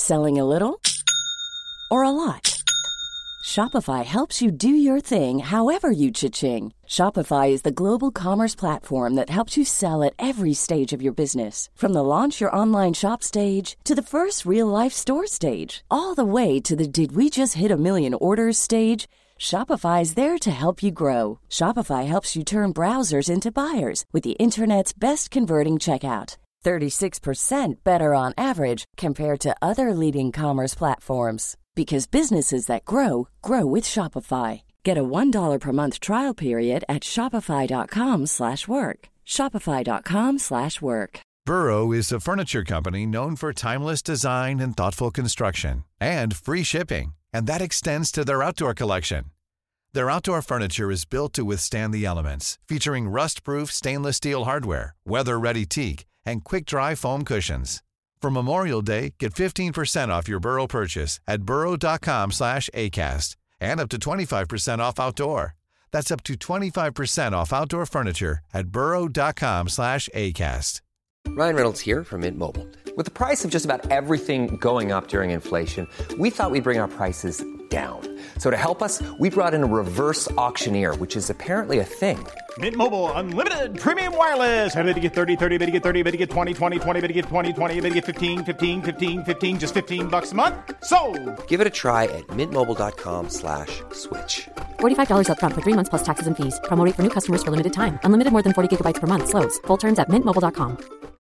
Selling a little or a lot? Shopify helps you do your thing however you cha-ching. Shopify is the global commerce platform that helps you sell at every stage of your business. From the launch your online shop stage to the first real-life store stage, all the way to the did we just hit a million orders stage. Shopify is there to help you grow. Shopify helps you turn browsers into buyers with the internet's best converting checkout. 36% better on average compared to other leading commerce platforms. Because businesses that grow, grow with Shopify. Get a $1 per month trial period at shopify.com/work. Shopify.com/work. Burrow is a furniture company known for timeless design and thoughtful construction, and free shipping, and that extends to their outdoor collection. Their outdoor furniture is built to withstand the elements, featuring rust-proof stainless steel hardware, weather-ready teak, and quick-dry foam cushions. For Memorial Day, get 15% off your Burrow purchase at burrow.com/acast, and up to 25% off outdoor. That's up to 25% off outdoor furniture at burrow.com/acast. Ryan Reynolds here from Mint Mobile. With the price of just about everything going up during inflation, we thought we'd bring our prices down. So to help us, we brought in a reverse auctioneer, which is apparently a thing. Mint Mobile Unlimited Premium Wireless. How to get 30, 30, bit to get 30, bit to get 20, 20, 20, bit to get 20, 20, bit to get 15, 15, 15, 15, just $15 a month? Sold! Give it a try at mintmobile.com/switch. $45 up front for 3 months plus taxes and fees. Promo rate for new customers for limited time. Unlimited more than 40 gigabytes per month. Slows full terms at mintmobile.com.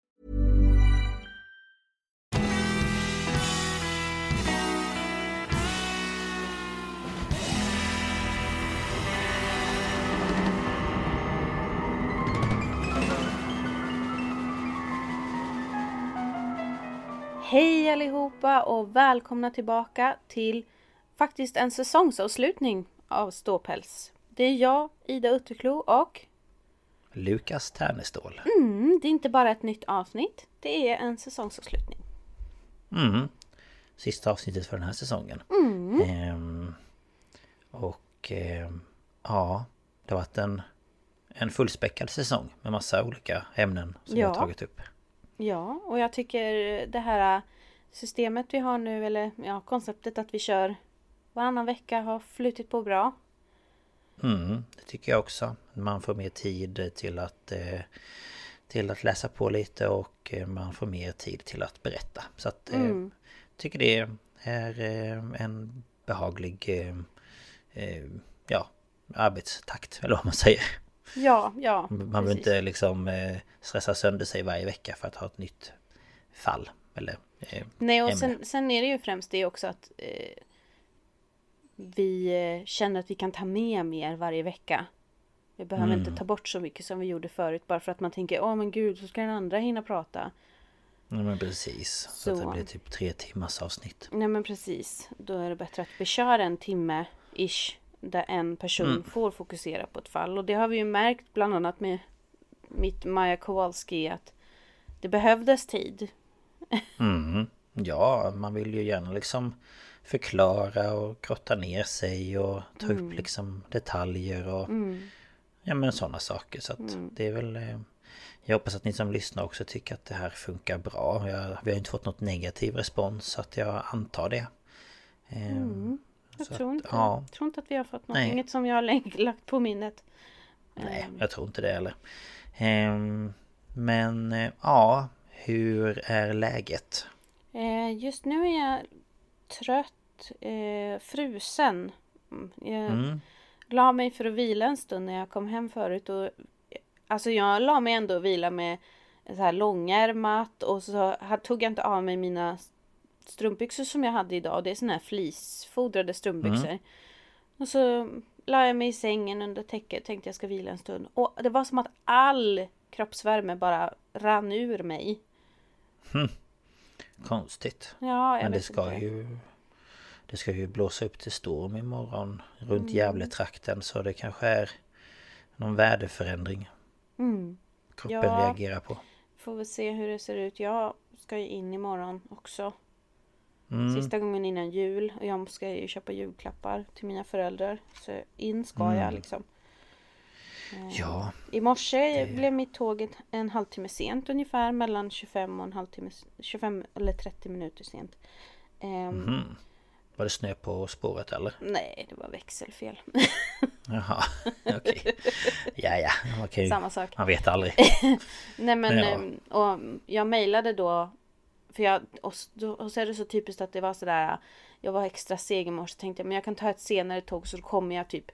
Hej allihopa och välkomna tillbaka till faktiskt en säsongsavslutning av Ståpäls. Det är jag, Ida Utterklo och Lukas Ternestål. Det är inte bara ett nytt avsnitt, det är en säsongsavslutning. Sista avsnittet för den här säsongen. Ja, det har varit en fullspäckad säsong med massa olika ämnen som jag har tagit upp. Ja, och jag tycker det här systemet vi har nu, eller konceptet att vi kör varannan vecka har flutit på bra. Det tycker jag också. Man får mer tid till att läsa på lite och man får mer tid till att berätta. Så att tycker det är en behaglig arbetstakt, eller vad man säger. Ja, man behöver inte liksom stressa sönder sig varje vecka för att ha ett nytt fall eller nej, och sen är det ju främst det också att vi känner att vi kan ta med mer varje vecka. Vi behöver inte ta bort så mycket som vi gjorde förut bara för att man tänker, men gud, så ska den andra hinna prata. Nej, men precis. Så att det blir typ 3 timmars avsnitt. Nej, men precis. Då är det bättre att vi kör 1 timme-ish där en person får fokusera på ett fall. Och det har vi ju märkt bland annat med mitt Maja Kowalski att det behövdes tid. Ja, man vill ju gärna liksom förklara och grotta ner sig och ta upp liksom detaljer och ja, men sådana saker. Så att det är väl... Jag hoppas att ni som lyssnar också tycker att det här funkar bra. Vi har inte fått något negativ respons så att jag antar det. Jag tror inte att vi har fått något. Inget som jag har lagt på minnet. Nej, jag tror inte det heller. Men hur är läget? Just nu är jag trött, frusen. Jag la mig för att vila en stund när jag kom hem förut. Och, alltså jag la mig ändå och vila med så här långärmat. Och så tog jag inte av mig mina strumpbyxor som jag hade idag. Det är såna här fleecefodrade strumpbyxor. Och så la jag mig i sängen under täcket. Tänkte jag ska vila en stund. Och det var som att all kroppsvärme bara rann ur mig. Konstigt. Ja, men det ska ju blåsa upp till storm imorgon runt Gävletrakten, så det kanske är någon väderförändring kroppen reagerar på. Får vi se hur det ser ut. Jag ska ju in imorgon också. Sista gången innan jul. Och jag ska ju köpa julklappar till mina föräldrar. Så in ska jag liksom. Ja. I morse blev mitt tåg en halvtimme sent ungefär. Mellan 25 och en halvtimme. 25 eller 30 minuter sent. Var det snö på spåret eller? Nej, det var växelfel. Jaha, okej. Ja, okej. Samma sak. Man vet aldrig. Nej men, och jag mejlade då. För och så är det så typiskt att det var sådär. Jag var extra seg i morse. Tänkte jag, men jag kan ta ett senare tåg. Så kommer jag typ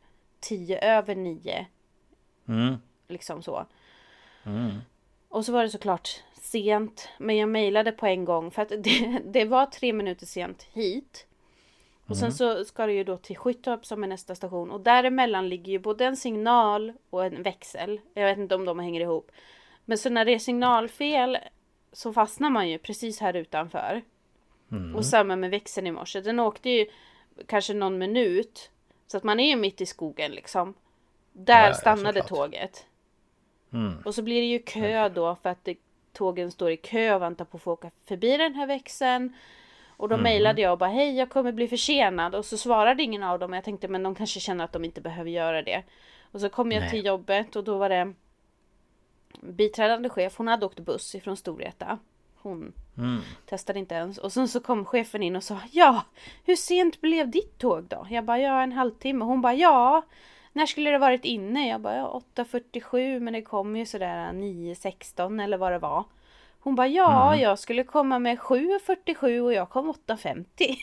9:10. Liksom så. Och så var det såklart sent. Men jag mejlade på en gång. För att det var 3 minuter sent hit. Och sen så ska det ju då till Skyttorp som är nästa station. Och däremellan ligger ju både en signal och en växel. Jag vet inte om de hänger ihop. Men så när det är signalfel så fastnar man ju precis här utanför. Och samma med växeln i morse. Den åkte ju kanske någon minut. Så att man är ju mitt i skogen liksom. Där stannade tåget. Och så blir det ju kö då för att tågen står i kö och väntar på att få åka förbi den här växeln. Och då mejlade jag och bara, hej, jag kommer bli försenad. Och så svarade ingen av dem. Jag tänkte, men de kanske känner att de inte behöver göra det. Och så kom jag till jobbet och då var det biträdande chef. Hon hade åkt buss ifrån Storvreta. Hon testade inte ens. Och sen så kom chefen in och sa, ja, hur sent blev ditt tåg då? Jag bara, ja, 1,5 timme. Hon bara, ja, när skulle det varit inne? Jag bara, ja, 8:47, men det kom ju sådär 9:16 eller vad det var. Hon bara, ja, jag skulle komma med 7:47 och jag kom 8:50.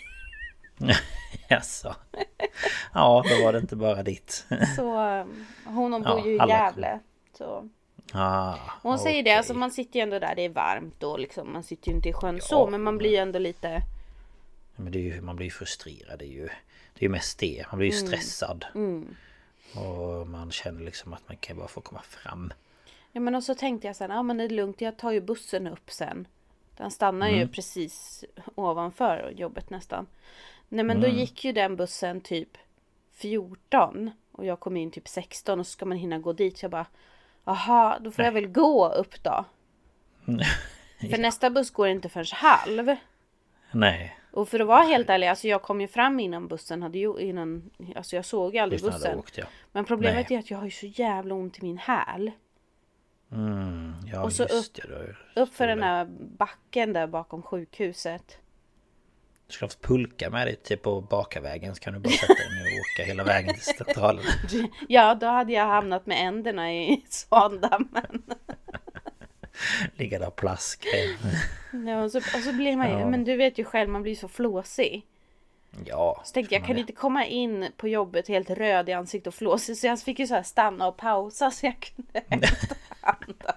Jaså. Ja, då var det inte bara ditt. Så hon bor ju i Gävle. Så. Hon säger det, alltså man sitter ju ändå där, det är varmt och liksom, man sitter ju inte i sjön så, men man blir ju ändå lite... Men det är ju, man blir ju frustrerad, det är ju mest det. Man blir ju stressad. Och man känner liksom att man kan bara få komma fram. Ja, men och så tänkte jag sen, ja men det är lugnt, jag tar ju bussen upp sen. Den stannar ju precis ovanför jobbet nästan. Nej men då gick ju den bussen typ 14 och jag kom in typ 16 och så ska man hinna gå dit. Så jag bara, aha, då får jag väl gå upp då. För nästa buss går inte förrän 1:30. Nej. Och för att vara helt ärlig, alltså jag kom ju fram innan bussen hade ju alltså jag såg ju aldrig bussen. Åkt, ja. Men problemet är att jag har ju så jävla ont i min häl. Ja, och så upp för den här backen där bakom sjukhuset. Du ska ha pulka med dig typ på Bakavägen, så kan du bara sätta dig ner och åka hela vägen till centralen. Ja, då hade jag hamnat med änderna i Svandammen. Ligga där och plaska. Ja, och så blir man ju, men du vet ju själv, man blir så flåsig. Ja. Så tänkte jag kan inte komma in på jobbet helt röd i ansiktet och flåsig. Så jag fick ju så här stanna och pausa så jag kunde hämta andan.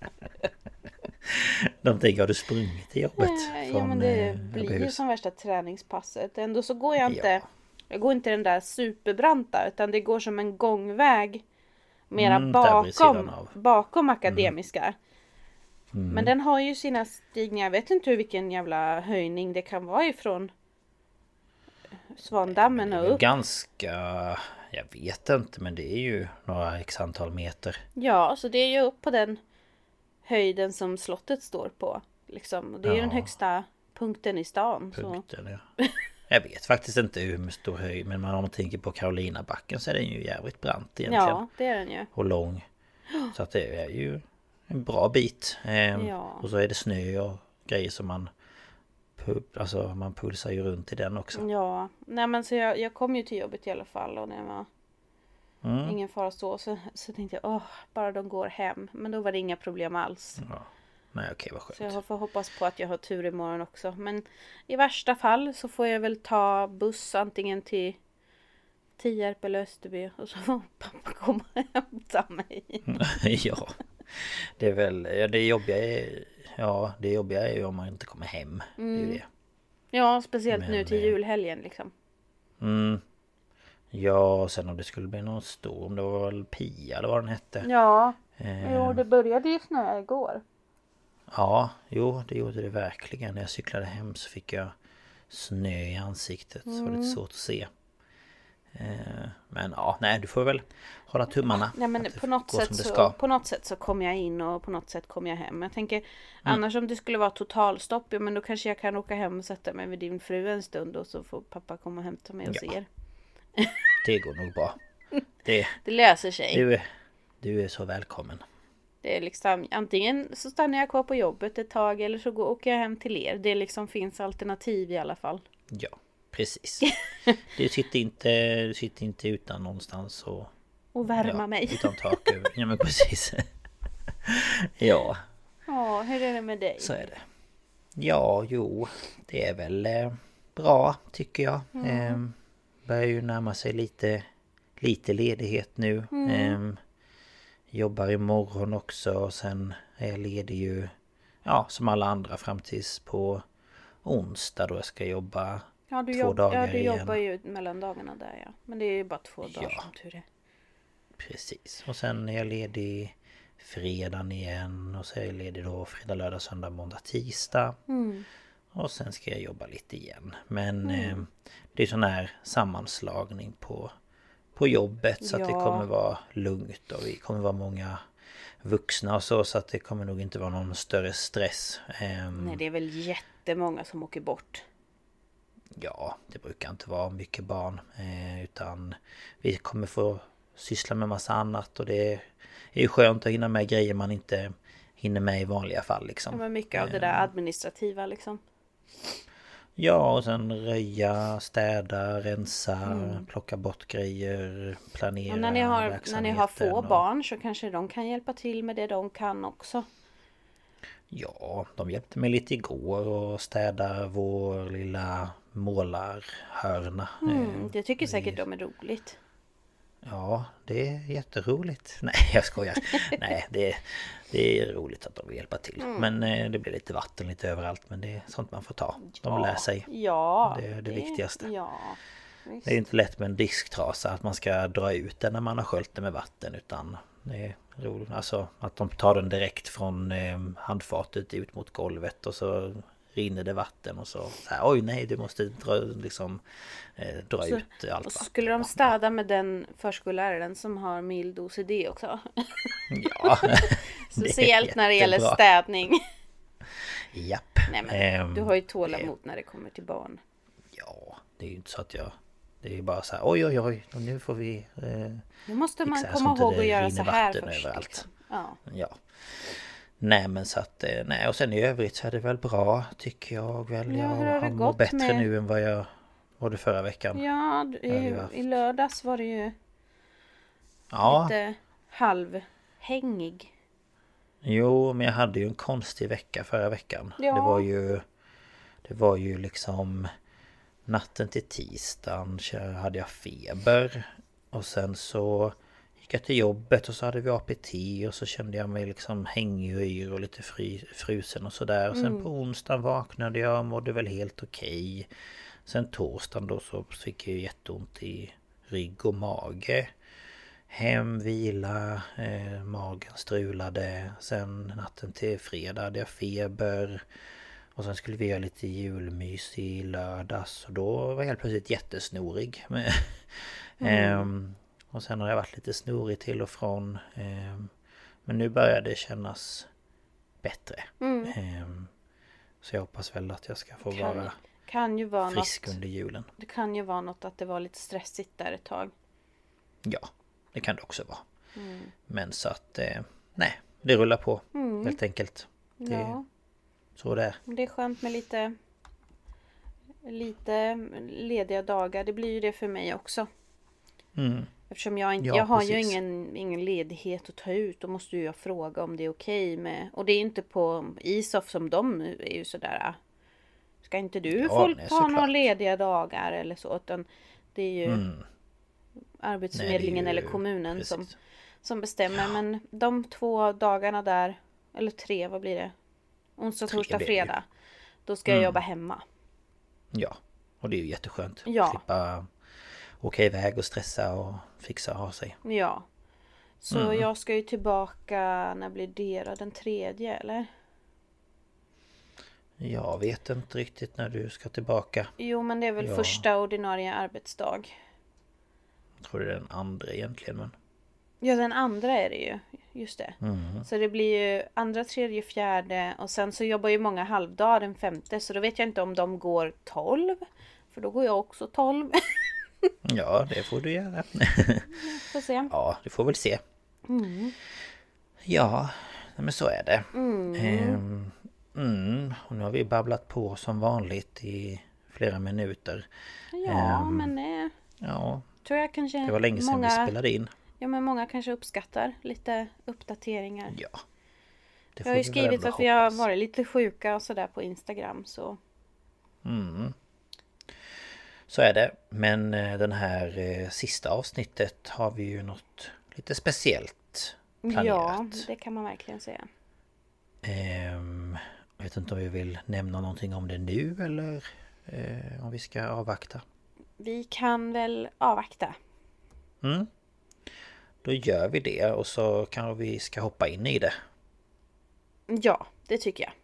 De tänker, har du sprungit till jobbet? Ja, men det blir ju som värsta träningspasset. Ändå så går jag inte, jag går inte den där superbranta, utan det går som en gångväg mera bakom Akademiska. Men den har ju sina stigningar. Jag vet inte vilken jävla höjning det kan vara ifrån Svandammen och upp. Ganska, jag vet inte, men det är ju några x antal meter. Ja, så det är ju upp på den höjden som slottet står på. Liksom. Och det är ju den högsta punkten i stan. Punkten, ja. Jag vet faktiskt inte hur stor höjd, men om man tänker på Karolinabacken så är den ju jävligt brant egentligen. Ja, det är den ju. Och lång. Så att det är ju en bra bit. Och så är det snö och grejer som man pulsar ju runt i den också. Ja, nej men så jag kom ju till jobbet i alla fall och det var ingen fara så tänkte jag, bara de går hem. Men då var det inga problem alls. Ja. Nej, okej, vad skönt. Så jag får hoppas på att jag har tur imorgon också. Men i värsta fall så får jag väl ta buss antingen till Tierp eller Österby. Och så får pappa komma och hämta mig. Ja, det är väl, det jobbiga är ju om man inte kommer hem. Det är ju det. Ja, speciellt nu till julhelgen liksom. Ja, sen om det skulle bli någon storm, det var väl Pia eller vad den hette. Ja, det började ju snöa igår. Ja, jo, det gjorde det verkligen. När jag cyklade hem så fick jag snö i ansiktet. Så det var lite svårt att se. Men ja, nej, du får väl hålla tummarna. Nej, men på något sätt så kom jag in och på något sätt kom jag hem. Jag tänker, annars om det skulle vara totalstopp, ja, men då kanske jag kan åka hem och sätta mig med din fru en stund och så får pappa komma och hämta mig hos er. Det går nog bra. Det löser sig. Du är så välkommen. Det är liksom, antingen så stannar jag kvar på jobbet ett tag eller så åker jag hem till er. Det liksom finns alternativ i alla fall. Ja, precis. Du sitter inte utan någonstans och värma mig. Utan tak över. Ja, men precis. Ja. Ja, hur är det med dig? Så är det. Ja, jo. Det är väl bra tycker jag. Börjar ju närma sig lite ledighet nu. Jobbar imorgon också. Och sen är jag ledig ju som alla andra fram tills på onsdag då jag ska jobba 2 dagar igen. Ja, du jobbar ju mellan dagarna där ja. Men det är ju bara 2 dagar som tur är. Precis. Och sen är jag ledig fredagen igen. Och så är jag ledig då fredag, lördag, söndag, måndag, tisdag. Och sen ska jag jobba lite igen. Men det är sån här sammanslagning på jobbet. Så att det kommer vara lugnt. Och vi kommer vara många vuxna och så att det kommer nog inte vara någon större stress. Nej, det är väl jättemånga som åker bort. Ja, det brukar inte vara mycket barn. Utan vi kommer få syssla med massa annat. Och det är ju skönt att hinna med grejer man inte hinner med i vanliga fall. Liksom. Ja, men mycket av det där administrativa liksom. Ja, och sen röja, städa, rensa, plocka bort grejer, planera. Och när ni har få barn så kanske de kan hjälpa till med det de kan också. Ja, de hjälpte mig lite igår och städa vår lilla målarhörna. Det tycker säkert de är roligt. Ja, det är jätteroligt. Nej, jag skojar. Nej, det är roligt att de vill hjälpa till. Men det blir lite vatten lite överallt. Men det är sånt man får ta. De lär sig. Ja, det är det viktigaste. Ja, visst. Det är inte lätt med en disktrasa att man ska dra ut den när man har sköljt den med vatten. Utan det är roligt. Alltså att de tar den direkt från handfatet ut mot golvet. Och så rinner det vatten och så här, oj nej, du måste dra ut allt vatten. Och så skulle de städa med den förskolläraren som har mild OCD också. Ja. Speciellt när det gäller städning. Japp. Nej, men du har ju tålamod när det kommer till barn. Ja, det är ju inte så att det är bara så här, oj, nu får vi nu måste man komma ihåg att göra så här först. Överallt. Liksom. Ja. Nej, men så att, nej, och sen i övrigt så är det väl bra, tycker jag väl. Ja, jag mår bättre nu än vad jag mådde förra veckan. Ja, i lördags var det ju lite halvhängig. Jo, men jag hade ju en konstig vecka förra veckan. Ja. Det var ju liksom natten till tisdagen hade jag feber. Och sen så gick jag till jobbet och så hade vi APT och så kände jag mig liksom hängig och yr och lite frusen och sådär. Och sen på onsdagen vaknade jag och mådde väl helt okej. Sen torsdagen då så fick jag jätteont i rygg och mage. Hem, vila, magen strulade. Sen natten till fredag hade jag feber. Och sen skulle vi göra lite julmys i lördags. Och då var jag helt plötsligt jättesnorig. Och sen har jag varit lite snorig till och från. Men nu börjar det kännas bättre. Så jag hoppas väl att jag ska få vara frisk under julen. Det kan ju vara något att det var lite stressigt där ett tag. Ja, det kan det också vara. Men så att, nej, det rullar på helt enkelt. Så det är. Det är skönt med lite lediga dagar. Det blir ju det för mig också. Eftersom jag har ju ingen ledighet att ta ut. Då måste jag fråga om det är okej med. Och det är inte på ISOF som de är ju sådär. Ska inte du få ta några lediga dagar eller så? Utan det är ju Arbetsförmedlingen eller kommunen som bestämmer. Men de 2 dagarna där, eller 3, vad blir det? Onsdag, torsdag, fredag. Då ska jag jobba hemma. Ja, och det är ju jätteskönt. Ja. Slippa åka iväg och stressa och fixa och ha sig. Ja. Så jag ska ju tillbaka, när blir det då? Den 3:e eller? Jag vet inte riktigt när du ska tillbaka. Jo, men det är väl första ordinarie arbetsdag. Jag tror det är den andra egentligen, men... Ja, den andra är det ju. Just det. Så det blir ju andra, tredje, fjärde. Och sen så jobbar ju många halvdagar den 5:e. Så då vet jag inte om de går 12. För då går jag också 12. Ja, det får du göra. Får se. Ja, du får väl se. Ja, men så är det. Och nu har vi babblat på som vanligt i flera minuter. Ja, men ja, tror jag kanske det var länge sedan vi spelade in. Ja, men många kanske uppskattar lite uppdateringar. Ja. Jag har ju skrivit att vi har varit lite sjuka och sådär på Instagram, så. Så är det. Men den här sista avsnittet har vi ju något lite speciellt planerat. Ja, det kan man verkligen säga. Jag vet inte om vi vill nämna någonting om det nu eller om vi ska avvakta. Vi kan väl avvakta. Då gör vi det och så kanske vi ska hoppa in i det. Ja, det tycker jag.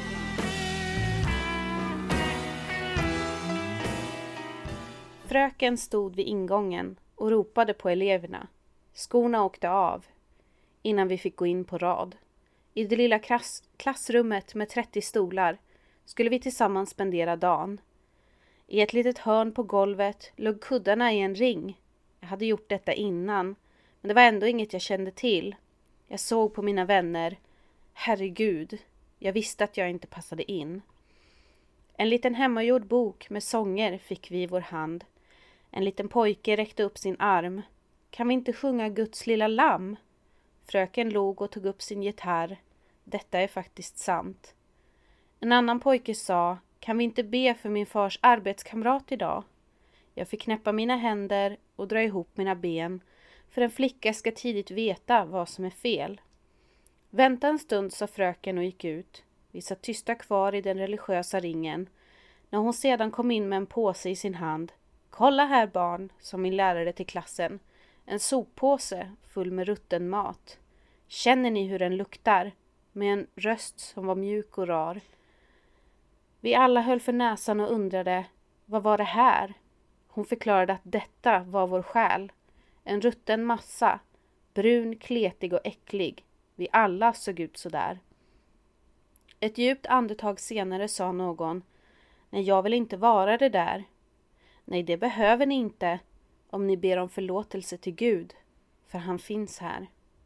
Fröken stod vid ingången och ropade på eleverna. Skorna åkte av innan vi fick gå in på rad. I det lilla klassrummet med 30 stolar skulle vi tillsammans spendera dagen. I ett litet hörn på golvet låg kuddarna i en ring. Jag hade gjort detta innan, men det var ändå inget jag kände till. Jag såg på mina vänner. Herregud, jag visste att jag inte passade in. En liten hemmagjord bok med sånger fick vi i vår hand. En liten pojke räckte upp sin arm. Kan vi inte sjunga Guds lilla lamm? Fröken log och tog upp sin gitarr. Detta är faktiskt sant. En annan pojke sa, kan vi inte be för min fars arbetskamrat idag? Jag fick knäppa mina händer och dra ihop mina ben, för en flicka ska tidigt veta vad som är fel. Vänta en stund, sa fröken och gick ut. Vi satt tysta kvar i den religiösa ringen. När hon sedan kom in med en påse i sin hand. Kolla här barn, sa min lärare till klassen. En soppåse full med rutten mat. Känner ni hur den luktar? Med en röst som var mjuk och rar. Vi alla höll för näsan och undrade, vad var det här? Hon förklarade att detta var vår själ. En rutten massa, brun, kletig och äcklig. Vi alla såg ut så där. Ett djupt andetag senare sa någon, nej, jag vill inte vara det där. Nej, det behöver ni inte om ni ber om förlåtelse till Gud, för han finns här.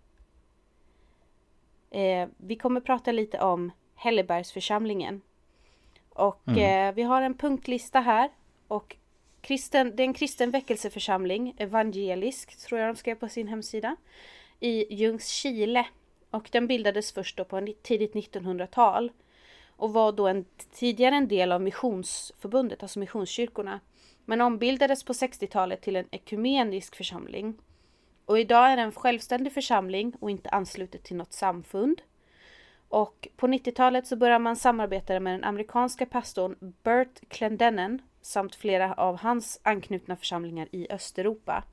Vi kommer prata lite om Hellebergsförsamlingen. Och vi har en punktlista här. Och det är en kristen väckelseförsamling, evangelisk tror jag de skrev på sin hemsida, i Ljungskile. Och den bildades först då på tidigt 1900-tal. Och var då tidigare en del av missionsförbundet, alltså missionskyrkorna. Men ombildades på 60-talet till en ekumenisk församling. Och idag är det en självständig församling och inte anslutet till något samfund. Och på 90-talet så började man samarbeta med den amerikanska pastorn Bert Clendennen samt flera av hans anknutna församlingar i Östeuropa.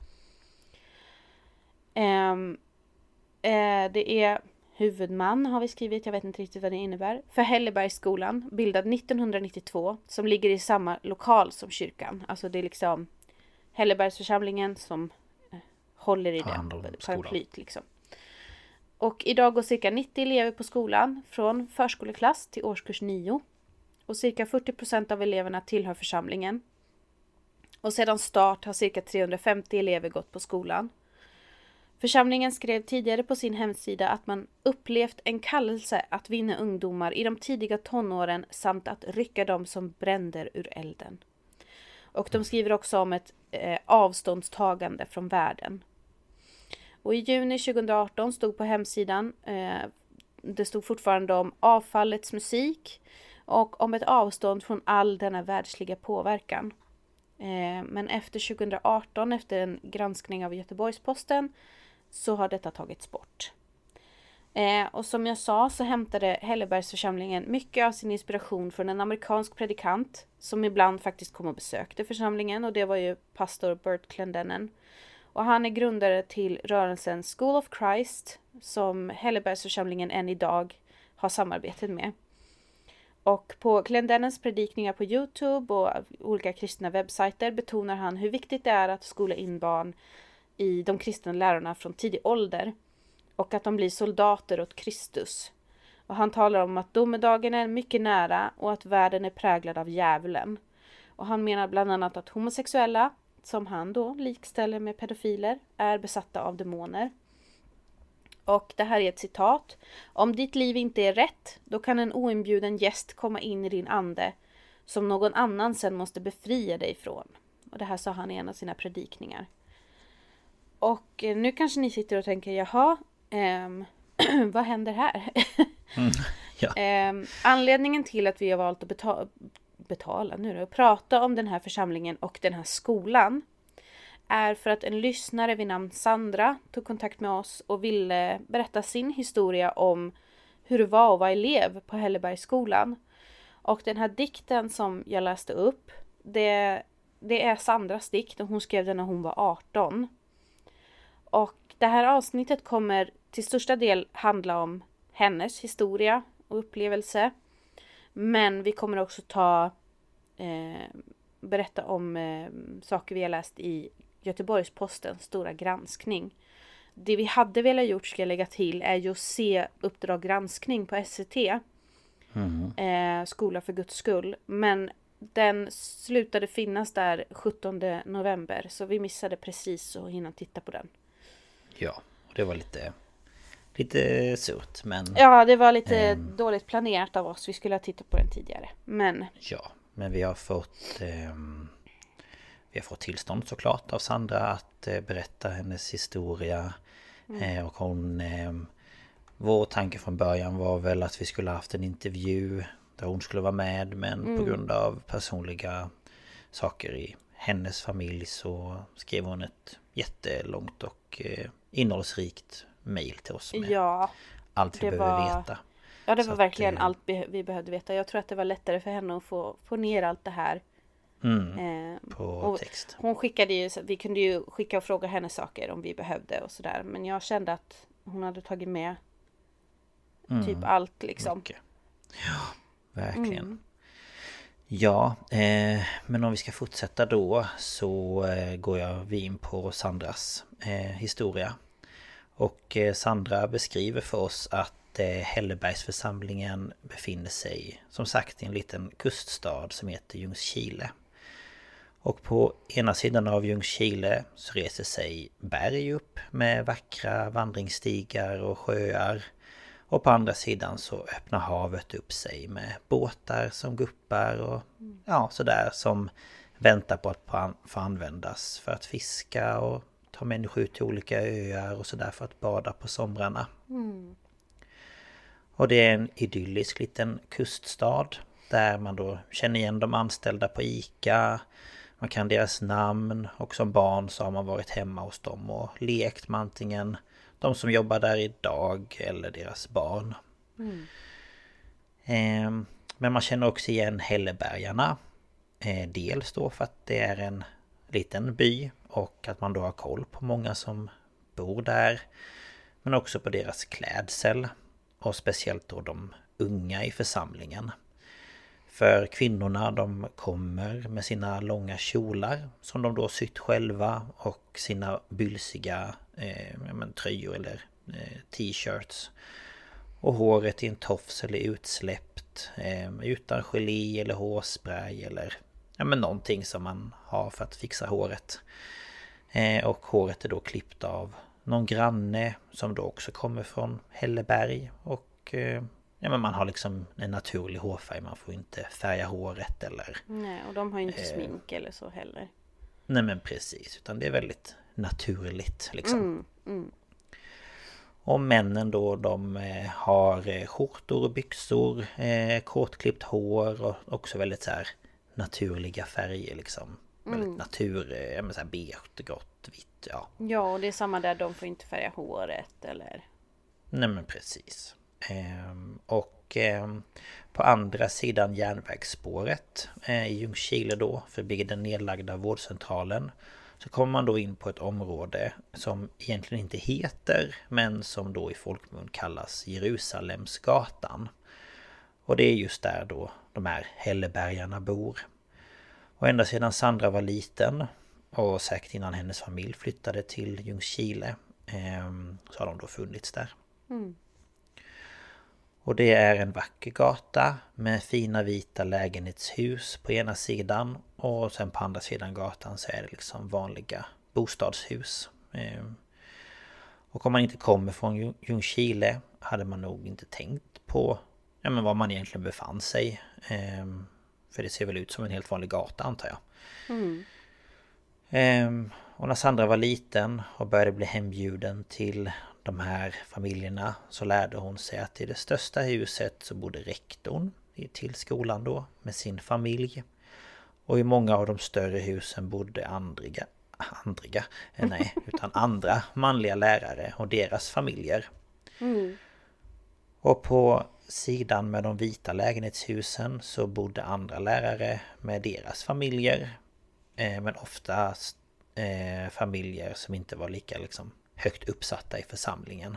Det är huvudman, har vi skrivit, jag vet inte riktigt vad det innebär, för Hellebergsskolan, bildad 1992, som ligger i samma lokal som kyrkan. Alltså det är liksom Hellebergsförsamlingen som håller i det paraplyt liksom. Och idag går cirka 90 elever på skolan från förskoleklass till årskurs 9. Och cirka 40% av eleverna tillhör församlingen. Och sedan start har cirka 350 elever gått på skolan. Församlingen skrev tidigare på sin hemsida att man upplevt en kallelse att vinna ungdomar i de tidiga tonåren samt att rycka dem som bränder ur elden. Och de skriver också om ett avståndstagande från världen. Och i juni 2018 stod på hemsidan, det stod fortfarande om avfallets musik och om ett avstånd från all denna världsliga påverkan. Men efter 2018, efter en granskning av Göteborgs-Posten, så har detta tagits bort. Och som jag sa så hämtade Hellebergsförsamlingen mycket av sin inspiration från en amerikansk predikant som ibland faktiskt kom och besökte församlingen, och det var ju pastor Bert Clendennen. Och han är grundare till rörelsen School of Christ som Hellebergsförsamlingen än idag har samarbetat med. Och på Clendennens predikningar på YouTube och olika kristna webbsajter betonar han hur viktigt det är att skola in barn i de kristna lärorna från tidig ålder. Och att de blir soldater åt Kristus. Och han talar om att domedagen är mycket nära och att världen är präglad av djävulen. Och han menar bland annat att homosexuella, som han då likställer med pedofiler, är besatta av demoner. Och det här är ett citat. Om ditt liv inte är rätt, då kan en oinbjuden gäst komma in i din ande som någon annan sen måste befria dig från. Och det här sa han i en av sina predikningar. Och nu kanske ni sitter och tänker, jaha, vad händer här? Ja. Anledningen till att vi har valt att prata om den här församlingen och den här skolan är för att en lyssnare vid namn Sandra tog kontakt med oss och ville berätta sin historia om hur det var att vara elev på Hällebergsskolan. Och den här dikten som jag läste upp, det är Sandras dikt och hon skrev den när hon var 18. Och det här avsnittet kommer till största del handla om hennes historia och upplevelse. Men vi kommer också berätta om saker vi har läst i Göteborgs-Postens stora granskning. Det vi hade velat gjort, ska jag lägga till, är ju att se Uppdrag granskning på SCT. Skola för Guds skull. Men den slutade finnas där 17 november. Så vi missade precis att hinna titta på den. Ja, och det var lite surt, men... Ja, det var lite dåligt planerat av oss. Vi skulle ha tittat på den tidigare. Men... Ja, men vi har fått tillstånd såklart av Sandra att berätta hennes historia. Och vår tanke från början var väl att vi skulle ha haft en intervju där hon skulle vara med. Men på grund av personliga saker i hennes familj så skrev hon ett jättelångt och innehållsrikt mejl till oss med allt vi behöver veta. Ja, det var verkligen allt vi behövde veta. Jag tror att det var lättare för henne att få ner allt det här på text. Hon skickade ju, vi kunde ju skicka och fråga henne saker om vi behövde och sådär. Men jag kände att hon hade tagit med typ allt liksom. Mycket. Ja, verkligen. Ja, men om vi ska fortsätta då så går vi in på Sandras historia. Och Sandra beskriver för oss att Hällebergsförsamlingen befinner sig som sagt i en liten kuststad som heter Ljungskile. Och på ena sidan av Ljungskile så reser sig berg upp med vackra vandringsstigar och sjöar. Och på andra sidan så öppnar havet upp sig med båtar som guppar och sådär som väntar på att få användas för att fiska och ta människor ut till olika öar och sådär för att bada på somrarna. Och det är en idyllisk liten kuststad där man då känner igen de anställda på ICA. Man kan deras namn och som barn så har man varit hemma hos dem och lekt med antingen de som jobbar där idag eller deras barn. Men man känner också igen Hällebergarna. Dels då för att det är en liten by och att man då har koll på många som bor där. Men också på deras klädsel och speciellt då de unga i församlingen. För kvinnorna, de kommer med sina långa kjolar som de då sytt själva och sina bylsiga tröjor eller t-shirts. Och håret i en tofs eller utsläppt utan gelé eller hårspray eller någonting som man har för att fixa håret. Och håret är då klippt av någon granne som då också kommer från Hälleberg och man har liksom en naturlig hårfärg, man får inte färga håret eller... Nej, och de har ju inte smink eller så heller. Nej men precis, utan det är väldigt naturligt liksom. Och männen då, de har skjortor och byxor, kortklippt hår och också väldigt så här naturliga färger liksom. Väldigt så här beige, grått, vitt, Ja, och det är samma där, de får inte färga håret eller... Nej men precis. Och på andra sidan järnvägsspåret i Ljungskile då, förbi den nedlagda vårdcentralen, så kommer man då in på ett område som egentligen inte heter, men som då i folkmun kallas Jerusalemsgatan. Och det är just där då de här Hällebergarna bor. Och ända sedan Sandra var liten och säkert innan hennes familj flyttade till Ljungskile så har de då funnits där. Och det är en vacker gata med fina vita lägenhetshus på ena sidan. Och sen på andra sidan gatan så är det liksom vanliga bostadshus. Och om man inte kommer från Ljungskile hade man nog inte tänkt på var man egentligen befann sig. För det ser väl ut som en helt vanlig gata, antar jag. Och när Sandra var liten och började bli hembjuden till de här familjerna så lärde hon sig att i det största huset så bodde rektorn till skolan då med sin familj. Och i många av de större husen bodde andra manliga lärare och deras familjer. Och på sidan med de vita lägenhetshusen så bodde andra lärare med deras familjer. Men oftast familjer som inte var lika liksom högt uppsatta i församlingen.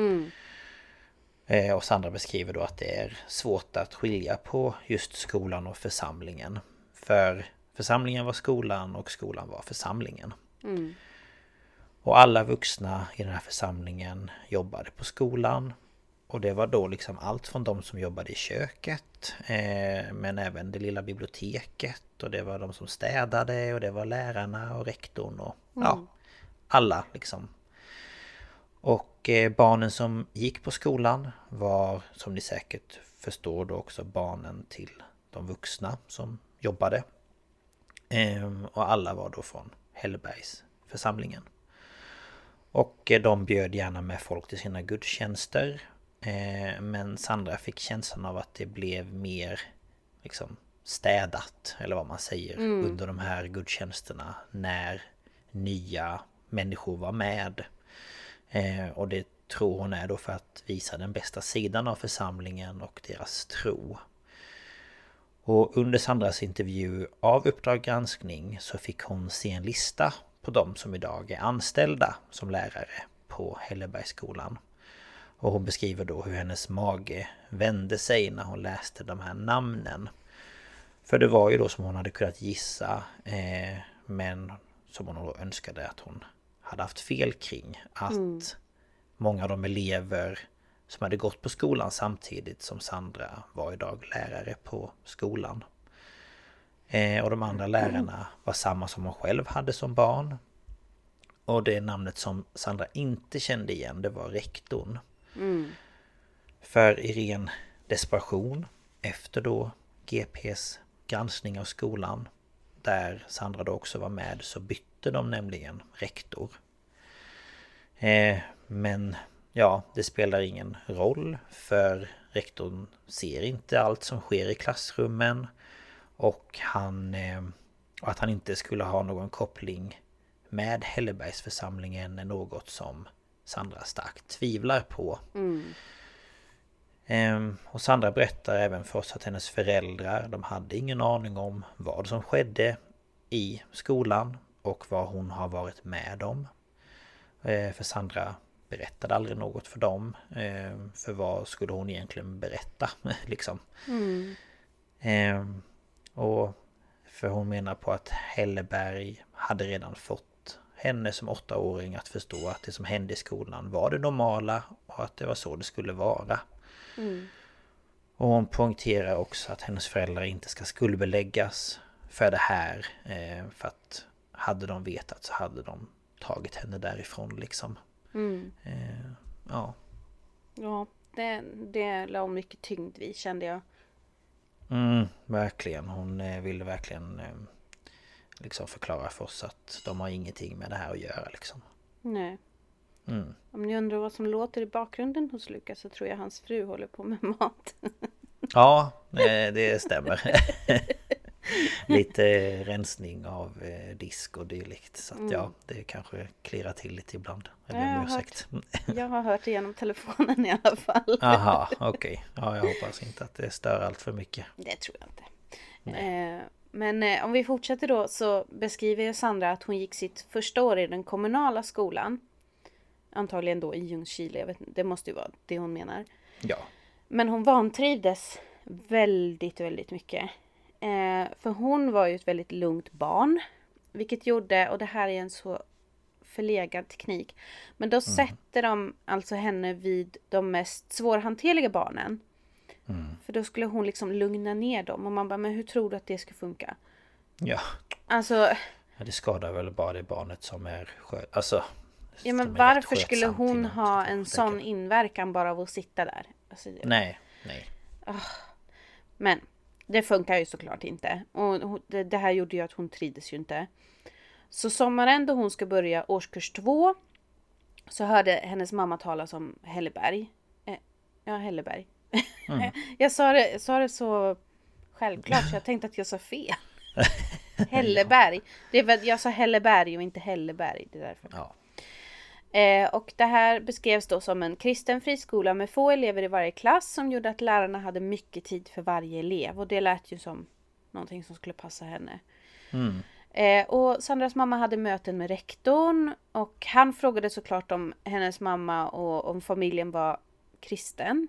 Och Sandra beskriver då att det är svårt att skilja på just skolan och församlingen. För församlingen var skolan och skolan var församlingen. Och alla vuxna i den här församlingen jobbade på skolan. Och det var då liksom allt från de som jobbade i köket, men även det lilla biblioteket, och det var de som städade, och det var lärarna och rektorn och alla liksom. Och barnen som gick på skolan var, som ni säkert förstår, då också barnen till de vuxna som jobbade. Och alla var då från Hällebergs församlingen. Och de bjöd gärna med folk till sina gudstjänster. Men Sandra fick känslan av att det blev mer liksom städat, eller vad man säger, under de här gudstjänsterna när nya människor var med. Och det tror hon är då för att visa den bästa sidan av församlingen och deras tro. Och under Sandras intervju av Uppdrag granskning så fick hon se en lista på de som idag är anställda som lärare på Hällebergsskolan. Och hon beskriver då hur hennes mage vände sig när hon läste de här namnen. För det var ju då som hon hade kunnat gissa, men som hon då önskade att hon hade haft fel kring. Att många av de elever som hade gått på skolan samtidigt som Sandra var idag lärare på skolan. Och de andra lärarna var samma som hon själv hade som barn. Och det namnet som Sandra inte kände igen, det var rektorn. För i ren desperation efter då GPs granskning av skolan, där Sandra då också var med, så bytte de nämligen rektor. Men ja, det spelar ingen roll, för rektorn ser inte allt som sker i klassrummen, och att han inte skulle ha någon koppling med Hällebergsförsamlingen är något som Sandra starkt tvivlar på. Och Sandra berättar även för oss att hennes föräldrar, de hade ingen aning om vad som skedde i skolan och vad hon har varit med om. För Sandra berättade aldrig något för dem. För vad skulle hon egentligen berätta liksom. Och för hon menar på att Hälleberg hade redan fått henne som 8-åring att förstå att det som hände i skolan var det normala och att det var så det skulle vara. Och hon poängterar också att hennes föräldrar inte ska skuldbeläggas för det här, för att hade de vetat så hade de tagit henne därifrån liksom. Ja, det la mycket tyngd vid, kände jag. Verkligen. Hon ville verkligen liksom förklara för oss att de har ingenting med det här att göra liksom. Nej. Om ni undrar vad som låter i bakgrunden hos Lukas, så tror jag hans fru håller på med mat. Ja, det stämmer. Lite rensning av disk och dylikt. Så att ja, det kanske klirrar till lite ibland. Jag har hört det genom telefonen i alla fall. Aha, okej. Ja, jag hoppas inte att det stör allt för mycket. Det tror jag inte. Men om vi fortsätter då, så beskriver Sandra att hon gick sitt första år i den kommunala skolan. Antagligen då i Ljungskile. Det måste ju vara det hon menar. Ja. Men hon vantrivdes väldigt, väldigt mycket. För hon var ju ett väldigt lugnt barn. Vilket gjorde, och det här är en så förlegad teknik, men då sätter de alltså henne vid de mest svårhanterliga barnen. För då skulle hon liksom lugna ner dem. Och man bara, men hur tror du att det ska funka? Ja. Alltså... Ja, det skadar väl bara det barnet som är skör. Alltså, Ja, men varför skulle hon ha en sån inverkan bara av att sitta där? Alltså, nej. Men det funkar ju såklart inte. Och det här gjorde ju att hon trivdes ju inte. Så sommaren då hon ska börja årskurs 2 så hörde hennes mamma talas om Helleberg. Helleberg. Jag sa det så självklart så jag tänkte att jag sa fel. Helleberg. Jag sa Helleberg och inte Helleberg. Det är därför. Ja. Och det här beskrevs då som en kristen friskola med få elever i varje klass som gjorde att lärarna hade mycket tid för varje elev. Och det lät ju som någonting som skulle passa henne. Och Sandras mamma hade möten med rektorn och han frågade såklart om hennes mamma och om familjen var kristen.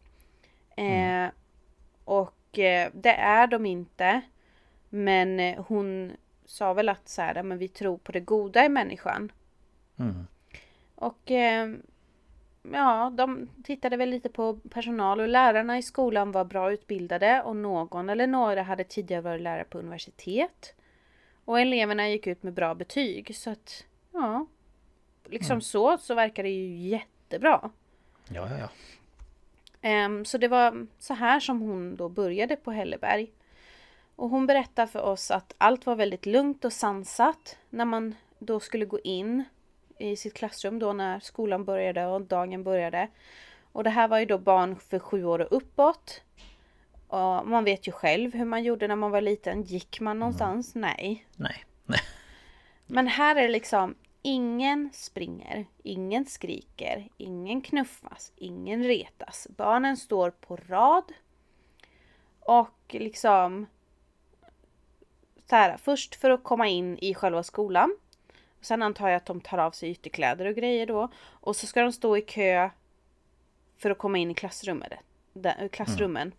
Och det är de inte. Men hon sa väl att så här, men vi tror på det goda i människan. Och de tittade väl lite på personal och lärarna i skolan var bra utbildade och någon eller några hade tidigare varit lärare på universitet. Och eleverna gick ut med bra betyg så att så verkar det ju jättebra. Ja. Så det var så här som hon då började på Helleberg. Och hon berättar för oss att allt var väldigt lugnt och sansat när man då skulle gå in i sitt klassrum då när skolan började och dagen började. Och det här var ju då barn för 7 år och uppåt. Och man vet ju själv hur man gjorde när man var liten. Gick man någonstans? Nej. Men här är det liksom ingen springer, ingen skriker, ingen knuffas, ingen retas. Barnen står på rad och liksom så här, först för att komma in i själva skolan. Sen antar jag att de tar av sig ytterkläder och grejer då. Och så ska de stå i kö för att komma in i klassrummen.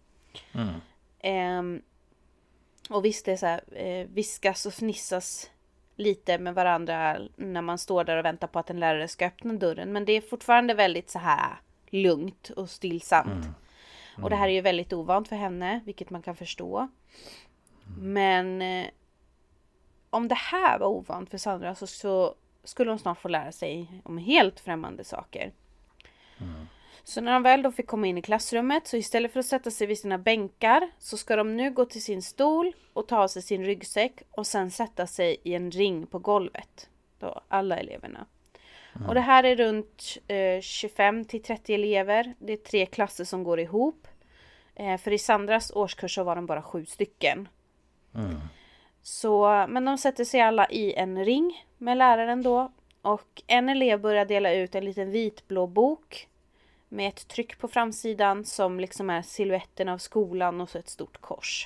Och visst det är så här, viskas och fnissas lite med varandra när man står där och väntar på att en lärare ska öppna dörren. Men det är fortfarande väldigt så här lugnt och stillsamt. Och det här är ju väldigt ovant för henne, vilket man kan förstå. Men om det här var ovant för Sandra så skulle hon snart få lära sig om helt främmande saker. Så när de väl då fick komma in i klassrummet så istället för att sätta sig vid sina bänkar så ska de nu gå till sin stol och ta av sig sin ryggsäck och sen sätta sig i en ring på golvet. Då, alla eleverna. Och det här är runt 25-30 elever. Det är 3 klasser som går ihop. För i Sandras årskurs så var de bara 7 stycken. Så, men de sätter sig alla i en ring med läraren då. Och en elev börjar dela ut en liten vitblå bok med ett tryck på framsidan som liksom är siluetten av skolan och så ett stort kors.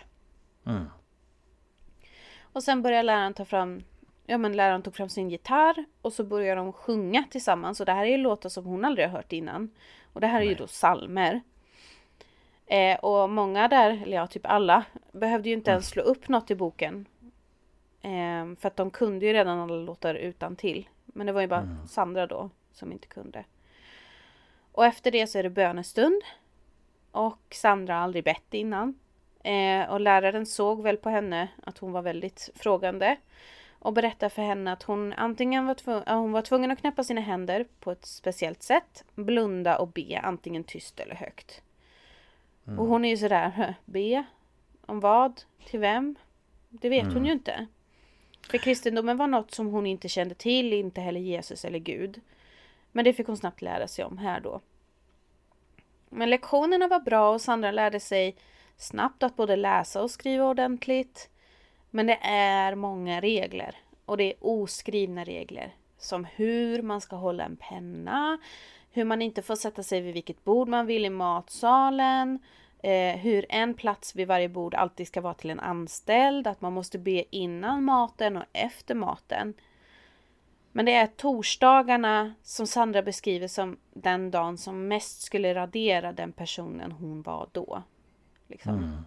Och sen börjar läraren tog fram sin gitarr och så börjar de sjunga tillsammans. Och det här är ju låtar som hon aldrig har hört innan. Och det här är ju då psalmer. Och många där, eller ja typ alla, behövde ju inte ens slå upp något i boken. För att de kunde ju redan alla låtar utan till. Men det var ju bara Sandra då som inte kunde. Och efter det så är det bönestund. Och Sandra har aldrig bett innan. Och läraren såg väl på henne att hon var väldigt frågande. Och berättade för henne att hon antingen var tvungen att knäppa sina händer på ett speciellt sätt. Blunda och be antingen tyst eller högt. Och hon är ju sådär, be? Om vad? Till vem? Det vet hon ju inte. För kristendomen var något som hon inte kände till, inte heller Jesus eller Gud. Men det fick hon snabbt lära sig om här då. Men lektionerna var bra och Sandra lärde sig snabbt att både läsa och skriva ordentligt. Men det är många regler. Och det är oskrivna regler. Som hur man ska hålla en penna. Hur man inte får sätta sig vid vilket bord man vill i matsalen. Hur en plats vid varje bord alltid ska vara till en anställd. Att man måste be innan maten och efter maten. Men det är torsdagarna som Sandra beskriver som den dagen som mest skulle radera den personen hon var då. Liksom.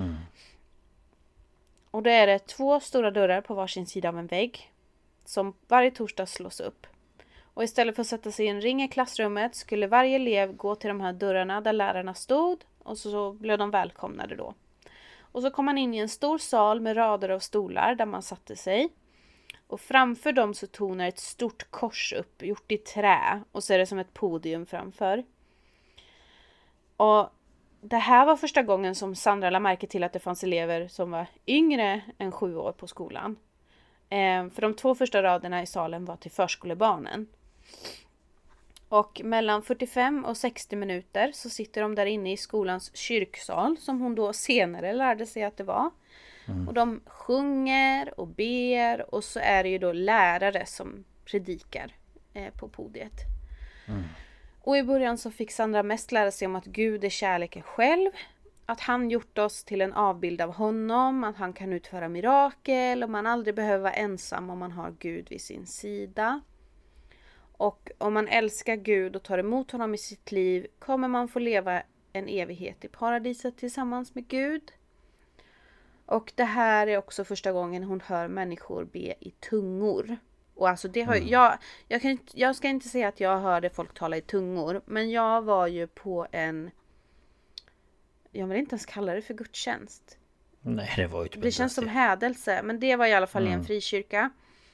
Och då är det 2 stora dörrar på varsin sida av en vägg. Som varje torsdag slås upp. Och istället för att sätta sig i en ring i klassrummet skulle varje elev gå till de här dörrarna där lärarna stod. Och så blev de välkomnade då. Och så kom man in i en stor sal med rader av stolar där man satte sig. Och framför dem så tonar ett stort kors upp, gjort i trä. Och så är det som ett podium framför. Och det här var första gången som Sandra lade märke till att det fanns elever som var yngre än 7 år på skolan. För de 2 första raderna i salen var till förskolebarnen. Och mellan 45 och 60 minuter så sitter de där inne i skolans kyrksal, som hon då senare lärde sig att det var. Och de sjunger och ber, och så är det ju då lärare som predikar på podiet. Och i början så fick Sandra mest lära sig om att Gud är kärleken själv. Att han gjort oss till en avbild av honom. Att han kan utföra mirakel. Och man aldrig behöver vara ensam om man har Gud vid sin sida. Och om man älskar Gud och tar emot honom i sitt liv, kommer man få leva en evighet i paradiset tillsammans med Gud. Och det här är också första gången hon hör människor be i tungor. Och alltså det har jag ska inte säga att jag hörde folk tala i tungor, men jag var ju på en, jag vill inte ens kalla det för gudstjänst. Nej, det var ju typ det känns som hädelse, men det var i alla fall i en frikyrka.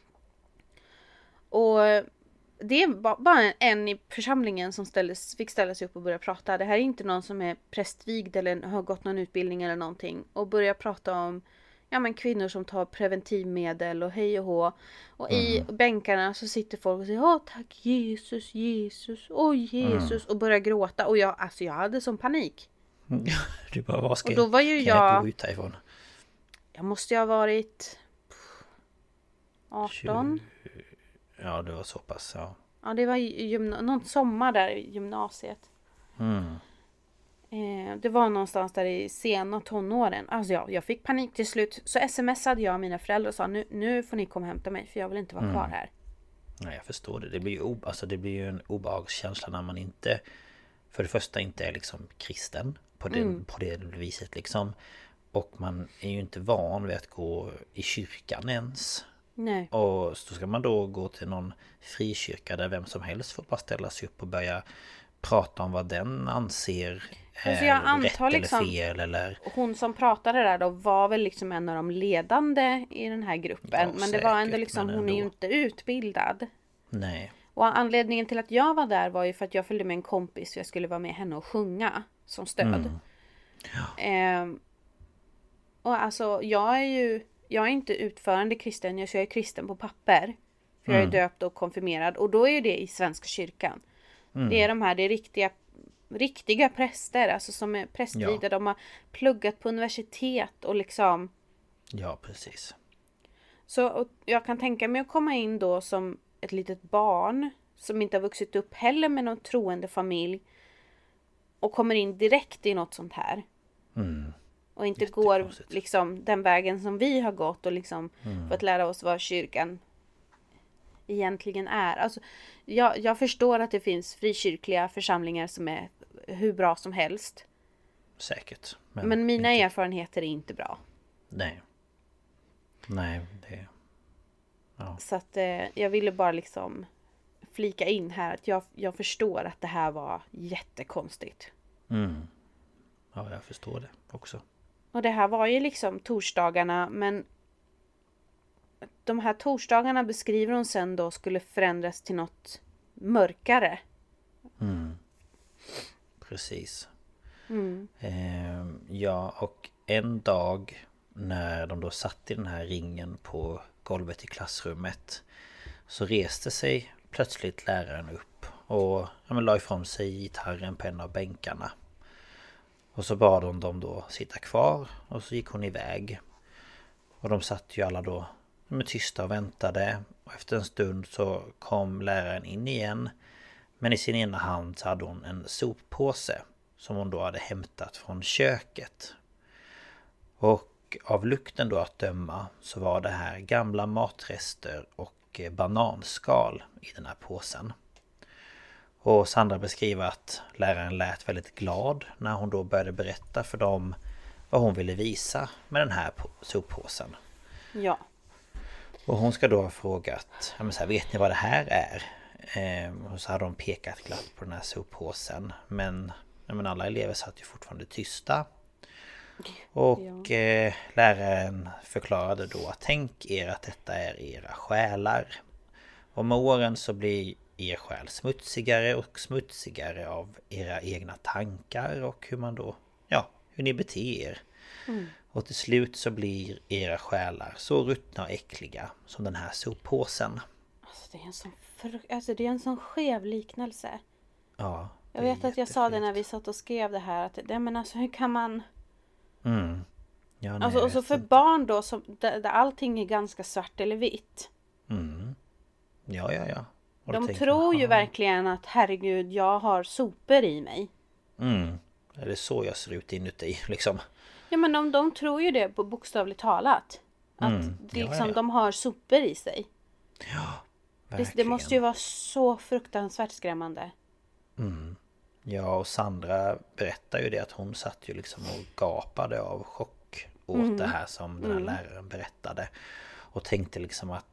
Och det är bara en i församlingen som fick ställa sig upp och börja prata. Det här är inte någon som är prästvigd eller har gått någon utbildning eller någonting. Och börja prata om kvinnor som tar preventivmedel och hej och hå. Och i bänkarna så sitter folk och säger: åh tack Jesus, Jesus, åh Jesus. Och börjar gråta. Och jag hade sån panik. Du bara, vad ska och då var ju jag gå ut härifrån? Jag måste ju ha varit 18. Ja, det var så pass, ja. Ja, det var någon sommar där i gymnasiet. Det var någonstans där i sena tonåren. Alltså jag fick panik till slut. Så smsade jag mina föräldrar och sa: nu får ni komma och hämta mig, för jag vill inte vara kvar här. Nej, jag förstår det. Det blir ju en obehagskänsla när man inte, för det första, inte är liksom kristen på det viset liksom. Och man är ju inte van vid att gå i kyrkan ens. Nej. Och så ska man då gå till någon frikyrka där vem som helst får bara ställa sig upp och börja prata om vad den anser alltså jag antar rätt eller liksom, fel eller... Hon som pratade där då var väl liksom en av de ledande i den här gruppen. Ja, men säkert, det var ändå liksom, men hon är ju inte utbildad. Nej. Och anledningen till att jag var där var ju för att jag följde med en kompis, för jag skulle vara med henne och sjunga som stöd. Och alltså jag är inte utförande kristen, jag är kristen på papper. För jag är döpt och konfirmerad. Och då är ju det i Svenska kyrkan. Det är det är riktiga präster, alltså som är prästvigda. De har pluggat på universitet och liksom... Ja, precis. Så jag kan tänka mig att komma in då som ett litet barn som inte har vuxit upp heller med någon troende familj. Och kommer in direkt i något sånt här. Och inte går liksom den vägen som vi har gått och liksom för att lära oss vad kyrkan egentligen är. Alltså, jag förstår att det finns frikyrkliga församlingar som är hur bra som helst. Säkert. Men mina erfarenheter är inte bra. Nej, det... Ja. Så att jag ville bara liksom flika in här att jag förstår att det här var jättekonstigt. Ja, jag förstår det också. Och det här var ju liksom torsdagarna, men de här torsdagarna beskriver hon sen då skulle förändras till något mörkare. Precis. Ja, och en dag när de då satt i den här ringen på golvet i klassrummet, så reste sig plötsligt läraren upp och la ifrån sig gitarren på en av bänkarna. Och så bad hon dem då sitta kvar, och så gick hon iväg. Och de satt ju alla då tysta och väntade. Och efter en stund så kom läraren in igen. Men i sin ena hand så hade hon en soppåse som hon då hade hämtat från köket. Och av lukten då att döma så var det här gamla matrester och bananskal i den här påsen. Och Sandra beskriver att läraren lät väldigt glad när hon då började berätta för dem vad hon ville visa med den här soppåsen. Ja. Och hon ska då ha frågat, vet ni vad det här är? Och så hade de pekat glatt på den här soppåsen. Men alla elever satt ju fortfarande tysta. Och läraren förklarade då att tänk er att detta är era själar. Och med åren så blir er själ smutsigare och smutsigare av era egna tankar och hur man då, hur ni beter er. Och till slut så blir era själar så ruttna och äckliga som den här soppåsen. Alltså det är en sån skev liknelse. Ja. Jag vet att jag sa det när vi satt och skrev det här. Att, men alltså hur kan man... Ja, nej, alltså, och så för barn då där allting är ganska svart eller vitt. Ja. De tror ju verkligen att herregud, jag har sopor i mig. Är det så jag ser ut inuti liksom? Ja, men de tror ju det på bokstavligt talat. Att liksom, de har sopor i sig. Ja, verkligen. Det måste ju vara så fruktansvärt skrämmande. Ja, och Sandra berättar ju det att hon satt ju liksom och gapade av chock åt det här som den här läraren berättade. Och tänkte liksom att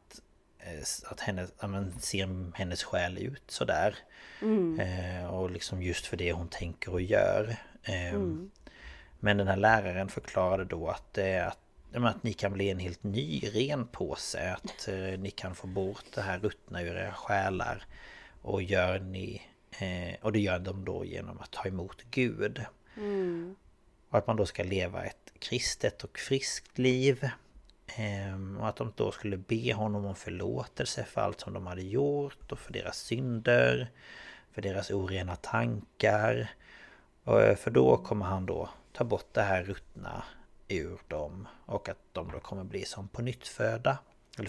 ser hennes själ ut sådär. Och liksom just för det hon tänker och gör. Men den här läraren förklarade då att ni kan bli en helt ny ren påse. Att ni kan få bort det här ruttna ur era själar. Och det gör de då genom att ta emot Gud. Och att man då ska leva ett kristet och friskt liv. Och att de då skulle be honom om förlåtelse för allt som de hade gjort. Och för deras synder. För deras orena tankar. Och för då kommer han då ta bort det här ruttna ur dem. Och att de då kommer bli som på nytt födda.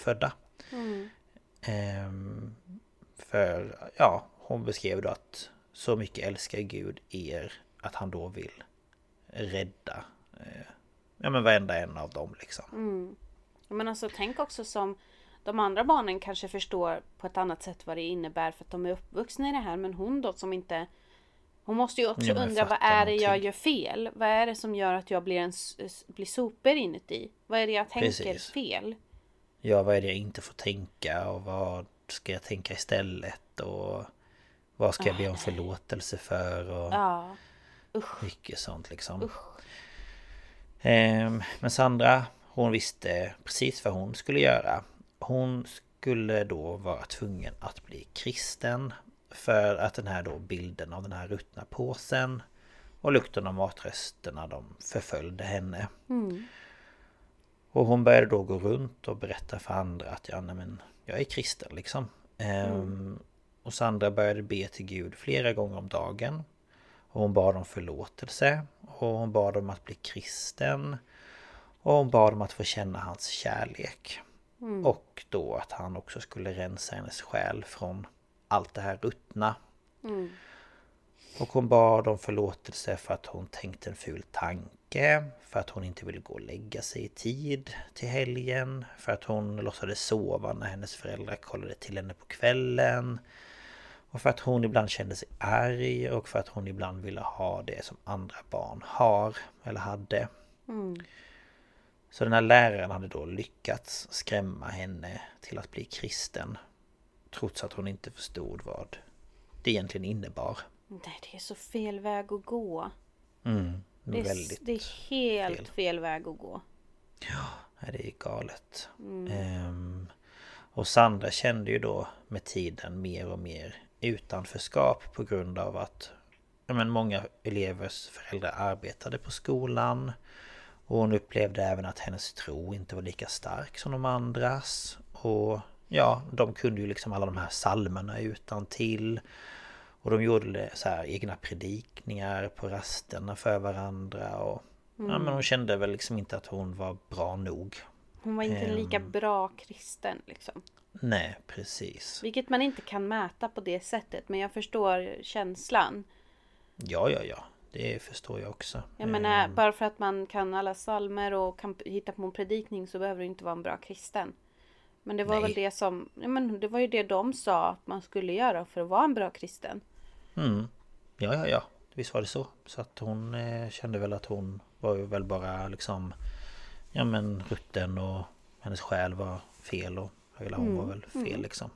För hon beskrev då att så mycket älskar Gud er att han då vill rädda varenda en av dem liksom. Men alltså tänk också som de andra barnen kanske förstår på ett annat sätt vad det innebär för att de är uppvuxna i det här. Men hon då som inte... Hon måste ju också undra, vad är det jag gör fel? Vad är det som gör att jag blir sopor inuti? Vad är det jag tänker fel? Ja, vad är det jag inte får tänka? Och vad ska jag tänka istället? Och vad ska jag be om förlåtelse för? Och mycket sånt liksom. Men Sandra, hon visste precis vad hon skulle göra. Hon skulle då vara tvungen att bli kristen. För att den här då bilden av den här ruttna påsen och lukten av matresterna, de förföljde henne. Och hon började då gå runt och berätta för andra att jag är kristen liksom. Och Sandra började be till Gud flera gånger om dagen. Och hon bad om förlåtelse. Och hon bad om att bli kristen. Och hon bad om att få känna hans kärlek. Och då att han också skulle rensa hennes själ från allt det här ruttna. Och hon bad om förlåtelse för att hon tänkte en ful tanke. För att hon inte ville gå och lägga sig i tid till helgen. För att hon låtsades sova när hennes föräldrar kollade till henne på kvällen. Och för att hon ibland kände sig arg. Och för att hon ibland ville ha det som andra barn har eller hade. Så den här läraren hade då lyckats skrämma henne till att bli kristen. Trots att hon inte förstod vad det egentligen innebar. Nej, det är så fel väg att gå. Det är helt fel väg att gå. Ja, det är galet. Och Sandra kände ju då med tiden mer och mer utanförskap på grund av att många elevers föräldrar arbetade på skolan. Och hon upplevde även att hennes tro inte var lika stark som de andras. Och de kunde ju liksom alla de här psalmerna utan till. Och de gjorde så här egna predikningar på rasterna för varandra. Och men hon kände väl liksom inte att hon var bra nog. Hon var inte en lika bra kristen liksom. Nej, precis. Vilket man inte kan mäta på det sättet. Men jag förstår känslan. Ja. Det förstår jag också. Jag menar, bara för att man kan alla psalmer och kan hitta på en predikning så behöver du inte vara en bra kristen. Men det var väl det som... det var ju det de sa att man skulle göra för att vara en bra kristen. Ja. Visst var det så. Så att hon kände väl att hon var ju väl bara liksom... rutten och hennes själ var fel och hela hon var väl fel liksom.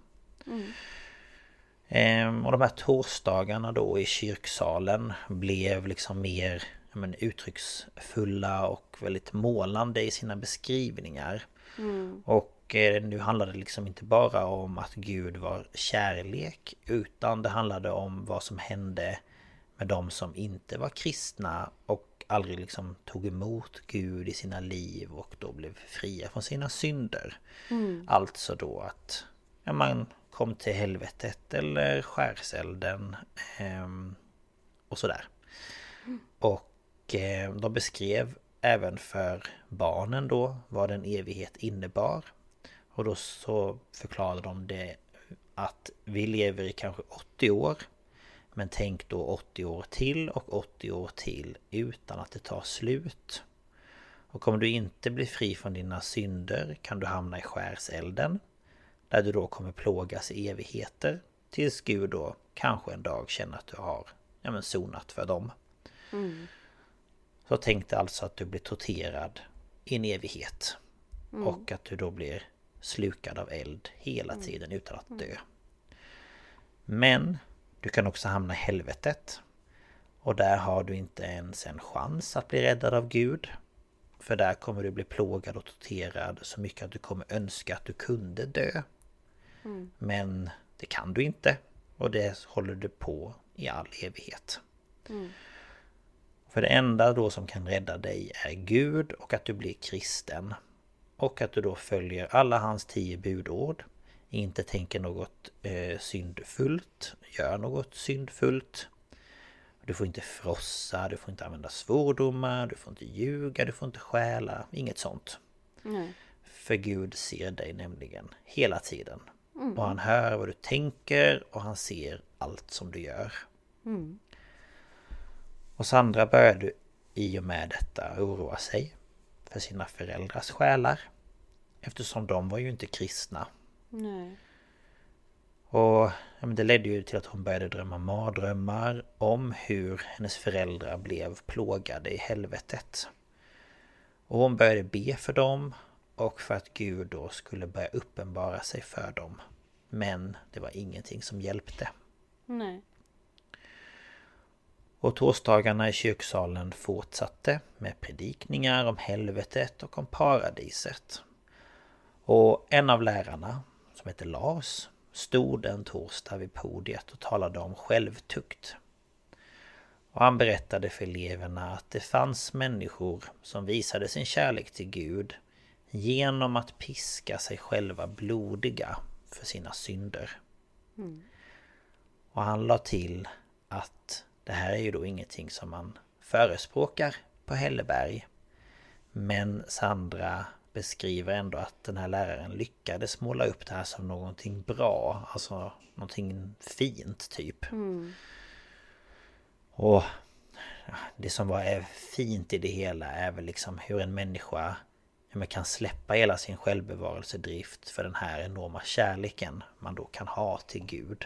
Och de här torsdagarna då i kyrksalen blev liksom mer uttrycksfulla och väldigt målande i sina beskrivningar. Och nu handlade det liksom inte bara om att Gud var kärlek, utan det handlade om vad som hände med de som inte var kristna och aldrig liksom tog emot Gud i sina liv och då blev fria från sina synder. Alltså då att man kom till helvetet eller skärselden och sådär. Och de beskrev även för barnen då vad en evighet innebar. Och då så förklarade de det att vi lever i kanske 80 år. Men tänk då 80 år till och 80 år till utan att det tar slut. Och om du inte blir fri från dina synder kan du hamna i skärselden. Där du då kommer plågas i evigheter. Tills Gud då kanske en dag känner att du har sonat för dem. Så tänk dig alltså att du blir torterad i en evighet. Och att du då blir slukad av eld hela tiden utan att dö. Men du kan också hamna i helvetet. Och där har du inte ens en chans att bli räddad av Gud. För där kommer du bli plågad och torterad så mycket att du kommer önska att du kunde dö. Men det kan du inte. Och det håller du på i all evighet. För det enda då som kan rädda dig är Gud och att du blir kristen. Och att du då följer alla hans 10 budord. Inte tänker något syndfullt. Gör något syndfullt. Du får inte frossa, du får inte använda svordomar, du får inte ljuga, du får inte stjäla. Inget sånt. För Gud ser dig nämligen hela tiden. Och han hör vad du tänker och han ser allt som du gör. Och Sandra började i och med detta oroa sig för sina föräldrars själar. Eftersom de var ju inte kristna. Och det ledde ju till att hon började drömma mardrömmar om hur hennes föräldrar blev plågade i helvetet. Och hon började be för dem och för att Gud då skulle börja uppenbara sig för dem. Men det var ingenting som hjälpte. Och torsdagarna i kyrksalen fortsatte med predikningar om helvetet och om paradiset. Och en av lärarna, som heter Lars, stod en torsdag vid podiet och talade om självtukt. Och han berättade för eleverna att det fanns människor som visade sin kärlek till Gud genom att piska sig själva blodiga för sina synder. Och han la till att det här är ju då ingenting som man förespråkar på Helleberg. Men Sandra beskriver ändå att den här läraren lyckades måla upp det här som någonting bra. Alltså någonting fint typ. Och det som är fint i det hela är väl liksom hur en människa kan släppa hela sin självbevarelsedrift för den här enorma kärleken man då kan ha till Gud.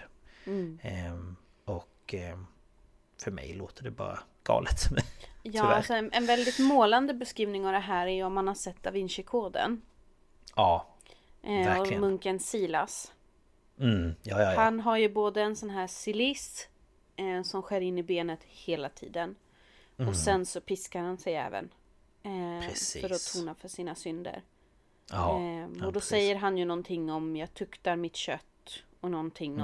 Och för mig låter det bara galet. Ja, alltså en väldigt målande beskrivning av det här är ju om man har sett Da Vinci-koden. Ja, verkligen. Och munken Silas. Ja. Han har ju både en sån här silis som skär in i benet hela tiden. Och sen så piskar han sig även. För att tona för sina synder. Och då säger han ju någonting om jag tuktar mitt kött och någonting.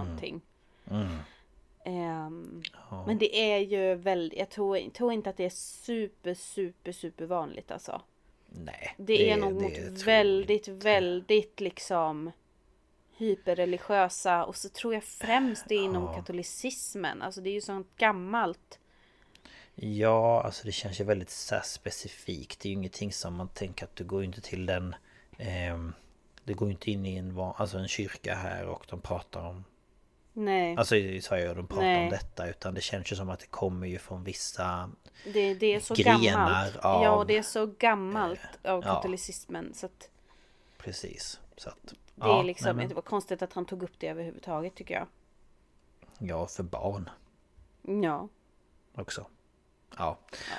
Men det är ju väldigt, jag tror inte att det är super vanligt alltså. Nej. Det är nog mot väldigt liksom hyperreligiösa, och så tror jag främst det är inom katolicismen. Alltså det är ju sånt gammalt. Ja, alltså det känns ju väldigt så specifikt. Det är ju ingenting som man tänker att du går inte till den det går inte in i en kyrka här och de pratar om. Nej. Alltså i Sverige de pratar om detta, utan det känns ju som att det kommer ju från vissa det är så grenar gammalt. Av, ja, det är så gammalt av katolicismen så att precis. Så att det är liksom det var konstigt att han tog upp det överhuvudtaget tycker jag. Ja, för barn. Ja. Också. Ja.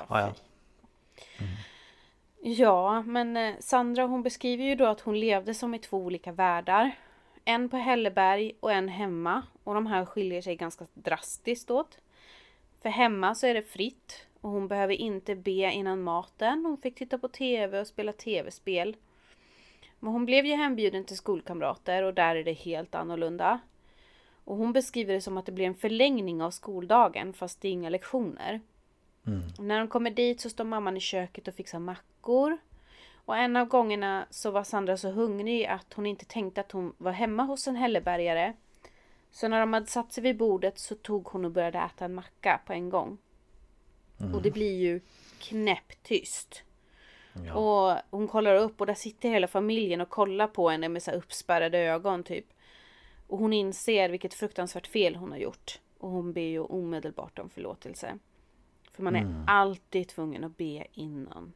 Ja, men Sandra hon beskriver ju då att hon levde som i 2 olika världar. En på Helleberg och en hemma. Och de här skiljer sig ganska drastiskt åt. För hemma så är det fritt Och hon behöver inte be innan maten. Hon fick titta på tv och spela tv-spel. Men hon blev ju hembjuden till skolkamrater och där är det helt annorlunda. Och hon beskriver det som att det blir en förlängning av skoldagen fast det är inga lektioner. Och när de kommer dit så står mamman i köket och fixar mackor. Och en av gångerna så var Sandra så hungrig att hon inte tänkte att hon var hemma hos en hällebergare. Så när de hade satt sig vid bordet så tog hon och började äta en macka på en gång. Och det blir ju knäpptyst. Ja. Och hon kollar upp och där sitter hela familjen och kollar på henne med så här uppspärrade ögon typ. Och hon inser vilket fruktansvärt fel hon har gjort. Och hon ber ju omedelbart om förlåtelse. För man är alltid tvungen att be innan.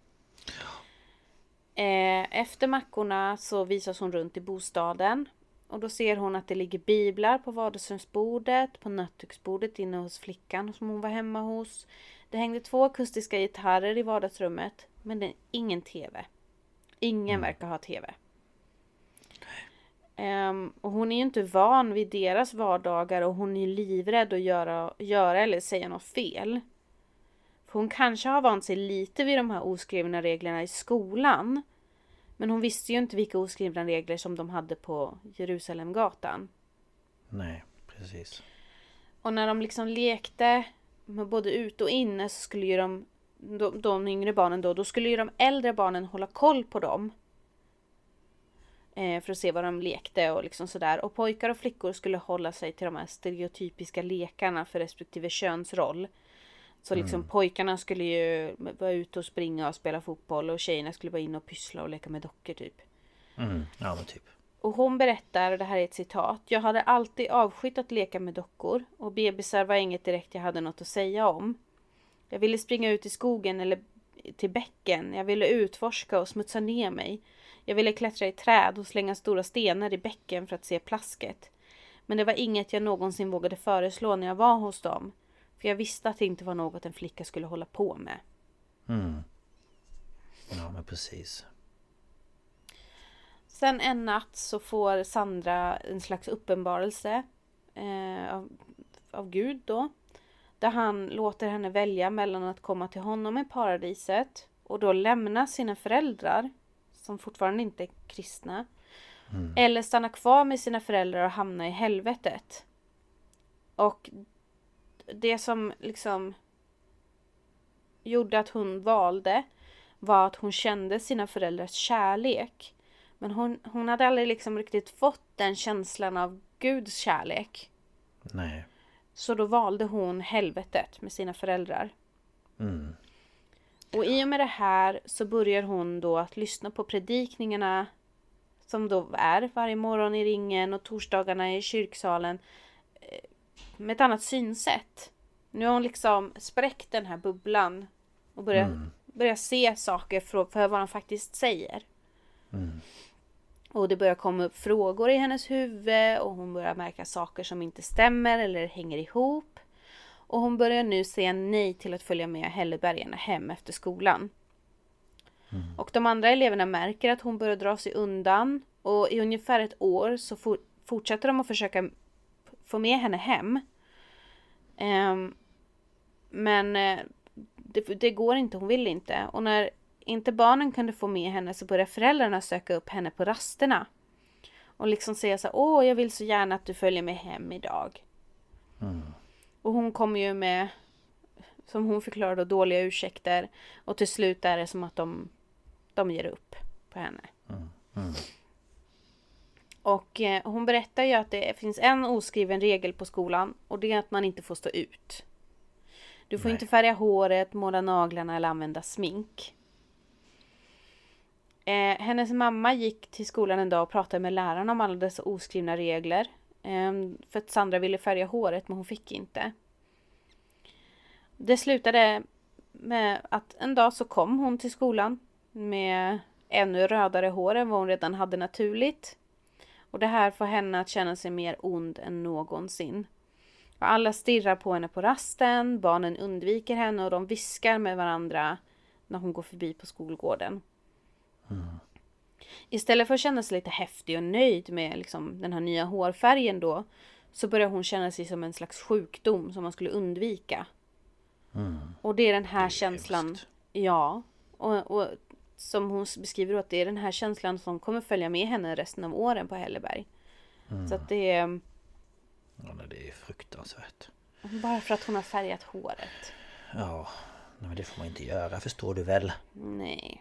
Efter mackorna så visas hon runt i bostaden. Och då ser hon att det ligger biblar på vardagsrumsbordet, på nattduksbordet inne hos flickan som hon var hemma hos. Det hängde 2 akustiska gitarrer i vardagsrummet, men det är ingen tv. Ingen verkar ha tv. Och hon är ju inte van vid deras vardagar och hon är livrädd att göra eller säga något fel. För hon kanske har vant sig lite vid de här oskrivna reglerna i skolan. Men hon visste ju inte vilka oskrivna regler som de hade på Jerusalemgatan. Nej, precis. Och när de liksom lekte med både ut och inne så skulle ju de yngre barnen då skulle ju de äldre barnen hålla koll på dem. För att se vad de lekte och liksom sådär. Och pojkar och flickor skulle hålla sig till de här stereotypiska lekarna för respektive könsroll. Så liksom pojkarna skulle ju vara ute och springa och spela fotboll och tjejerna skulle vara inne och pyssla och leka med dockor typ. Ja, men typ. Och hon berättar, och det här är ett citat: jag hade alltid avskytt att leka med dockor och bebisar var inget direkt jag hade något att säga om. Jag ville springa ut i skogen eller till bäcken. Jag ville utforska och smutsa ner mig. Jag ville klättra i träd och slänga stora stenar i bäcken för att se plasket. Men det var inget jag någonsin vågade föreslå när jag var hos dem. För jag visste att det inte var något en flicka skulle hålla på med. Ja, men precis. Sen en natt så får Sandra en slags uppenbarelse av Gud då. Där han låter henne välja mellan att komma till honom i paradiset och då lämna sina föräldrar, som fortfarande inte är kristna. Eller stanna kvar med sina föräldrar och hamna i helvetet. Och det som liksom gjorde att hon valde var att hon kände sina föräldrars kärlek. Men hon hade aldrig liksom riktigt fått den känslan av Guds kärlek. Nej. Så då valde hon helvetet med sina föräldrar. Och i och med det här så börjar hon då att lyssna på predikningarna som då är varje morgon i ringen och torsdagarna i kyrksalen med ett annat synsätt. Nu har hon liksom spräckt den här bubblan och börjar se saker för vad de faktiskt säger. Och det börjar komma upp frågor i hennes huvud och hon börjar märka saker som inte stämmer eller hänger ihop. Och hon börjar nu säga nej till att följa med hällebergarna hem efter skolan. Och de andra eleverna märker att hon börjar dra sig undan. Och i ungefär ett år så fortsätter de att försöka få med henne hem. Men det går inte, hon vill inte. Och när inte barnen kunde få med henne så börjar föräldrarna söka upp henne på rasterna. Och liksom säga så här: åh, jag vill så gärna att du följer med hem idag. Och hon kommer ju med, som hon förklarar då, dåliga ursäkter. Och till slut är det som att de ger upp på henne. Och hon berättar ju att det finns en oskriven regel på skolan. Och det är att man inte får stå ut. Du får inte färga håret, måla naglarna eller använda smink. Hennes mamma gick till skolan en dag och pratade med läraren om alla dessa oskrivna regler. För att Sandra ville färga håret men hon fick inte. Det slutade med att en dag så kom hon till skolan med ännu rödare hår än vad hon redan hade naturligt. Och det här får henne att känna sig mer ond än någonsin. Och alla stirrar på henne på rasten, barnen undviker henne och de viskar med varandra när hon går förbi på skolgården. Istället för att känna sig lite häftig och nöjd med liksom den här nya hårfärgen då, så börjar hon känna sig som en slags sjukdom som man skulle undvika. Och det är den här Det är känslan. hemskt. Ja. Och som hon beskriver att det är den här känslan som kommer följa med henne resten av åren på Hälleberg. Så att det är... Ja, det är fruktansvärt. Bara för att hon har färgat håret. Ja, men det får man inte göra, förstår du väl? Nej.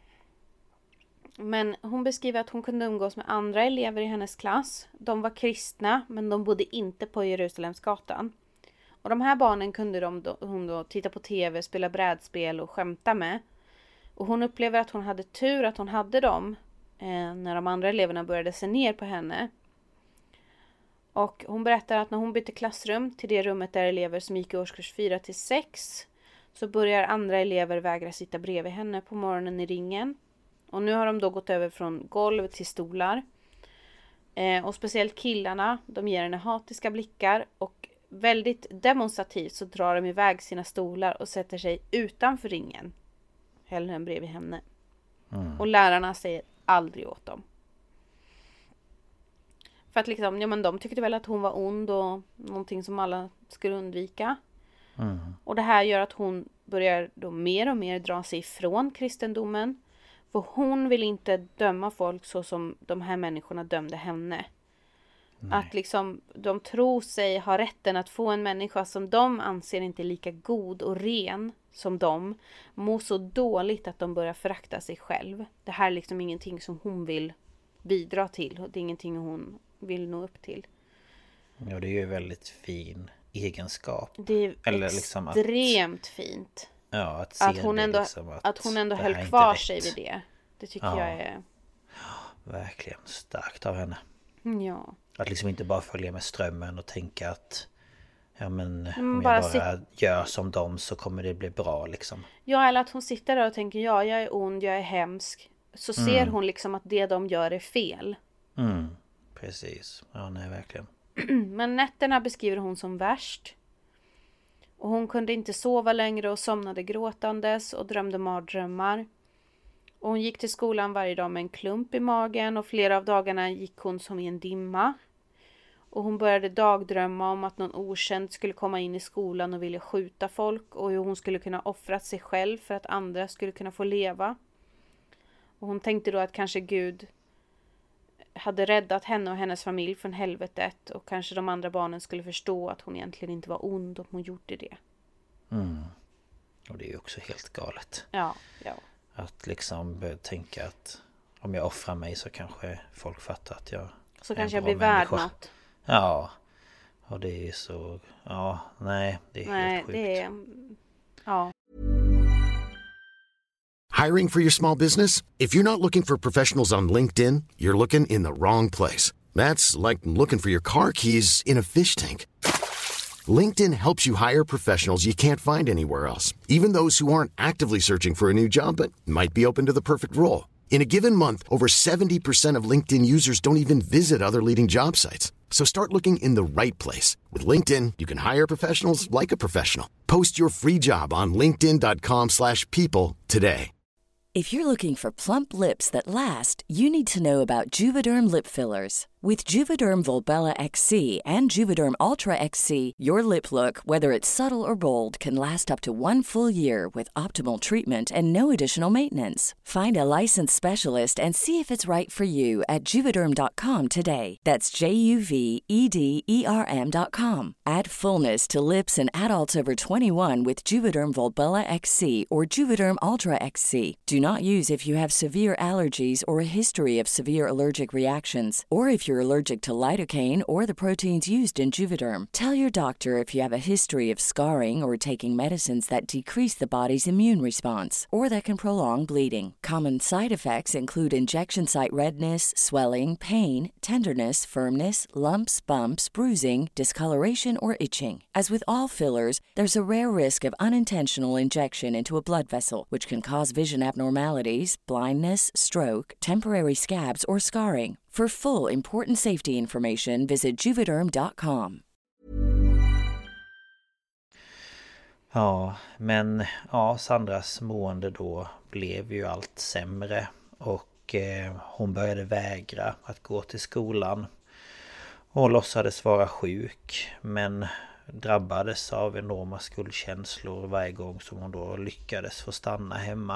Men hon beskriver att hon kunde umgås med andra elever i hennes klass. De var kristna, men de bodde inte på Jerusalemsgatan. Och de här barnen kunde hon då titta på tv, spela brädspel och skämta med. Och hon upplever att hon hade tur att hon hade dem när de andra eleverna började se ner på henne. Och hon berättar att när hon bytte klassrum till det rummet där elever som gick i årskurs 4-6 så börjar andra elever vägra sitta bredvid henne på morgonen i ringen. Och nu har de då gått över från golv till stolar. Och speciellt killarna, de ger henne hatiska blickar och väldigt demonstrativt så drar de iväg sina stolar och sätter sig utanför ringen. Hellre än bredvid henne. Och lärarna säger aldrig åt dem. För att liksom, ja men de tyckte väl att hon var ond och någonting som alla skulle undvika. Och det här gör att hon börjar då mer och mer dra sig ifrån kristendomen. För hon vill inte döma folk så som de här människorna dömde henne. Nej. Att liksom de tror sig ha rätten att få en människa som de anser inte lika god och ren som de må så dåligt att de börjar förakta sig själv. Det här är liksom ingenting som hon vill bidra till. Det är ingenting hon vill nå upp till. Ja, det är ju väldigt fin egenskap. Det är eller extremt liksom fint. Ja, att se att hon ändå, liksom att hon ändå höll kvar sig vid det. Det tycker jag är... Verkligen starkt av henne. Ja. Att liksom inte bara följa med strömmen och tänka att ja men om jag bara gör som dem så kommer det bli bra liksom. Ja, eller att hon sitter där och tänker ja, jag är ond, jag är hemsk. Så ser hon liksom att det de gör är fel. Precis. Ja, nej, verkligen. Men nätterna beskriver hon som värst. Och hon kunde inte sova längre och somnade gråtandes och drömde mardrömmar. Och hon gick till skolan varje dag med en klump i magen och flera av dagarna gick hon som i en dimma. Och hon började dagdrömma om att någon okänd skulle komma in i skolan och vilja skjuta folk och hur hon skulle kunna offra sig själv för att andra skulle kunna få leva. Och hon tänkte då att kanske Gud hade räddat henne och hennes familj från helvetet och kanske de andra barnen skulle förstå att hon egentligen inte var ond om hon gjorde det. Och det är ju också helt galet. Ja. Att liksom börja tänka att om jag offrar mig så kanske folk fattar att jag så kanske jag blir värd något. Ja. Och det är så... Ja, nej, det är helt sjukt. Det är... Ja. Hiring for your small business? If you're not looking for professionals on LinkedIn, you're looking in the wrong place. That's like looking for your car keys in a fish tank. LinkedIn helps you hire professionals you can't find anywhere else, even those who aren't actively searching for a new job but might be open to the perfect role. In a given month, over 70% of LinkedIn users don't even visit other leading job sites. So start looking in the right place. With LinkedIn, you can hire professionals like a professional. Post your free job on linkedin.com/people today. If you're looking for plump lips that last, you need to know about Juvederm lip fillers. With Juvederm Volbella XC and Juvederm Ultra XC, your lip look, whether it's subtle or bold, can last up to 1 full year with optimal treatment and no additional maintenance. Find a licensed specialist and see if it's right for you at Juvederm.com today. That's JUVEDERM.com. Add fullness to lips in adults over 21 with Juvederm Volbella XC or Juvederm Ultra XC. Do not use if you have severe allergies or a history of severe allergic reactions, or if you're allergic to lidocaine or the proteins used in Juvederm. Tell your doctor if you have a history of scarring or taking medicines that decrease the body's immune response or that can prolong bleeding. Common side effects include injection site redness, swelling, pain, tenderness, firmness, lumps, bumps, bruising, discoloration, or itching. As with all fillers, there's a rare risk of unintentional injection into a blood vessel, which can cause vision abnormalities, blindness, stroke, temporary scabs, or scarring. For full important safety information, visit Juvederm.com. Ja, men ja, Sandras mående då blev ju allt sämre och hon började vägra att gå till skolan och låtsades vara sjuk. Men drabbades av enorma skuldkänslor varje gång som hon då lyckades få stanna hemma.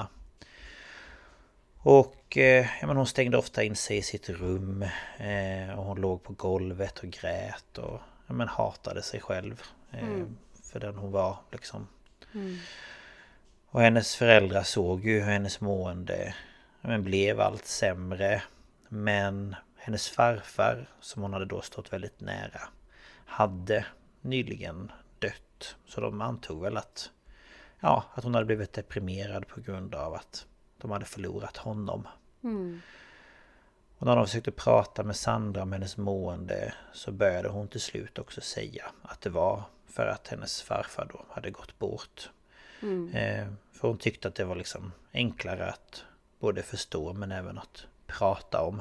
Och men hon stängde ofta in sig i sitt rum och hon låg på golvet och grät och men hatade sig själv för den hon var liksom. Och hennes föräldrar såg ju hur hennes mående blev allt sämre. Men hennes farfar, som hon hade då stått väldigt nära, hade nyligen dött. Så de antog väl att hon hade blivit deprimerad på grund av att de hade förlorat honom. Och när de försökte prata med Sandra om hennes mående så började hon till slut också säga att det var för att hennes farfar då hade gått bort. För hon tyckte att det var liksom enklare att både förstå men även att prata om.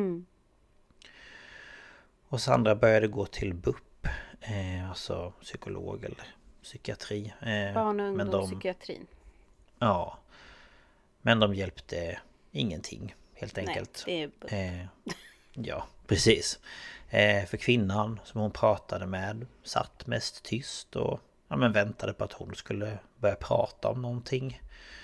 Och Sandra började gå till BUP, alltså psykolog eller psykiatri. Barn- och ungdomspsykiatrin. Ja. Men de hjälpte ingenting helt enkelt. Nej, det är BUP. Ja, precis. För kvinnan som hon pratade med satt mest tyst och väntade på att hon skulle börja prata om någonting.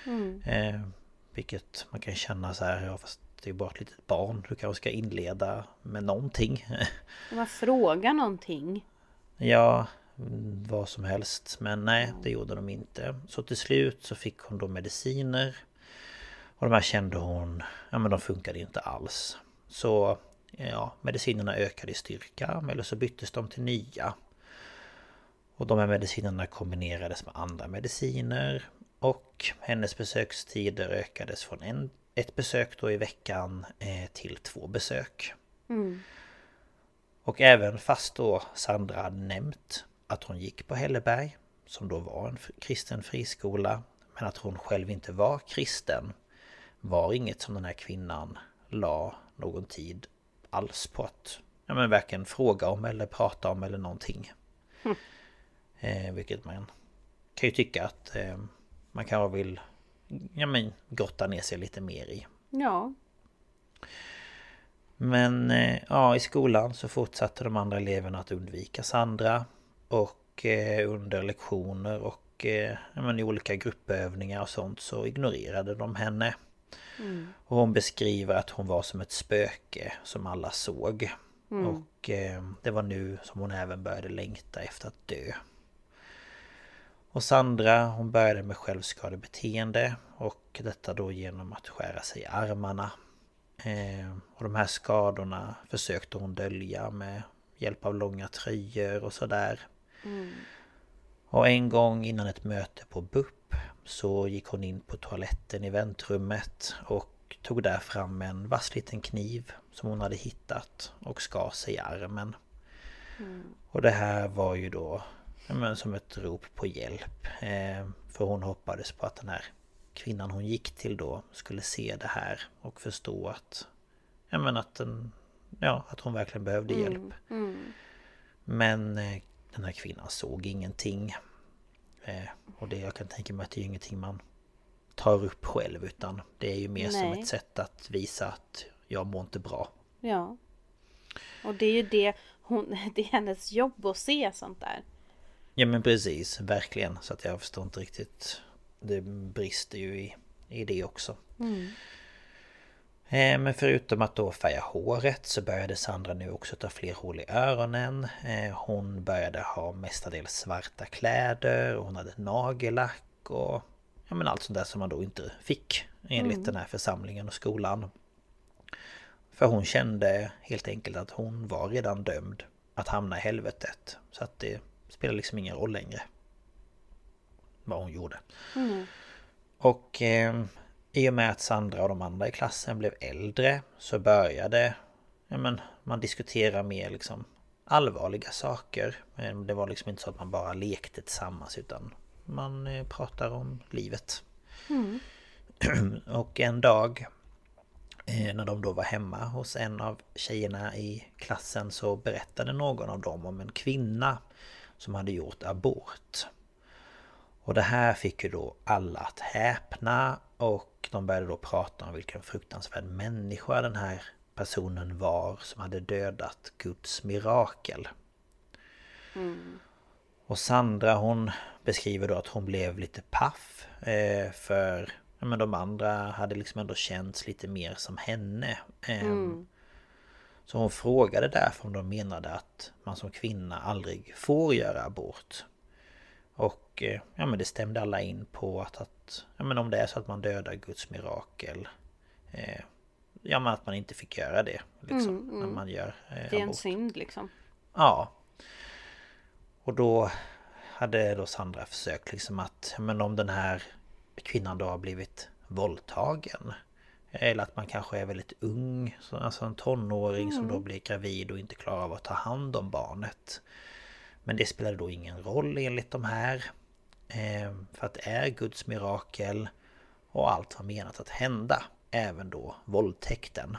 Vilket man kan känna så här, fast det är bara ett litet barn. Du kanske ska inleda med någonting. Man frågar någonting. Ja, vad som helst. Men nej, det gjorde de inte. Så till slut så fick hon då mediciner. Och de här kände hon, men de funkade inte alls. Så medicinerna ökade i styrka. Eller så byttes de till nya. Och de här medicinerna kombinerades med andra mediciner. Och hennes besökstider ökades från ett besök då i veckan till 2 besök. Och även fast då Sandra hade nämnt att hon gick på Helleberg, som då var en kristen friskola, men att hon själv inte var kristen, var inget som den här kvinnan la någon tid alls på att varken fråga om eller prata om eller någonting. Vilket man kan ju tycka att man kanske vill grotta ner sig lite mer i. Ja. Men i skolan så fortsatte de andra eleverna att undvika Sandra. Och under lektioner och i olika gruppövningar och sånt så ignorerade de henne. Och hon beskriver att hon var som ett spöke som alla såg. Och det var nu som hon även började längta efter att dö. Och Sandra, hon började med självskadebeteende och detta då genom att skära sig i armarna. Och de här skadorna försökte hon dölja med hjälp av långa tröjor och sådär. Och en gång innan ett möte på BUP så gick hon in på toaletten i väntrummet och tog där fram en vass liten kniv som hon hade hittat och skar sig i armen. Och det här var ju då som ett rop på hjälp. För hon hoppades på att den här kvinnan hon gick till då skulle se det här och förstå att att hon verkligen behövde hjälp. Men den här kvinnan såg ingenting. Och det jag kan tänka mig att det är ingenting man tar upp själv, utan det är ju mer som ett sätt att visa att jag mår inte bra. Ja. Och det är ju det är hennes jobb att se sånt där. Ja men precis, verkligen. Så att jag förstår inte riktigt. Det brister ju i det också. Men förutom att då färga håret så började Sandra nu också ta fler hål i öronen. Hon började ha mestadels svarta kläder och hon hade nagellack och allt sånt där som man då inte fick enligt den här församlingen och skolan. För hon kände helt enkelt att hon var redan dömd att hamna i helvetet. Så att det spelar liksom ingen roll längre vad hon gjorde. Och i och med att Sandra och de andra i klassen blev äldre så började man diskutera mer liksom allvarliga saker. Det var liksom inte så att man bara lekte tillsammans, utan man pratar om livet. Och en dag när de då var hemma hos en av tjejerna i klassen så berättade någon av dem om en kvinna som hade gjort abort. Och det här fick ju då alla att häpna, och de började då prata om vilken fruktansvärd människa den här personen var som hade dödat Guds mirakel. Och Sandra, hon beskriver då att hon blev lite paff. För men de andra hade liksom ändå känts lite mer som henne. Så hon frågade därför om de menade att man som kvinna aldrig får göra abort. Och men det stämde alla in på att men om det är så att man dödar Guds mirakel, men att man inte fick göra det liksom, när man gör det är en synd liksom. Ja. Och då hade då Sandra försökt liksom att men om den här kvinnan då har blivit våldtagen, eller att man kanske är väldigt ung, alltså en tonåring som då blir gravid och inte klarar av att ta hand om barnet. Men det spelade då ingen roll enligt de här. För att det är Guds mirakel och allt var menat att hända. Även då våldtäkten.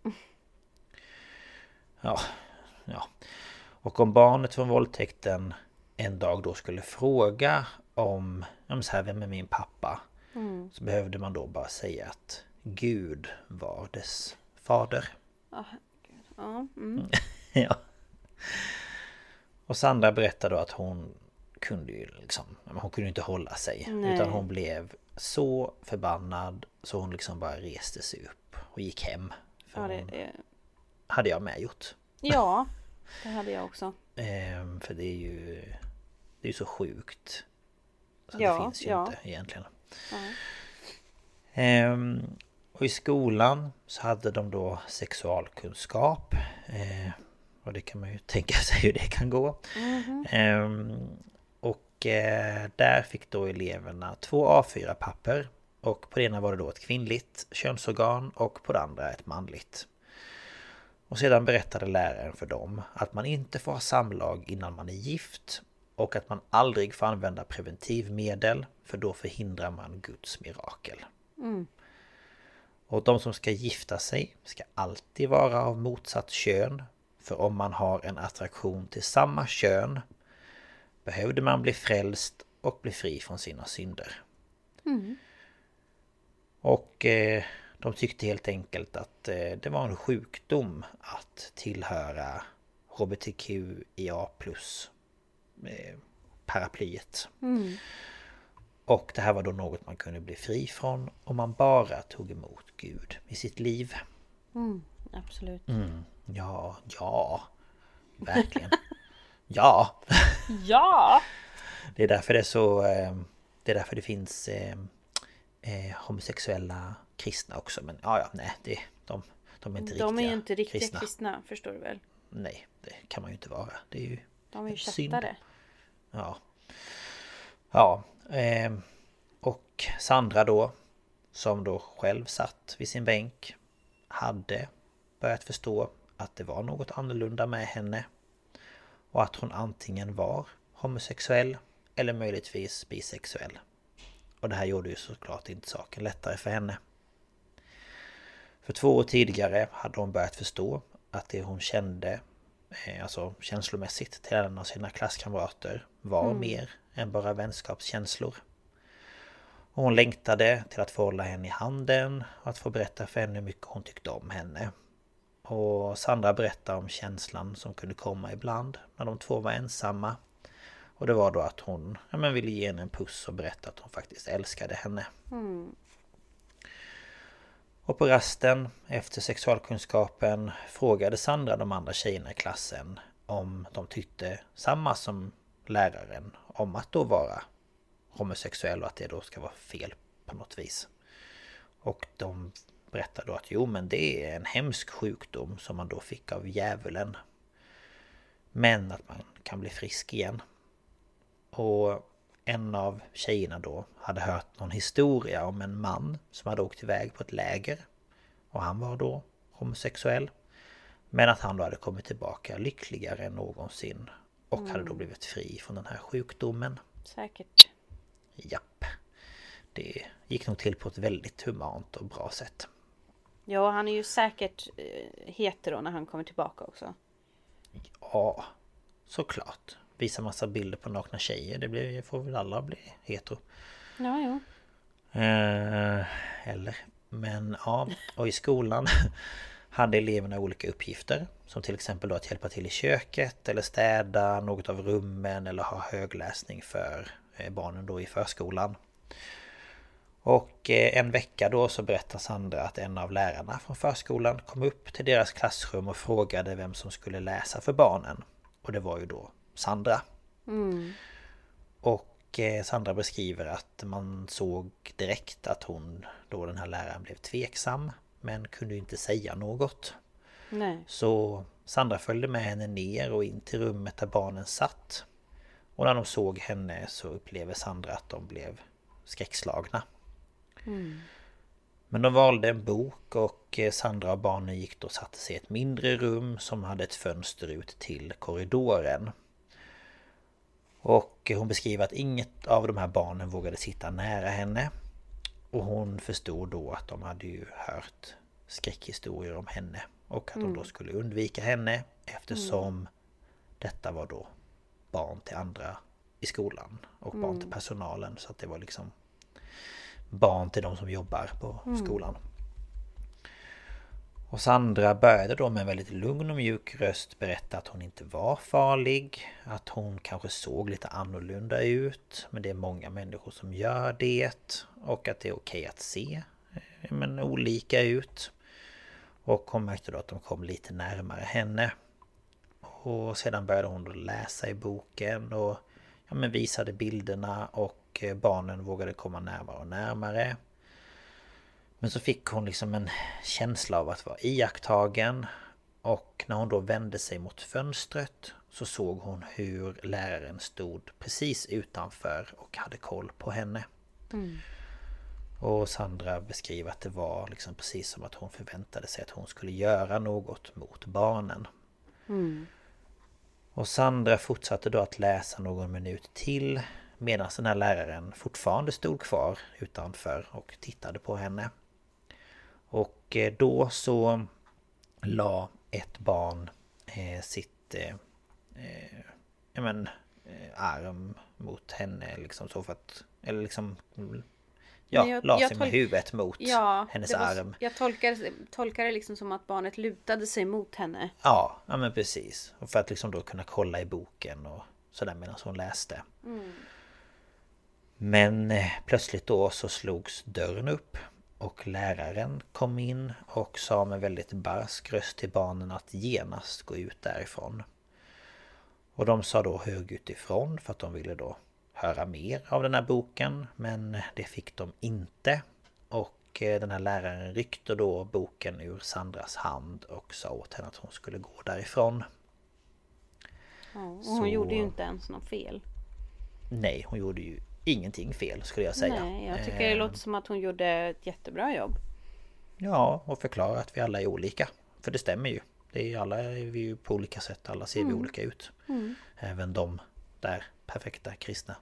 Ja. Och om barnet från våldtäkten en dag då skulle fråga om så här, vem är min pappa? Så behövde man då bara säga att Gud var dess fader. Ja. Och Sandra berättade då att hon kunde ju liksom, hon kunde inte hålla sig. Nej. Utan hon blev så förbannad så hon liksom bara reste sig upp och gick hem. För det hade jag med gjort. Ja, det hade jag också. För det är ju så sjukt. Så det finns ju inte egentligen. Och i skolan så hade de då sexualkunskap. Och det kan man ju tänka sig hur det kan gå. Och där fick då eleverna 2 A4-papper. Och på det ena var det då ett kvinnligt könsorgan och på det andra ett manligt. Och sedan berättade läraren för dem att man inte får ha samlag innan man är gift. Och att man aldrig får använda preventivmedel, för då förhindrar man Guds mirakel. Och de som ska gifta sig ska alltid vara av motsatt kön. För om man har en attraktion till samma kön behövde man bli frälst och bli fri från sina synder. Och de tyckte helt enkelt att det var en sjukdom att tillhöra HBTQIA+ paraplyet. Och det här var då något man kunde bli fri från om man bara tog emot Gud i sitt liv. Absolut. Ja, verkligen. Ja. Det är därför det är så. Det är därför det finns homosexuella kristna också. Men de är inte riktiga. De är ju inte riktiga kristna, förstår du väl? Nej, det kan man ju inte vara. Det är ju de är ju kättare. Ja. Och Sandra då, som då själv satt vid sin bänk, hade börjat förstå att det var något annorlunda med henne. Och att hon antingen var homosexuell eller möjligtvis bisexuell. Och det här gjorde ju såklart inte saken lättare för henne. För 2 år tidigare hade hon börjat förstå att det hon kände, alltså känslomässigt till en av sina klasskamrater, var mer än bara vänskapskänslor. Och hon längtade till att få hålla henne i handen och att få berätta för henne hur mycket hon tyckte om henne. Och Sandra berättade om känslan som kunde komma ibland när de 2 var ensamma. Och det var då att hon ville ge henne en puss och berätta att hon faktiskt älskade henne. Och på rasten efter sexualkunskapen frågade Sandra de andra tjejerna i klassen om de tyckte samma som läraren om att då vara homosexuell och att det då ska vara fel på något vis. Och de berättade då att men det är en hemsk sjukdom som man då fick av djävulen. Men att man kan bli frisk igen. Och en av tjejerna då hade hört någon historia om en man som hade åkt iväg på ett läger. Och han var då homosexuell. Men att han då hade kommit tillbaka lyckligare än någonsin. Och hade då blivit fri från den här sjukdomen. Säkert. Japp. Det gick nog till på ett väldigt humant och bra sätt. Ja, han är ju säkert hetero när han kommer tillbaka också. Ja, såklart. Visa massa bilder på nakna tjejer. Det får väl alla bli hetero. Ja. Eller. Men ja, och i skolan hade eleverna olika uppgifter. Som till exempel då att hjälpa till i köket eller städa något av rummen eller ha högläsning för barnen då i förskolan. Och en vecka då så berättar Sandra att en av lärarna från förskolan kom upp till deras klassrum och frågade vem som skulle läsa för barnen. Och det var ju då Sandra. Och Sandra beskriver att man såg direkt att hon, då den här läraren, blev tveksam. Men kunde ju inte säga något. Nej. Så Sandra följde med henne ner och in till rummet där barnen satt. Och när de såg henne så upplever Sandra att de blev skräckslagna. Men de valde en bok och Sandra och barnen gick då och satte sig i ett mindre rum som hade ett fönster ut till korridoren. Och hon beskriver att inget av de här barnen vågade sitta nära henne. Och hon förstod då att de hade ju hört skräckhistorier om henne. Och att de då skulle undvika henne eftersom detta var då barn till andra i skolan. Och barn till personalen. Så att det var liksom barn till de som jobbar på skolan. Och Sandra började då med en väldigt lugn och mjuk röst berätta att hon inte var farlig. Att hon kanske såg lite annorlunda ut. Men det är många människor som gör det. Och att det är okej att se men olika ut. Och hon märkte då att de kom lite närmare henne. Och sedan började hon då läsa i boken och visade bilderna och barnen vågade komma närmare och närmare. Men så fick hon liksom en känsla av att vara iakttagen. Och när hon då vände sig mot fönstret så såg hon hur läraren stod precis utanför och hade koll på henne. Och Sandra beskriver att det var liksom precis som att hon förväntade sig att hon skulle göra något mot barnen. Och Sandra fortsatte då att läsa någon minut till medan den här läraren fortfarande stod kvar utanför och tittade på henne. Och då så la ett barn sitt arm mot henne liksom så för att, eller liksom la sig med huvudet mot hennes arm. Jag tolkar det liksom som att barnet lutade sig mot henne. Ja, men precis. Och för att liksom då kunna kolla i boken och sådär medan hon läste. Men plötsligt då så slogs dörren upp och läraren kom in och sa med väldigt barsk röst till barnen att genast gå ut därifrån. Och de sa då högt ifrån för att de ville då höra mer av den här boken, men det fick de inte. Och den här läraren ryckte då boken ur Sandras hand och sa åt henne att hon skulle gå därifrån. Och hon gjorde ju inte ens något fel. Nej, hon gjorde ju ingenting fel skulle jag säga. Nej, jag tycker det låter som att hon gjorde ett jättebra jobb. Ja, och förklara att vi alla är olika. För det stämmer ju. Alla är vi ju på olika sätt, alla ser vi olika ut. Även de där perfekta kristna.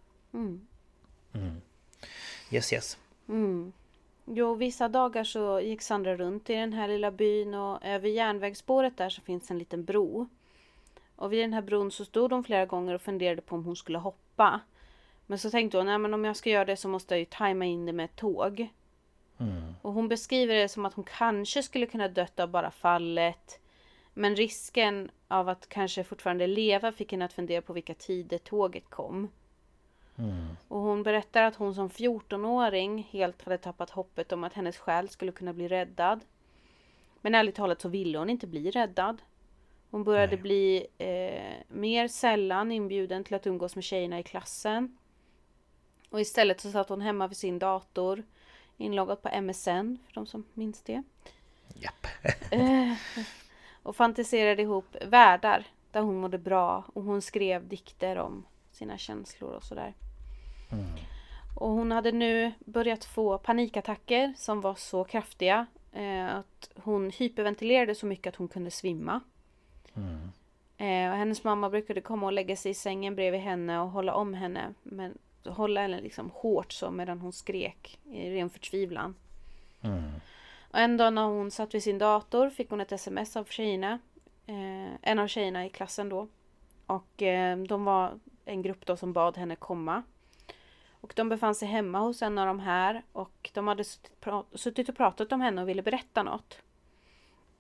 Yes. Jo, vissa dagar så gick Sandra runt i den här lilla byn och över järnvägsspåret där så finns en liten bro. Och vid den här bron så stod hon flera gånger och funderade på om hon skulle hoppa. Men så tänkte hon, nej men om jag ska göra det så måste jag ju tajma in det med ett tåg. Och hon beskriver det som att hon kanske skulle kunna dött av bara fallet. Men risken av att kanske fortfarande leva fick henne att fundera på vilka tider tåget kom. Och hon berättar att hon som 14-åring helt hade tappat hoppet om att hennes själ skulle kunna bli räddad. Men ärligt talat så ville hon inte bli räddad. Hon började bli mer sällan inbjuden till att umgås med tjejerna i klassen. Och istället så satt hon hemma vid sin dator. Inloggat på MSN, för de som minns det. Japp. Och fantiserade ihop världar där hon mådde bra. Och hon skrev dikter om sina känslor och sådär. Och hon hade nu börjat få panikattacker som var så kraftiga att hon hyperventilerade så mycket att hon kunde svimma. Och hennes mamma brukade komma och lägga sig i sängen bredvid henne och hålla om henne. Men hålla henne liksom hårt så medan hon skrek i ren förtvivlan. Och en dag när hon satt vid sin dator fick hon ett sms av tjejerna. En av tjejerna i klassen då. Och de var en grupp då som bad henne komma. Och de befann sig hemma hos en av de här. Och de hade suttit och pratat om henne och ville berätta något.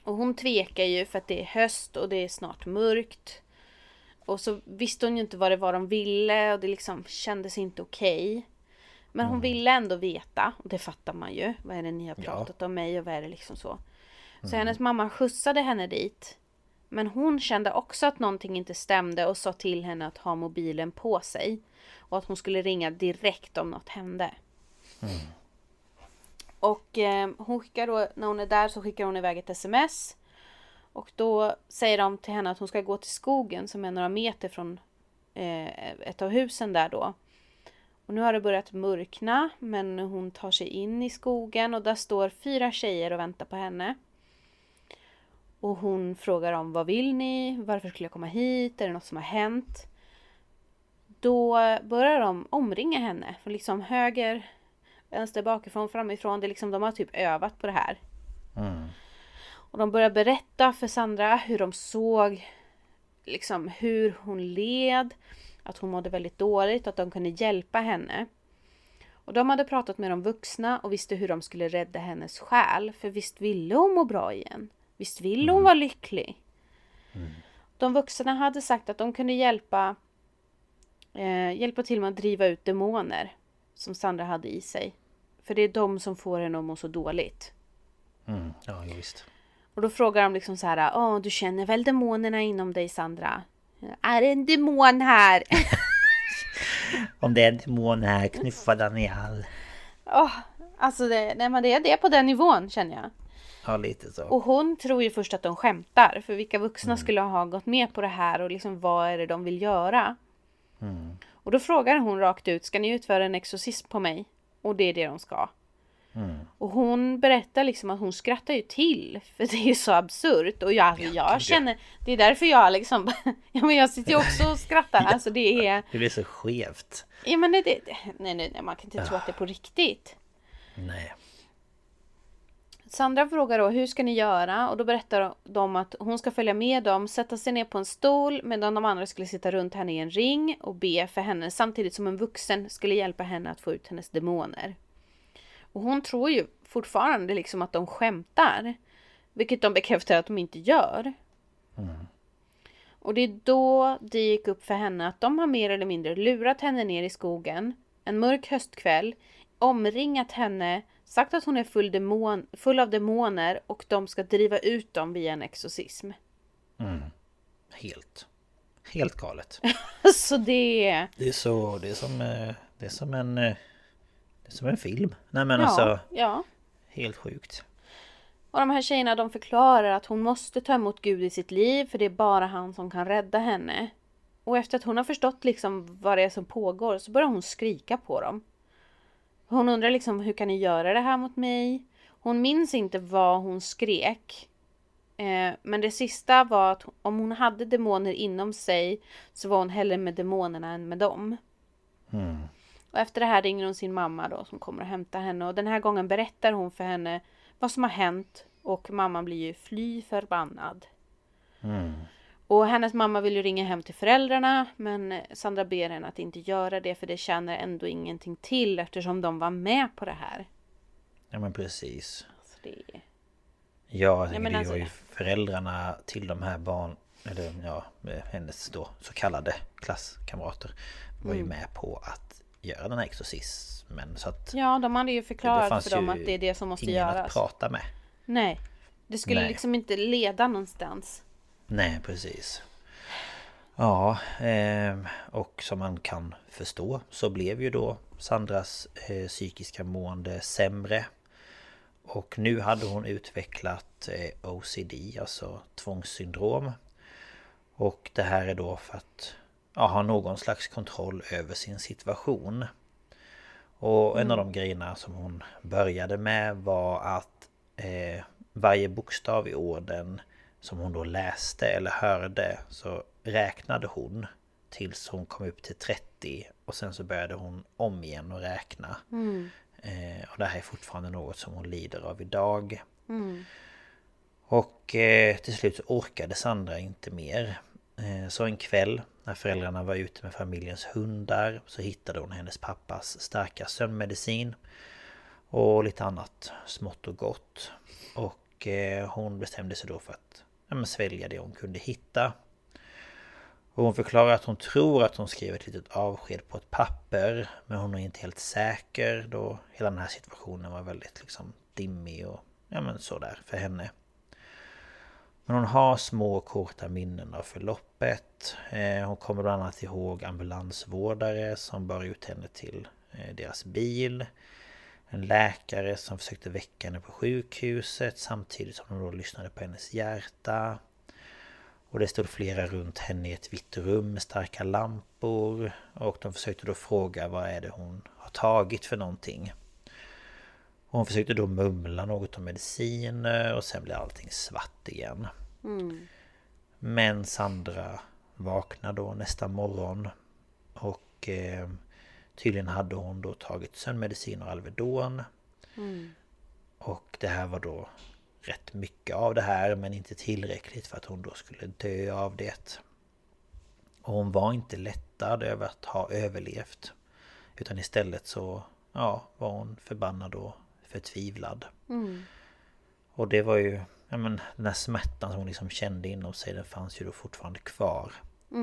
Och hon tvekar ju för att det är höst och det är snart mörkt. Och så visste hon ju inte vad det var de ville och det liksom kändes inte okej. Men hon ville ändå veta, och det fattar man ju. Vad är det ni har pratat om mig och vad är det liksom så. Så hennes mamma skjutsade henne dit. Men hon kände också att någonting inte stämde och sa till henne att ha mobilen på sig. Och att hon skulle ringa direkt om något hände. Och hon skickar då, när hon är där så skickar hon iväg ett sms. Och då säger de till henne att hon ska gå till skogen som är några meter från ett av husen där då. Och nu har det börjat mörkna, men hon tar sig in i skogen och där står 4 tjejer och väntar på henne. Och hon frågar dem, vad vill ni? Varför skulle jag komma hit? Är det något som har hänt? Då börjar de omringa henne från liksom höger, vänster, bakifrån, framifrån. Det är liksom, de har typ övat på det här. Och de börjar berätta för Sandra hur de såg, liksom hur hon led, att hon mådde väldigt dåligt, att de kunde hjälpa henne. Och de hade pratat med de vuxna och visste hur de skulle rädda hennes själ. För visst ville hon må bra igen. Visst ville hon vara lycklig. De vuxna hade sagt att de kunde hjälpa till med att driva ut demoner som Sandra hade i sig. För det är de som får henne att må så dåligt. Ja, visst. Och då frågar de liksom så här, du känner väl demonerna inom dig, Sandra? Är det en demon här? Om det är en demon här, knuffa Daniel. Alltså det är på den nivån, känner jag. Ja, lite så. Och hon tror ju först att de skämtar. För vilka vuxna skulle ha gått med på det här? Och liksom, vad är det de vill göra? Och då frågar hon rakt ut, ska ni utföra en exorcism på mig? Och det är det de ska. Och hon berättar liksom att hon skrattar ju till. För det är ju så absurt. Och jag känner, det är därför jag liksom, ja men jag sitter ju också och skrattar. Alltså det är... Det blir så skevt. Ja men nej, man kan inte tro att det är på riktigt. Nej. Sandra frågar då, hur ska ni göra? Och då berättar de att hon ska följa med dem, sätta sig ner på en stol medan de andra skulle sitta runt henne i en ring och be för henne, samtidigt som en vuxen skulle hjälpa henne att få ut hennes demoner. Och hon tror ju fortfarande liksom att de skämtar, vilket de bekräftar att de inte gör. Och det är då det gick upp för henne att de har mer eller mindre lurat henne ner i skogen en mörk höstkväll, omringat henne, sagt att hon är full av demoner och de ska driva ut dem via en exorcism. Helt galet. Så det är som en film. Nej men alltså. Ja. Helt sjukt. Och de här tjejerna, de förklarar att hon måste ta emot Gud i sitt liv, för det är bara han som kan rädda henne. Och efter att hon har förstått liksom vad det är som pågår, så börjar hon skrika på dem. Hon undrar liksom, hur kan ni göra det här mot mig? Hon minns inte vad hon skrek. Men det sista var att om hon hade demoner inom sig, så var hon hellre med demonerna än med dem. Och efter det här ringer hon sin mamma då, som kommer att hämta henne. Och den här gången berättar hon för henne vad som har hänt. Och mamman blir ju fly förbannad. Och hennes mamma vill ju ringa hem till föräldrarna. Men Sandra ber henne att inte göra det. För det tjänar ändå ingenting till, eftersom de var med på det här. Ja men precis. Alltså det... Ja, det var ju föräldrarna till de här barn, eller ja, hennes då så kallade klasskamrater var ju med på att göra den här exorcismen, så att ja, de hade ju förklarat för dem att det är det som måste göras. Ingen att prata med. Nej, det skulle liksom inte leda någonstans. Nej, precis. Ja, och som man kan förstå så blev ju då Sandras psykiska mående sämre. Och nu hade hon utvecklat OCD, alltså tvångssyndrom. Och det här är då för att ha någon slags kontroll över sin situation. Och en av de grejerna som hon började med var att varje bokstav i orden som hon då läste eller hörde, så räknade hon tills hon kom upp till 30. Och sen så började hon om igen och räkna. Och det här är fortfarande något som hon lider av idag. Och till slut så orkade Sandra inte mer. Så en kväll när föräldrarna var ute med familjens hundar, så hittade hon hennes pappas starka sömnmedicin och lite annat smått och gott. Och Och hon bestämde sig då för att svälja det hon kunde hitta. Och hon förklarar att hon tror att hon skrev ett litet avsked på ett papper. Men hon är inte helt säker då hela den här situationen var väldigt liksom dimmig och sådär för henne. Men hon har små korta minnen av förloppet. Hon kommer bland annat ihåg ambulansvårdare som bar ut henne till deras bil. En läkare som försökte väcka henne på sjukhuset samtidigt som de då lyssnade på hennes hjärta. Och det stod flera runt henne i ett vitt rum med starka lampor. Och de försökte då fråga vad är det hon har tagit för någonting. Och hon försökte då mumla något om mediciner och sen blev allting svart igen. Men Sandra vaknade då nästa morgon och tydligen hade hon då tagit sömnmedicin och Alvedon. Och det här var då rätt mycket av det här men inte tillräckligt för att hon då skulle dö av det. Och hon var inte lättad över att ha överlevt. Utan istället så var hon förbannad och förtvivlad. Och det var ju den här smärtan som hon liksom kände inom sig, den fanns ju då fortfarande kvar.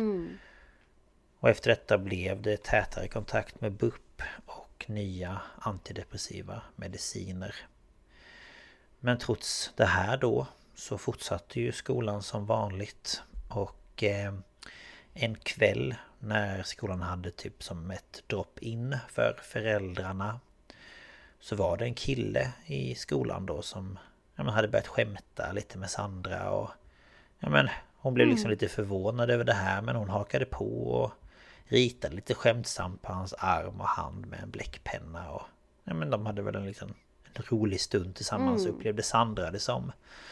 Och efter detta blev det tätare kontakt med BUP och nya antidepressiva mediciner. Men trots det här då så fortsatte ju skolan som vanligt. Och en kväll när skolan hade typ som ett drop-in för föräldrarna så var det en kille i skolan då som hade börjat skämta lite med Sandra. Och hon blev liksom lite förvånad över det här, men hon hakade på och ritade lite skämtsamt på hans arm och hand med en bläckpenna. Och de hade väl en rolig stund tillsammans, upplevde Sandra det som.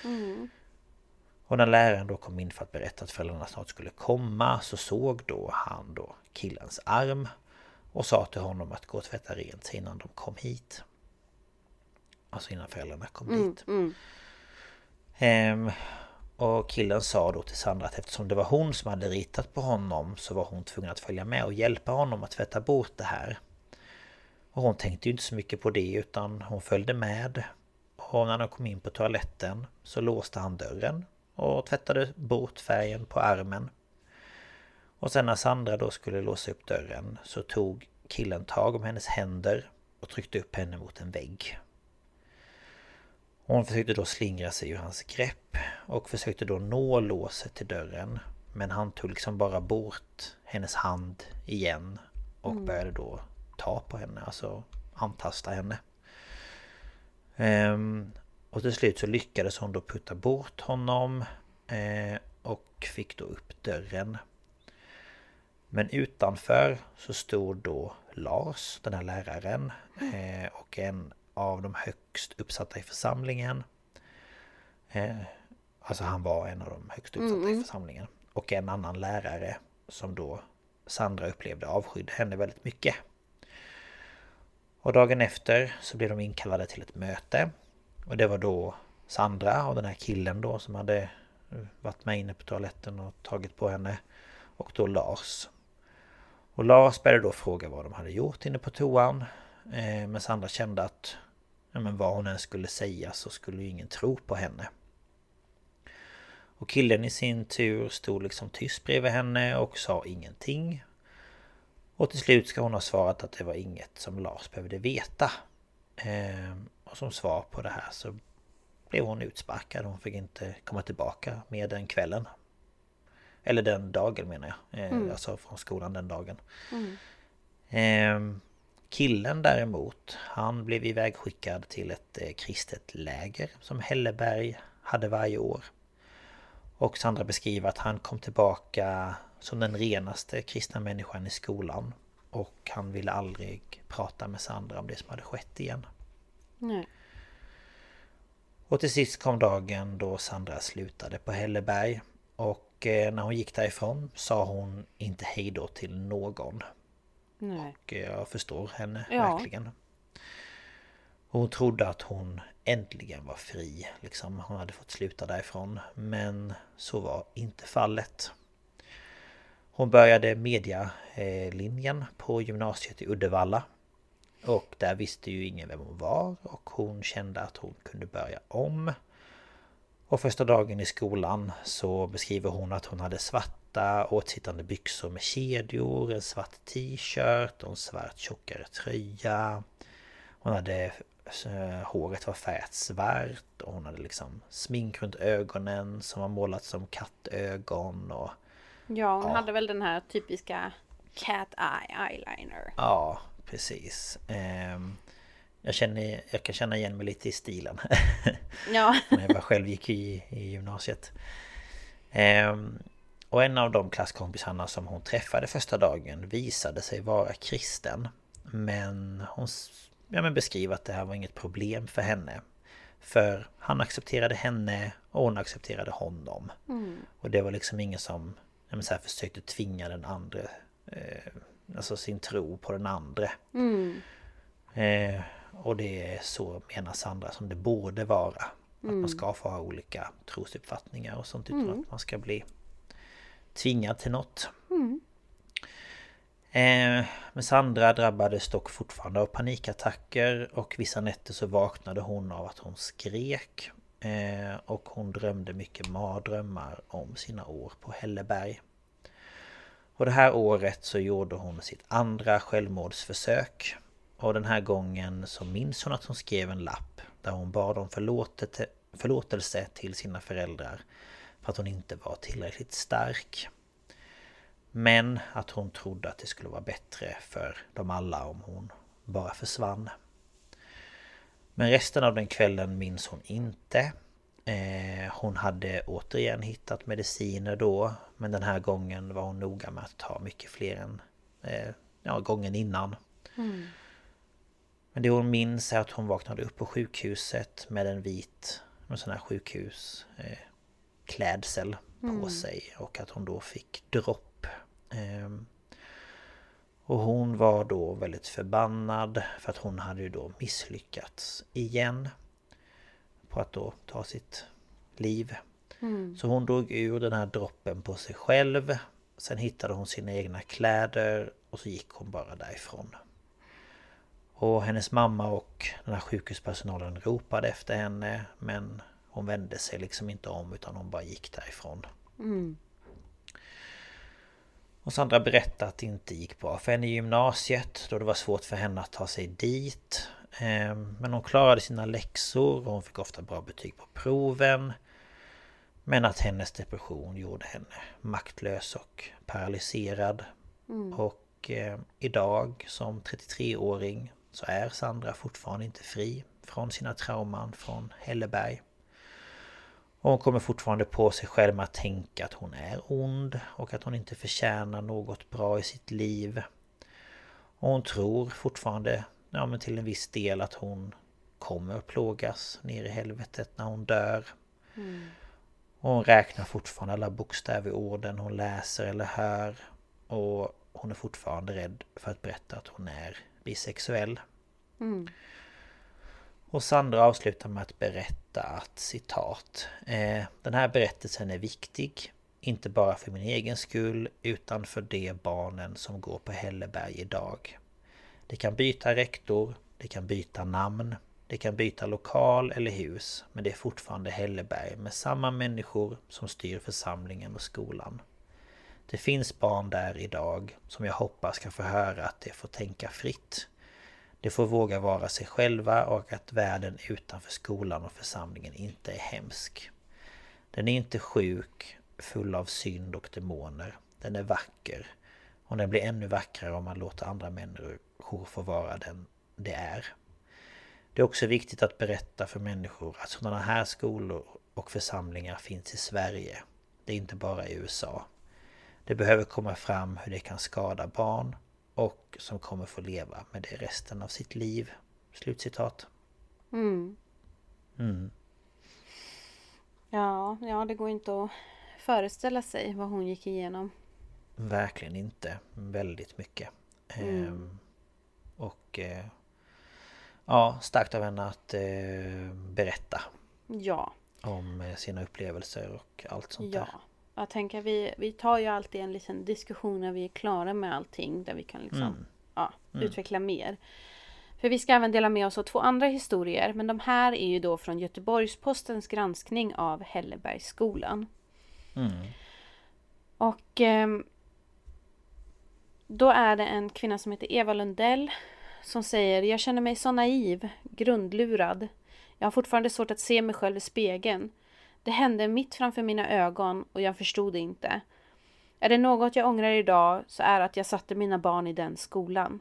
Och när läraren då kom in för att berätta att föräldrarna snart skulle komma så såg då han då killens arm och sa till honom att gå och tvätta rent sig innan de kom hit. Alltså innan föräldrarna kom dit. Och killen sa då till Sandra att eftersom det var hon som hade ritat på honom så var hon tvungen att följa med och hjälpa honom att tvätta bort det här. Och hon tänkte ju inte så mycket på det utan hon följde med. Och när de kom in på toaletten så låste han dörren och tvättade bort färgen på armen. Och sen när Sandra då skulle låsa upp dörren så tog killen tag om hennes händer och tryckte upp henne mot en vägg. Hon försökte då slingra sig ur hans grepp och försökte då nå låset till dörren. Men han tog liksom bara bort hennes hand igen och började då ta på henne, alltså antasta henne. Och till slut så lyckades hon då putta bort honom och fick då upp dörren. Men utanför så stod då Lars, den här läraren, och en av de högst uppsatta i församlingen. Alltså han var en av de högst uppsatta i församlingen. Och en annan lärare som då Sandra upplevde avskydde henne väldigt mycket. Och dagen efter så blev de inkallade till ett möte. Och det var då Sandra och den här killen då som hade varit med inne på toaletten och tagit på henne. Och då Lars. Och Lars började då fråga vad de hade gjort inne på toan. Men Sandra kände att vad hon än skulle säga så skulle ju ingen tro på henne. Och killen i sin tur stod liksom tyst bredvid henne och sa ingenting. Och till slut ska hon ha svarat att det var inget som Lars behövde veta. Och som svar på det här så blev hon utsparkad. Hon fick inte komma tillbaka med den kvällen. Eller den dagen menar jag. Alltså från skolan den dagen. Killen däremot, han blev ivägskickad till ett kristet läger som Helleberg hade varje år. Och Sandra beskriver att han kom tillbaka som den renaste kristna människan i skolan. Och han ville aldrig prata med Sandra om det som hade skett igen. Nej. Och till sist kom dagen då Sandra slutade på Helleberg. Och när hon gick därifrån sa hon inte hej då till någon. Nej. Och jag förstår henne verkligen. Hon trodde att hon äntligen var fri. Liksom. Hon hade fått sluta därifrån. Men så var inte fallet. Hon började medialinjen på gymnasiet i Uddevalla. Och där visste ju ingen vem hon var. Och hon kände att hon kunde börja om. Och första dagen i skolan så beskriver hon att hon hade svarta åtsittande byxor med kedjor, en svart t-shirt och en svart tjockare tröja. Hon hade håret var färgat svart och hon hade liksom smink runt ögonen som var målat som kattögon och ja, hon hade väl den här typiska cat eye eyeliner. Ja, precis. Jag kan känna igen mig lite i stilen. Ja. När jag själv gick i gymnasiet. Och en av de klasskompisarna som hon träffade första dagen visade sig vara kristen. Men hon beskriver att det här var inget problem för henne. För han accepterade henne och hon accepterade honom. Och det var liksom ingen som försökte tvinga den andra, alltså sin tro på den andra. Och det är så, menar Sandra, som det borde vara. Att man ska få ha olika trosuppfattningar och sånt utan att man ska bli tvingad till något. Men Sandra drabbades dock fortfarande av panikattacker och vissa nätter så vaknade hon av att hon skrek. Och hon drömde mycket mardrömmar om sina år på Hälleberg. Och det här året så gjorde hon sitt andra självmordsförsök. Och den här gången så minns hon att hon skrev en lapp där hon bad om förlåtelse till sina föräldrar för att hon inte var tillräckligt stark. Men att hon trodde att det skulle vara bättre för dem alla om hon bara försvann. Men resten av den kvällen minns hon inte. Hon hade återigen hittat mediciner då, men den här gången var hon noga med att ta mycket fler än gången innan. Men det hon minns är att hon vaknade upp på sjukhuset med en sån här sjukhusklädsel på sig och att hon då fick dropp. Och hon var då väldigt förbannad för att hon hade ju då misslyckats igen på att då ta sitt liv. Så hon drog ur den här droppen på sig själv. Sen hittade hon sina egna kläder och så gick hon bara därifrån. Och hennes mamma och den här sjukhuspersonalen ropade efter henne, men hon vände sig liksom inte om utan hon bara gick därifrån. Och Sandra berättade att det inte gick bra för henne i gymnasiet då det var svårt för henne att ta sig dit. Men hon klarade sina läxor och hon fick ofta bra betyg på proven. Men att hennes depression gjorde henne maktlös och paralyserad. Och idag som 33-åring så är Sandra fortfarande inte fri från sina trauman från Hälleberg. Och hon kommer fortfarande på sig själv med att tänka att hon är ond och att hon inte förtjänar något bra i sitt liv. Och hon tror fortfarande till en viss del att hon kommer att plågas ner i helvetet när hon dör. Och hon räknar fortfarande alla bokstäver i orden hon läser eller hör. Och hon är fortfarande rädd för att berätta att hon är bisexuell. Och Sandra avslutar med att berätta att citat: den här berättelsen är viktig, inte bara för min egen skull utan för de barnen som går på Hälleberg idag. Det kan byta rektor, det kan byta namn, det kan byta lokal eller hus, men det är fortfarande Hälleberg med samma människor som styr församlingen och skolan. Det finns barn där idag som jag hoppas ska få höra att de får tänka fritt. De får våga vara sig själva och att världen utanför skolan och församlingen inte är hemsk. Den är inte sjuk, full av synd och demoner. Den är vacker. Och den blir ännu vackrare om man låter andra människor få vara den det är. Det är också viktigt att berätta för människor att sådana här skolor och församlingar finns i Sverige. Det är inte bara i USA. Det behöver komma fram hur det kan skada barn och som kommer få leva med det resten av sitt liv. Slutcitat. Ja, det går inte att föreställa sig vad hon gick igenom. Verkligen inte. Väldigt mycket. Och starkt av henne att berätta. Ja. Om sina upplevelser och allt sånt där. Jag tänker vi tar ju alltid en liten diskussion när vi är klara med allting där vi kan liksom utveckla mer. För vi ska även dela med oss av 2 andra historier, men de här är ju då från Göteborgs-Postens granskning av Hällebergsskolan. Och då är det en kvinna som heter Eva Lundell som säger: jag känner mig så naiv, grundlurad. Jag har fortfarande svårt att se mig själv i spegeln. Det hände mitt framför mina ögon och jag förstod det inte. Är det något jag ångrar idag så är att jag satte mina barn i den skolan.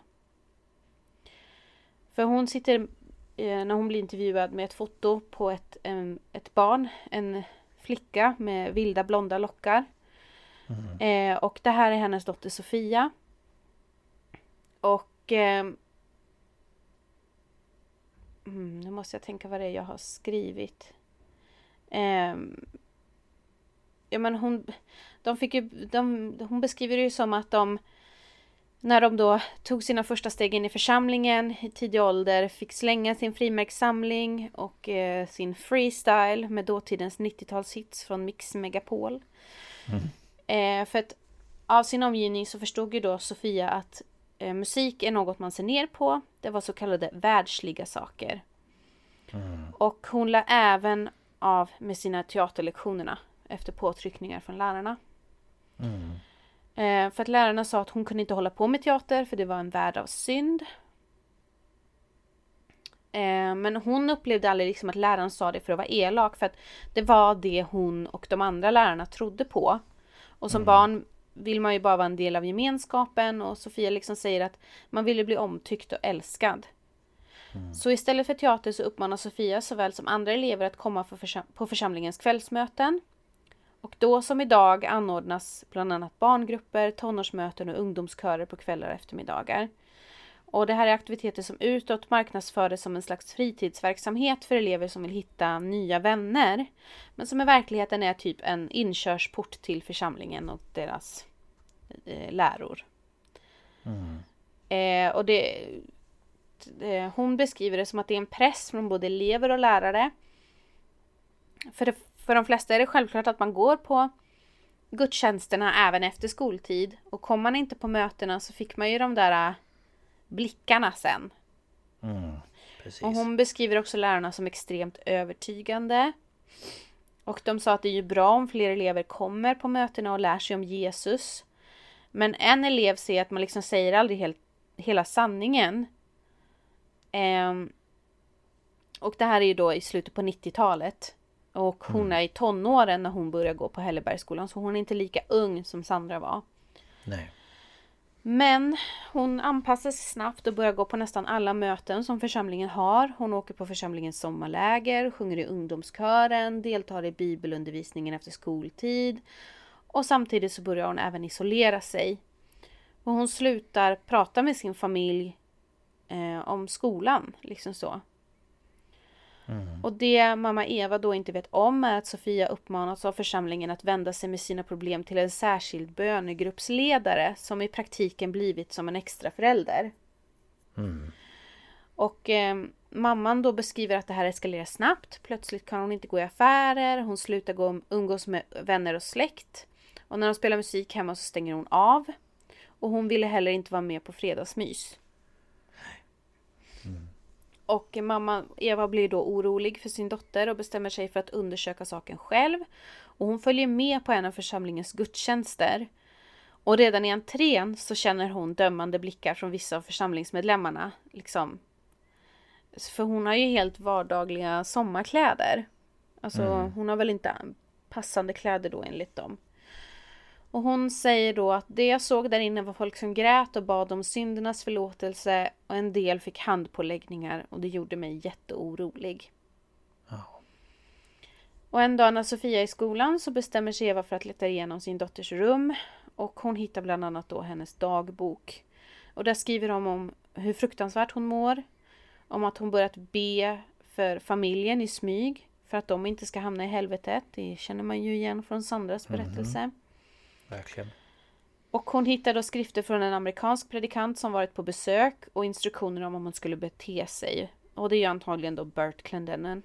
För hon sitter, när hon blir intervjuad, med ett foto på ett barn, en flicka med vilda blonda lockar. Och det här är hennes dotter Sofia. Och nu måste jag tänka vad det är jag har skrivit. Ja, men hon beskriver det ju som att när de då tog sina första steg in i församlingen i tidig ålder, fick slänga sin frimärkssamling och sin freestyle med dåtidens 90-talshits från Mix Megapol. För att av sin omgivning så förstod ju då Sofia att musik är något man ser ner på. Det var så kallade världsliga saker. Och hon lär även av med sina teaterlektionerna efter påtryckningar från lärarna. För att lärarna sa att hon kunde inte hålla på med teater för det var en värld av synd. Men hon upplevde aldrig liksom att läraren sa det för att vara elak, för att det var det hon och de andra lärarna trodde på. Och som barn vill man ju bara vara en del av gemenskapen, och Sofia liksom säger att man ville bli omtyckt och älskad. Så istället för teater så uppmanar Sofia såväl som andra elever att komma på församlingens kvällsmöten. Och då som idag anordnas bland annat barngrupper, tonårsmöten och ungdomskörer på kvällar och eftermiddagar. Och det här är aktiviteter som utåt marknadsfördes som en slags fritidsverksamhet för elever som vill hitta nya vänner. Men som i verkligheten är typ en inkörsport till församlingen och deras läror. Och hon beskriver det som att det är en press från både elever och lärare. För de flesta är det självklart att man går på gudstjänsterna även efter skoltid. Och kom man inte på mötena så fick man ju de där blickarna sen. Precis. Och hon beskriver också lärarna som extremt övertygande. Och de sa att det är ju bra om fler elever kommer på mötena och lär sig om Jesus. Men en elev säger att man liksom säger aldrig hela sanningen. Och det här är ju då i slutet på 90-talet. Och hon är i tonåren när hon börjar gå på Hällebergsskolan. Så hon är inte lika ung som Sandra var. Nej. Men hon anpassar sig snabbt och börjar gå på nästan alla möten som församlingen har. Hon åker på församlingens sommarläger, sjunger i ungdomskören, deltar i bibelundervisningen efter skoltid. Och samtidigt så börjar hon även isolera sig. Och hon slutar prata med sin familj om skolan, liksom så. Och det mamma Eva då inte vet om är att Sofia uppmanats av församlingen att vända sig med sina problem till en särskild bönegruppsledare som i praktiken blivit som en extra förälder. Och mamman då beskriver att det här eskalerar snabbt. Plötsligt kan hon inte gå i affärer, hon slutar umgås med vänner och släkt. Och när de spelar musik hemma så stänger hon av. Och hon ville heller inte vara med på fredagsmys. Och mamma Eva blir då orolig för sin dotter och bestämmer sig för att undersöka saken själv. Och hon följer med på en av församlingens gudstjänster. Och redan i entrén så känner hon dömande blickar från vissa av församlingsmedlemmarna. Liksom. För hon har ju helt vardagliga sommarkläder. Alltså hon har väl inte passande kläder då enligt dem. Och hon säger då att det jag såg där inne var folk som grät och bad om syndernas förlåtelse. Och en del fick handpåläggningar och det gjorde mig jätteorolig. Och en dag när Sofia är i skolan så bestämmer sig Eva för att leta igenom sin dotters rum. Och hon hittar bland annat då hennes dagbok. Och där skriver de om hur fruktansvärt hon mår. Om att hon börjat be för familjen i smyg. För att de inte ska hamna i helvetet. Det känner man ju igen från Sandras berättelse. Verkligen. Och hon hittar då skrifter från en amerikansk predikant som varit på besök. Och instruktioner om hon skulle bete sig. Och det är antagligen då Bert Clendennen.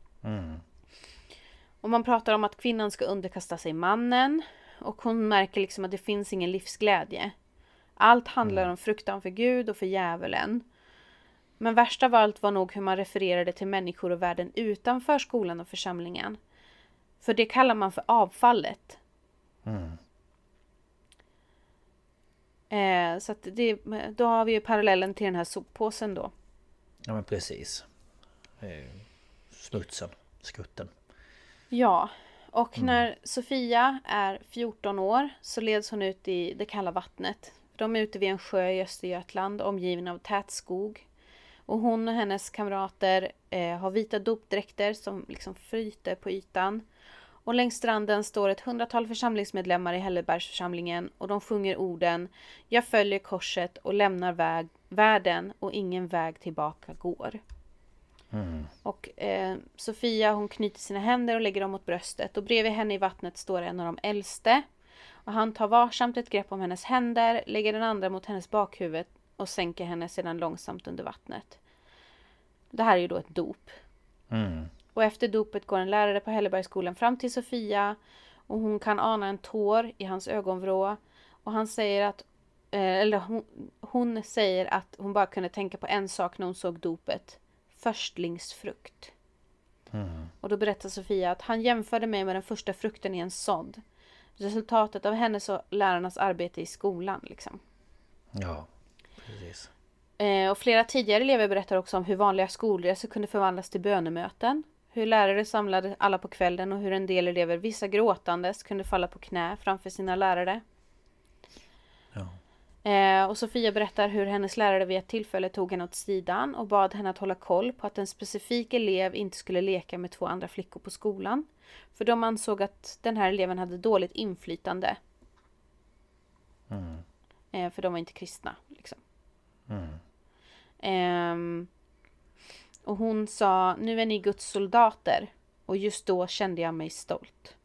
Och man pratar om att kvinnan ska underkasta sig mannen. Och hon märker liksom att det finns ingen livsglädje. Allt handlar om fruktan för Gud och för djävulen. Men värst av allt var nog hur man refererade till människor och världen utanför skolan och församlingen. För det kallar man för avfallet. Så att då har vi ju parallellen till den här soppåsen då. Ja men precis. Smutsen, skutten. Ja, och när Sofia är 14 år så leds hon ut i det kalla vattnet. De är ute vid en sjö i Östergötland omgiven av tät skog. Och hon och hennes kamrater har vita dopdräkter som liksom fryter på ytan. Och längs stranden står ett 100-tal församlingsmedlemmar i Hellebergsförsamlingen och de sjunger orden: Jag följer korset och lämnar världen och ingen väg tillbaka går. Och Sofia hon knyter sina händer och lägger dem mot bröstet och bredvid henne i vattnet står en av de äldste. Och han tar varsamt ett grepp om hennes händer, lägger den andra mot hennes bakhuvud och sänker henne sedan långsamt under vattnet. Det här är ju då ett dop. Och efter dopet går en lärare på Hellebergsskolan fram till Sofia och hon kan ana en tår i hans ögonvrå. Och han säger att, hon säger att hon bara kunde tänka på en sak när hon såg dopet. Förstlingsfrukt. Och då berättar Sofia att han jämförde mig med den första frukten i en sådd. Resultatet av hennes och lärarnas arbete i skolan liksom. Ja, precis. Och flera tidigare elever berättar också om hur vanliga skolresor kunde förvandlas till bönemöten. Hur lärare samlade alla på kvällen och hur en del elever, vissa gråtandes, kunde falla på knä framför sina lärare. Ja. Och Sofia berättar hur hennes lärare vid ett tillfälle tog henne åt sidan och bad henne att hålla koll på att en specifik elev inte skulle leka med 2 andra flickor på skolan. För de ansåg att den här eleven hade dåligt inflytande. För de var inte kristna liksom. Och hon sa: nu är ni Guds soldater. Och just då kände jag mig stolt.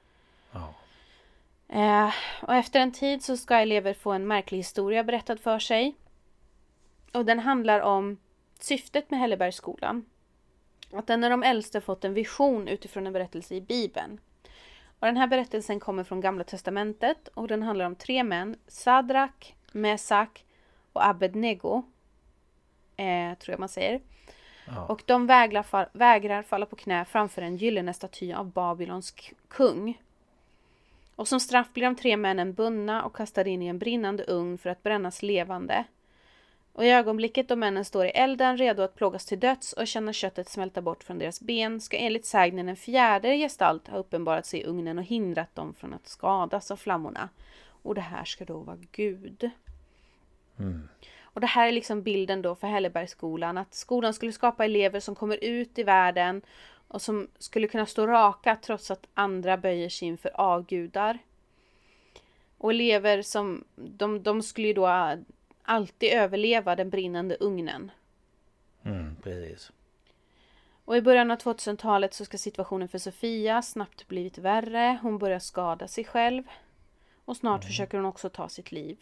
Och efter en tid så ska elever få en märklig historia berättad för sig. Och den handlar om syftet med Hellebergsskolan. Att den är de äldste fått en vision utifrån en berättelse i Bibeln. Och den här berättelsen kommer från Gamla testamentet. Och den handlar om 3 män. Sadrak, Mesak och Abednego. Tror jag man säger. Och de vägrar falla på knä framför en gyllene staty av Babylons kung. Och som straff blir de 3 männen bundna och kastade in i en brinnande ugn för att brännas levande. Och i ögonblicket då männen står i elden redo att plågas till döds och känna köttet smälta bort från deras ben ska enligt sägnen en 4:e gestalt ha uppenbarat sig i ugnen och hindrat dem från att skadas av flammorna. Och det här ska då vara Gud. Och det här är liksom bilden då för Hellebergsskolan. Att skolan skulle skapa elever som kommer ut i världen och som skulle kunna stå raka trots att andra böjer sig inför avgudar. Och elever som de skulle ju då alltid överleva den brinnande ugnen. Precis. Och i början av 2000-talet så ska situationen för Sofia snabbt blivit värre. Hon börjar skada sig själv. Och snart försöker hon också ta sitt liv.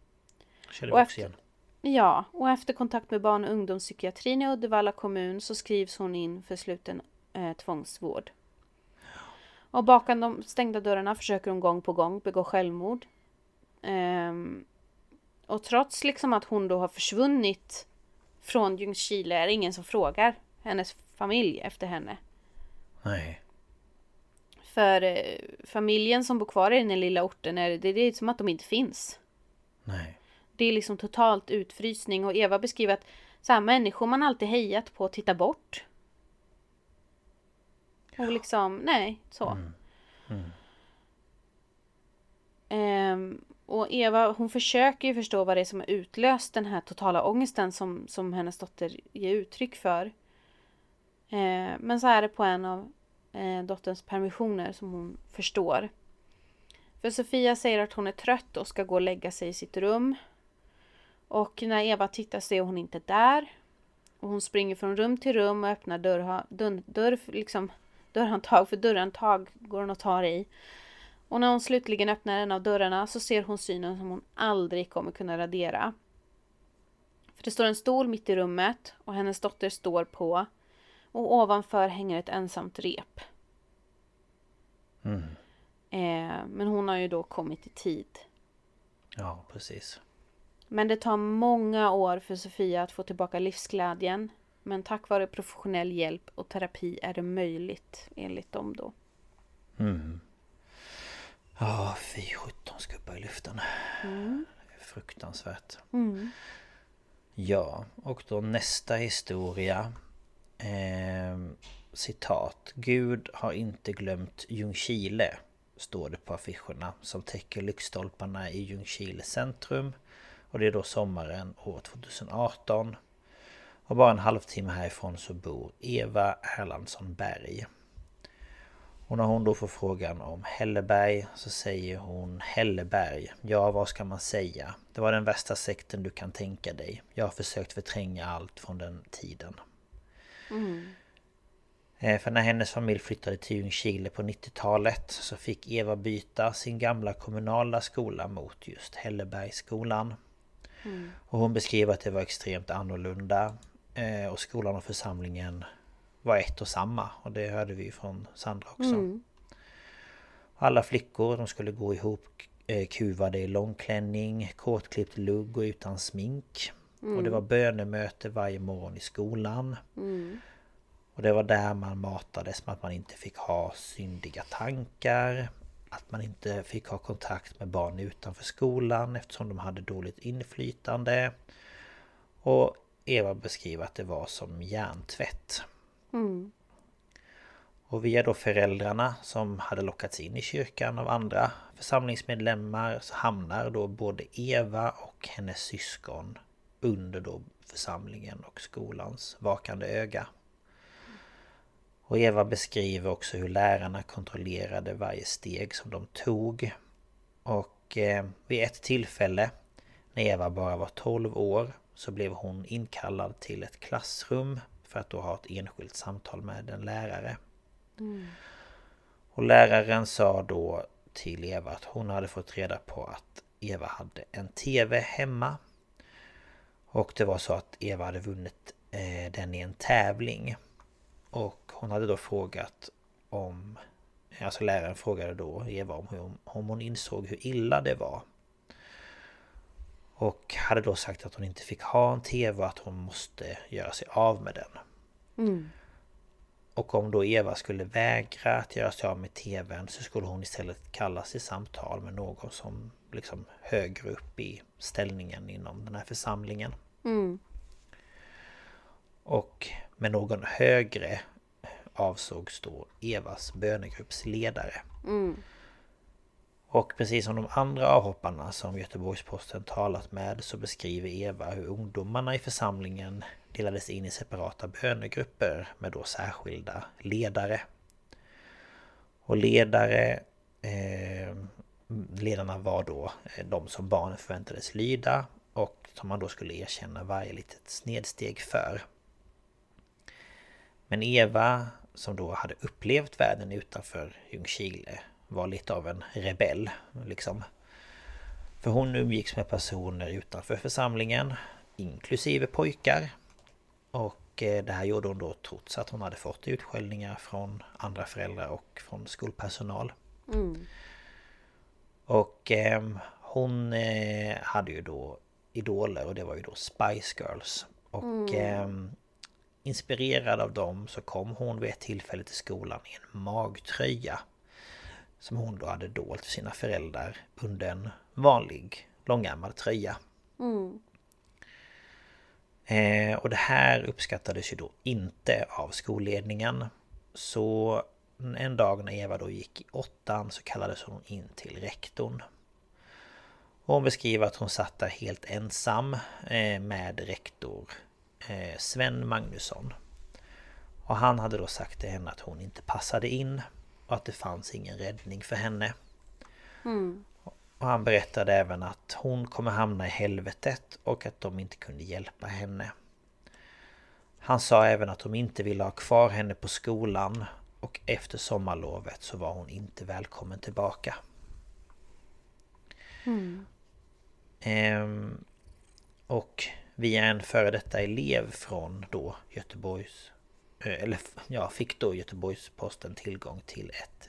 Och efter kontakt med barn- och ungdomspsykiatrin i Uddevalla kommun så skrivs hon in för sluten tvångsvård. Och bakom de stängda dörrarna försöker hon gång på gång begå självmord. Och trots liksom att hon då har försvunnit från Ljungskile är det ingen som frågar hennes familj efter henne. Nej. För familjen som bor kvar i den lilla orten det är som att de inte finns. Nej. Det är liksom totalt utfrysning. Och Eva beskriver att så här människor man alltid hejat på att titta bort. Och liksom, nej, så. Och Eva, hon försöker ju förstå vad det är som har utlöst den här totala ångesten som hennes dotter ger uttryck för. Men så är det på en av dotterns permissioner som hon förstår. För Sofia säger att hon är trött och ska gå och lägga sig i sitt rum. Och när Eva tittar så är hon inte där. Och hon springer från rum till rum och öppnar dörrhandtag för dörrhandtag går hon och tar i. Och när hon slutligen öppnar en av dörrarna så ser hon synen som hon aldrig kommer kunna radera. För det står en stol mitt i rummet och hennes dotter står på. Och ovanför hänger ett ensamt rep. Men hon har ju då kommit i tid. Ja, precis. Men det tar många år för Sofia att få tillbaka livsglädjen. Men tack vare professionell hjälp och terapi är det möjligt, enligt dem då. Ja, fy 17 skubbar i luften. Det är fruktansvärt. Ja, och då nästa historia. Citat. Gud har inte glömt Ljungskile, står det på affischerna som täcker lyktstolparna i Ljungskile centrum. Och det är då sommaren år 2018. Och bara en halvtimme härifrån så bor Eva Erlandsson Berg. Och när hon då får frågan om Helleberg så säger hon: Helleberg, ja vad ska man säga? Det var den värsta sekten du kan tänka dig. Jag har försökt förtränga allt från den tiden. För när hennes familj flyttade till Ljungskile på 90-talet så fick Eva byta sin gamla kommunala skola mot just Hellebergsskolan. Och hon beskriver att det var extremt annorlunda. Och skolan och församlingen var ett och samma. Och det hörde vi från Sandra också. Alla flickor, de skulle gå ihop kuvade i långklänning, kortklippt lugg och utan smink. Och det var bönemöte varje morgon i skolan. Och det var där man matades med att man inte fick ha syndiga tankar. Att man inte fick ha kontakt med barn utanför skolan eftersom de hade dåligt inflytande. Och Eva beskriver att det var som hjärntvätt. Och via då föräldrarna som hade lockats in i kyrkan av andra församlingsmedlemmar så hamnar då både Eva och hennes syskon under då församlingen och skolans vakande öga. Och Eva beskriver också hur lärarna kontrollerade varje steg som de tog. Och vid ett tillfälle när Eva bara var 12 år så blev hon inkallad till ett klassrum för att då ha ett enskilt samtal med en lärare. Och läraren sa då till Eva att hon hade fått reda på att Eva hade en TV hemma. Och det var så att Eva hade vunnit den i en tävling. Och hon hade då frågat om... Alltså läraren frågade då Eva om hon insåg hur illa det var. Och hade då sagt att hon inte fick ha en TV och att hon måste göra sig av med den. Och om då Eva skulle vägra att göra sig av med TVn så skulle hon istället kallas i samtal med någon som liksom högre upp i ställningen inom den här församlingen. Och med någon högre avsågs då Evas bönegruppsledare. Och precis som de andra avhopparna som Göteborgs-Posten talat med så beskriver Eva hur ungdomarna i församlingen delades in i separata bönegrupper med då särskilda ledare. Och ledarna var då de som barnen förväntades lyda och som man då skulle erkänna varje litet snedsteg för. Men Eva, som då hade upplevt världen utanför Ljungskile, var lite av en rebell liksom. För hon umgicks med personer utanför församlingen, inklusive pojkar. Och det här gjorde hon då trots att hon hade fått utskällningar från andra föräldrar och från skolpersonal. Och hon hade ju då idoler och det var ju då Spice Girls. Och inspirerad av dem så kom hon vid ett tillfälle till skolan i en magtröja som hon då hade dolt för sina föräldrar under en vanlig långärmad tröja. Och det här uppskattades ju då inte av skolledningen. Så en dag när Eva då gick i 8 så kallades hon in till rektorn. Och hon beskriver att hon satt där helt ensam med rektor Sven Magnusson. Och han hade då sagt till henne att hon inte passade in och att det fanns ingen räddning för henne. Och han berättade även att hon kommer hamna i helvetet och att de inte kunde hjälpa henne. Han sa även att de inte ville ha kvar henne på skolan och efter sommarlovet så var hon inte välkommen tillbaka. Och via en före detta elev från då fick då Göteborgs-Posten tillgång till ett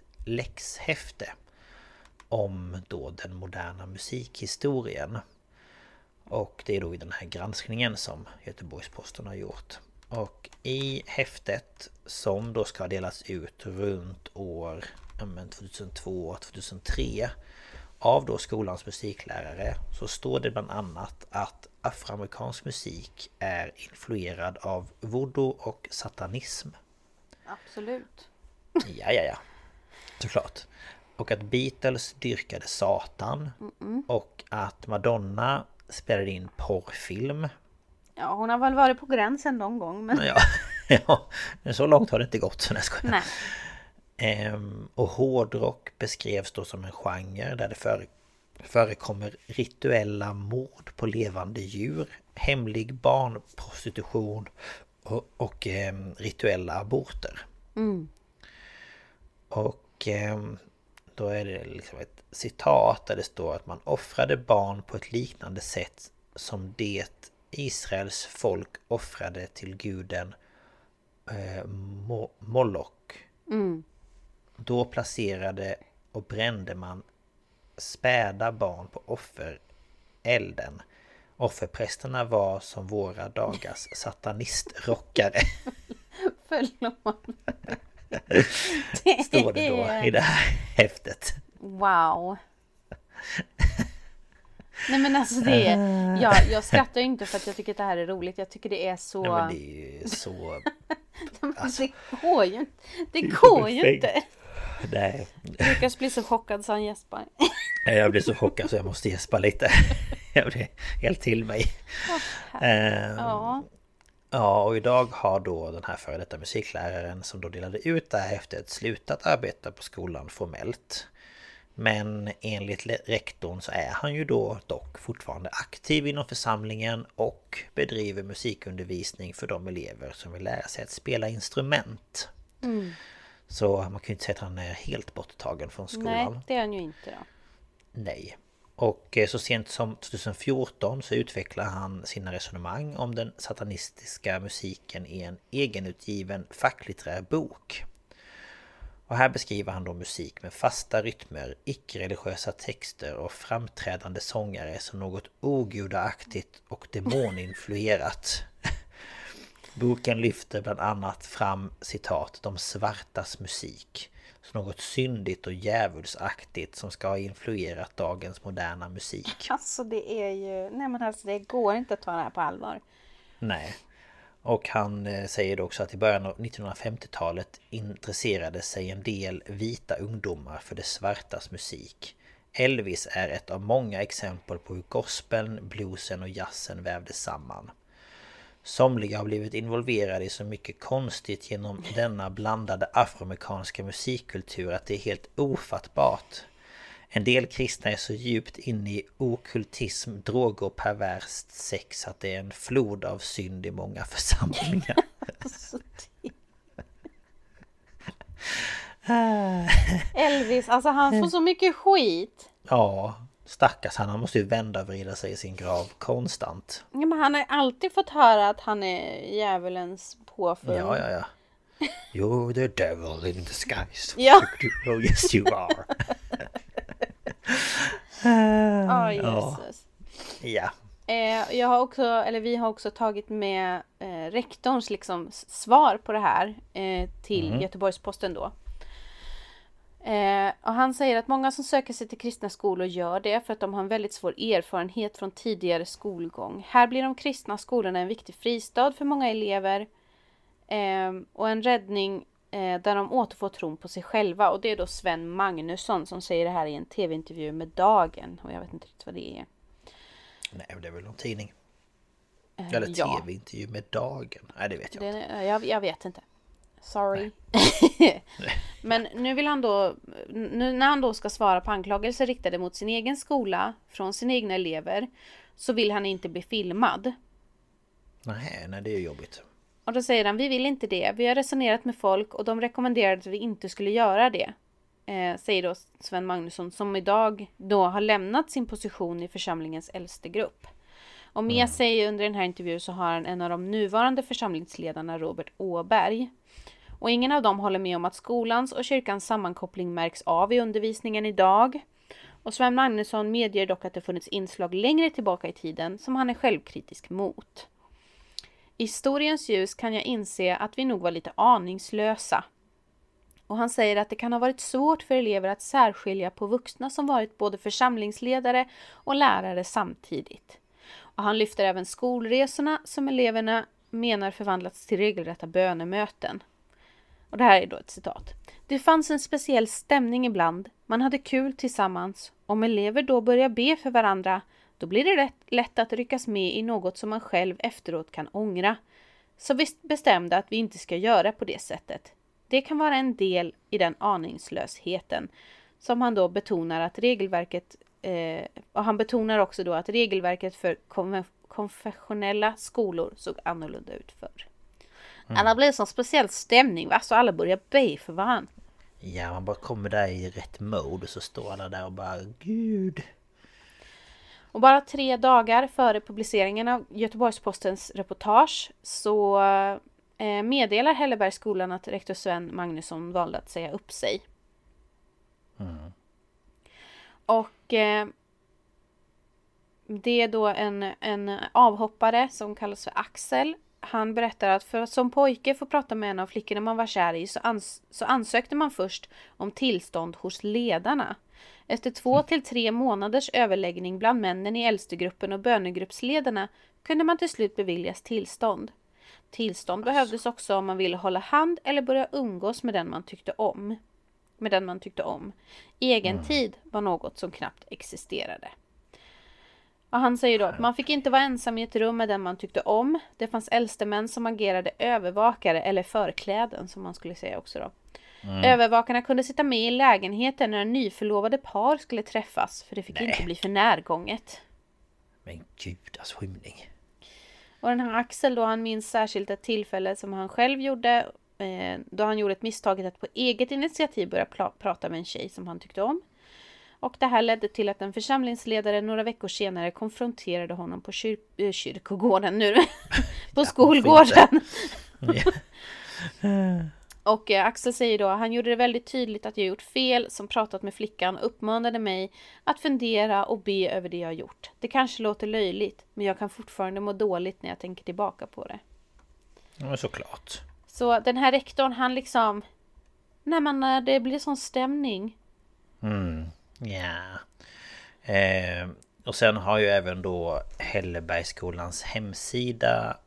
läxhäfte om då den moderna musikhistorien. Och det är då i den här granskningen som Göteborgs-Posten har gjort. Och i häftet som då ska delas ut runt år 2002-2003 av då skolans musiklärare, så står det bland annat att afroamerikansk musik är influerad av voodoo och satanism. Absolut. Ja. Såklart. Och att Beatles dyrkade Satan. Och att Madonna spelade in porrfilm. Ja, hon har väl varit på gränsen någon gång. Men... Ja, men så långt har det inte gått, så jag skojar. Nej. Och hårdrock beskrevs då som en genre där det förekommer rituella mord på levande djur, hemlig barnprostitution och rituella aborter. Och då är det liksom ett citat där det står att man offrade barn på ett liknande sätt som det Israels folk offrade till guden Moloch. Då placerade och brände man späda barn på offerelden. Offerprästerna var som våra dagars satanistrockare. Förlåt. Står det då i det här häftet. Wow. Nej men alltså det är... Jag skrattar inte för att jag tycker att det här är roligt. Jag tycker det är så... Nej, men det är ju så... Alltså, det går ju inte. Nej. Lukas blir så chockad så han gäspar. Jag blir så chockad så jag måste gäspa lite. Jag blir helt till mig. Ja, och idag har då den här före detta musikläraren som då delade ut det här häftet slutat arbeta på skolan formellt. Men enligt rektorn så är han ju då dock fortfarande aktiv inom församlingen och bedriver musikundervisning för de elever som vill lära sig att spela instrument. Så man kan ju inte säga att han är helt borttagen från skolan. Nej, det är han ju inte då. Nej. Och så sent som 2014 så utvecklar han sina resonemang om den satanistiska musiken i en egenutgiven facklitterär bok. Och här beskriver han då musik med fasta rytmer, icke-religiösa texter och framträdande sångare som något ogudaaktigt och demoninfluerat. Boken lyfter bland annat fram, citat, de svartas musik. Så något syndigt och djävulsaktigt som ska ha influerat dagens moderna musik. Alltså det är ju... Nej men alltså det går inte att ta det här på allvar. Nej. Och han säger också att i början av 1950-talet intresserade sig en del vita ungdomar för det svartas musik. Elvis är ett av många exempel på hur gospeln, bluesen och jazzen vävdes samman. Somliga har blivit involverade i så mycket konstigt genom denna blandade afroamerikanska musikkultur att det är helt ofattbart. En del kristna är så djupt inne i okultism, droger och perverst sex att det är en flod av synd i många församlingar. Elvis, alltså han får så mycket skit. Ja, stackars han måste ju vända och vrida sig i sin grav konstant. Ja, men han har alltid fått höra att han är djävulens påfund. Ja. You're the devil in disguise. Ja. Oh yes you are. Jesus. Ja. Vi har också tagit med rektorns liksom svar på det här till Göteborgs-Posten då. Och han säger att många som söker sig till kristna skolor gör det för att de har en väldigt svår erfarenhet från tidigare skolgång. Här blir de kristna skolorna en viktig fristad för många elever och en räddning där de återfår tron på sig själva. Och det är då Sven Magnusson som säger det här i en tv-intervju med Dagen. Och jag vet inte riktigt vad det är. Nej, det är väl någon tidning. Eller tv-intervju med Dagen. Nej, det vet jag inte. Jag vet inte. Sorry. Men nu vill han då, när han då ska svara på anklagelser riktade mot sin egen skola från sina egna elever, så vill han inte bli filmad. Nej, det är ju jobbigt. Och då säger han, vi vill inte det. Vi har resonerat med folk och de rekommenderade att vi inte skulle göra det. Säger då Sven Magnusson, som idag då har lämnat sin position i församlingens äldste grupp. Och med sig under den här intervjun så har han en av de nuvarande församlingsledarna, Robert Åberg. Och ingen av dem håller med om att skolans och kyrkans sammankoppling märks av i undervisningen idag. Och Sven Magnusson medger dock att det funnits inslag längre tillbaka i tiden som han är självkritisk mot. I historiens ljus kan jag inse att vi nog var lite aningslösa. Och han säger att det kan ha varit svårt för elever att särskilja på vuxna som varit både församlingsledare och lärare samtidigt. Och han lyfter även skolresorna som eleverna menar förvandlats till regelrätta bönemöten. Och det här är då ett citat. Det fanns en speciell stämning ibland, man hade kul tillsammans. Om elever då börjar be för varandra, då blir det lätt att ryckas med i något som man själv efteråt kan ångra. Så vi bestämde att vi inte ska göra på det sättet. Det kan vara en del i den aningslösheten som han då betonar att regelverket och han betonar också då att regelverket för konfessionella skolor såg annorlunda ut förr. Alla blev som speciell stämning, va? Så alla börjar be för varandra. Ja, man bara kommer där i rätt mode och så står alla där och bara Gud. Och bara 3 dagar före publiceringen av Göteborgs-Postens reportage så meddelar Hällebergsskolan att rektor Sven Magnusson valde att säga upp sig. Och det är då en avhoppare som kallas för Axel. Han berättar att för att som pojke få prata med en av flickorna man var kär i så ansökte man först om tillstånd hos ledarna. Efter 2 till 3 månaders överläggning bland männen i äldstegruppen och bönegruppsledarna kunde man till slut beviljas tillstånd. Tillstånd behövdes också om man ville hålla hand eller börja umgås med den man tyckte om. Egen tid var något som knappt existerade. Och han säger då att man fick inte vara ensam i ett rum med den man tyckte om. Det fanns äldste som agerade övervakare eller förkläden som man skulle säga också då. Övervakarna kunde sitta med i lägenheten när nyförlovade par skulle träffas. För det fick inte bli för närgånget. Men gud, alltså skymning. Och den här Axel då, han minns särskilt ett tillfälle som han själv gjorde. Då han gjorde ett misstag att på eget initiativ börja prata med en tjej som han tyckte om. Och det här ledde till att en församlingsledare några veckor senare konfronterade honom på kyrkogården nu. På skolgården. Och Axel säger då, han gjorde det väldigt tydligt att jag gjort fel, som pratat med flickan och uppmanade mig att fundera och be över det jag gjort. Det kanske låter löjligt, men jag kan fortfarande må dåligt när jag tänker tillbaka på det. Ja, såklart. Så den här rektorn, han liksom, när det blir sån stämning. Ja. Och sen har ju även då Hällebergsskolans hemsida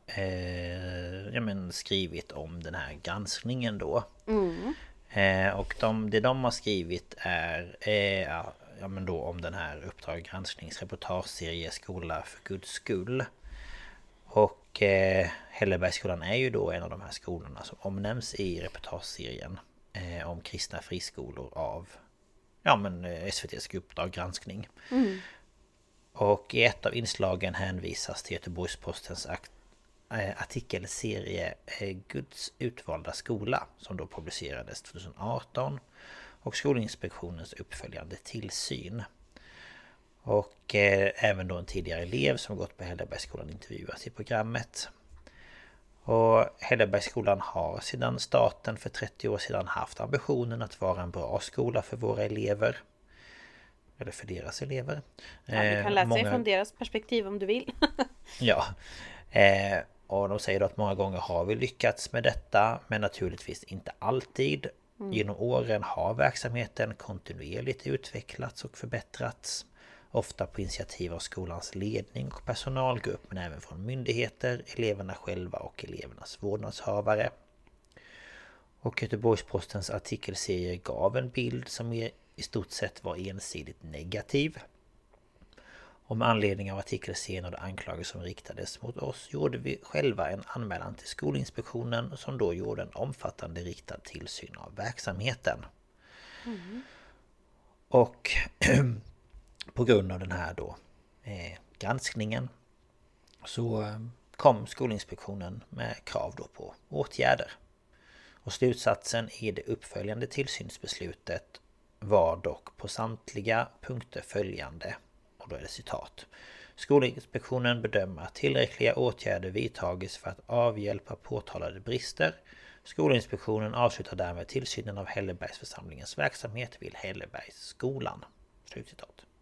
skrivit om den här granskningen då. Och det de har skrivit är då om den här Uppdrag granskningsreportageserie Skola för Guds skull. Och Hällebergsskolan är ju då en av de här skolorna som omnämns i reportageserien om kristna friskolor av SVT:s Uppdrag granskning. Och i ett av inslagen hänvisas till Göteborgs-Postens artikelserie Guds utvalda skola som då publicerades 2018 och Skolinspektionens uppföljande tillsyn. Och även då en tidigare elev som gått på Hällebergsskolan intervjuas i programmet. Och Hällebergsskolan har sedan starten för 30 år sedan haft ambitionen att vara en bra skola för våra elever. Eller för deras elever. Ja, du kan läsa från deras perspektiv om du vill. Ja. Och de säger då att många gånger har vi lyckats med detta, men naturligtvis inte alltid. Genom åren har verksamheten kontinuerligt utvecklats och förbättrats. Ofta på initiativ av skolans ledning och personalgrupp, men även från myndigheter, eleverna själva och elevernas vårdnadshavare. Och Göteborgs-Postens artikelserie gav en bild som i stort sett var ensidigt negativ. Och med anledning av artikelserien och de anklagelser som riktades mot oss gjorde vi själva en anmälan till Skolinspektionen som då gjorde en omfattande riktad tillsyn av verksamheten. Och på grund av den här då granskningen så kom Skolinspektionen med krav då på åtgärder. Och slutsatsen i det uppföljande tillsynsbeslutet var dock på samtliga punkter följande, och då är det citat. Skolinspektionen bedömer att tillräckliga åtgärder vidtagits för att avhjälpa påtalade brister. Skolinspektionen avslutar därmed tillsynen av Hällebergsförsamlingens verksamhet vid Hällebergsskolan. Slutcitat.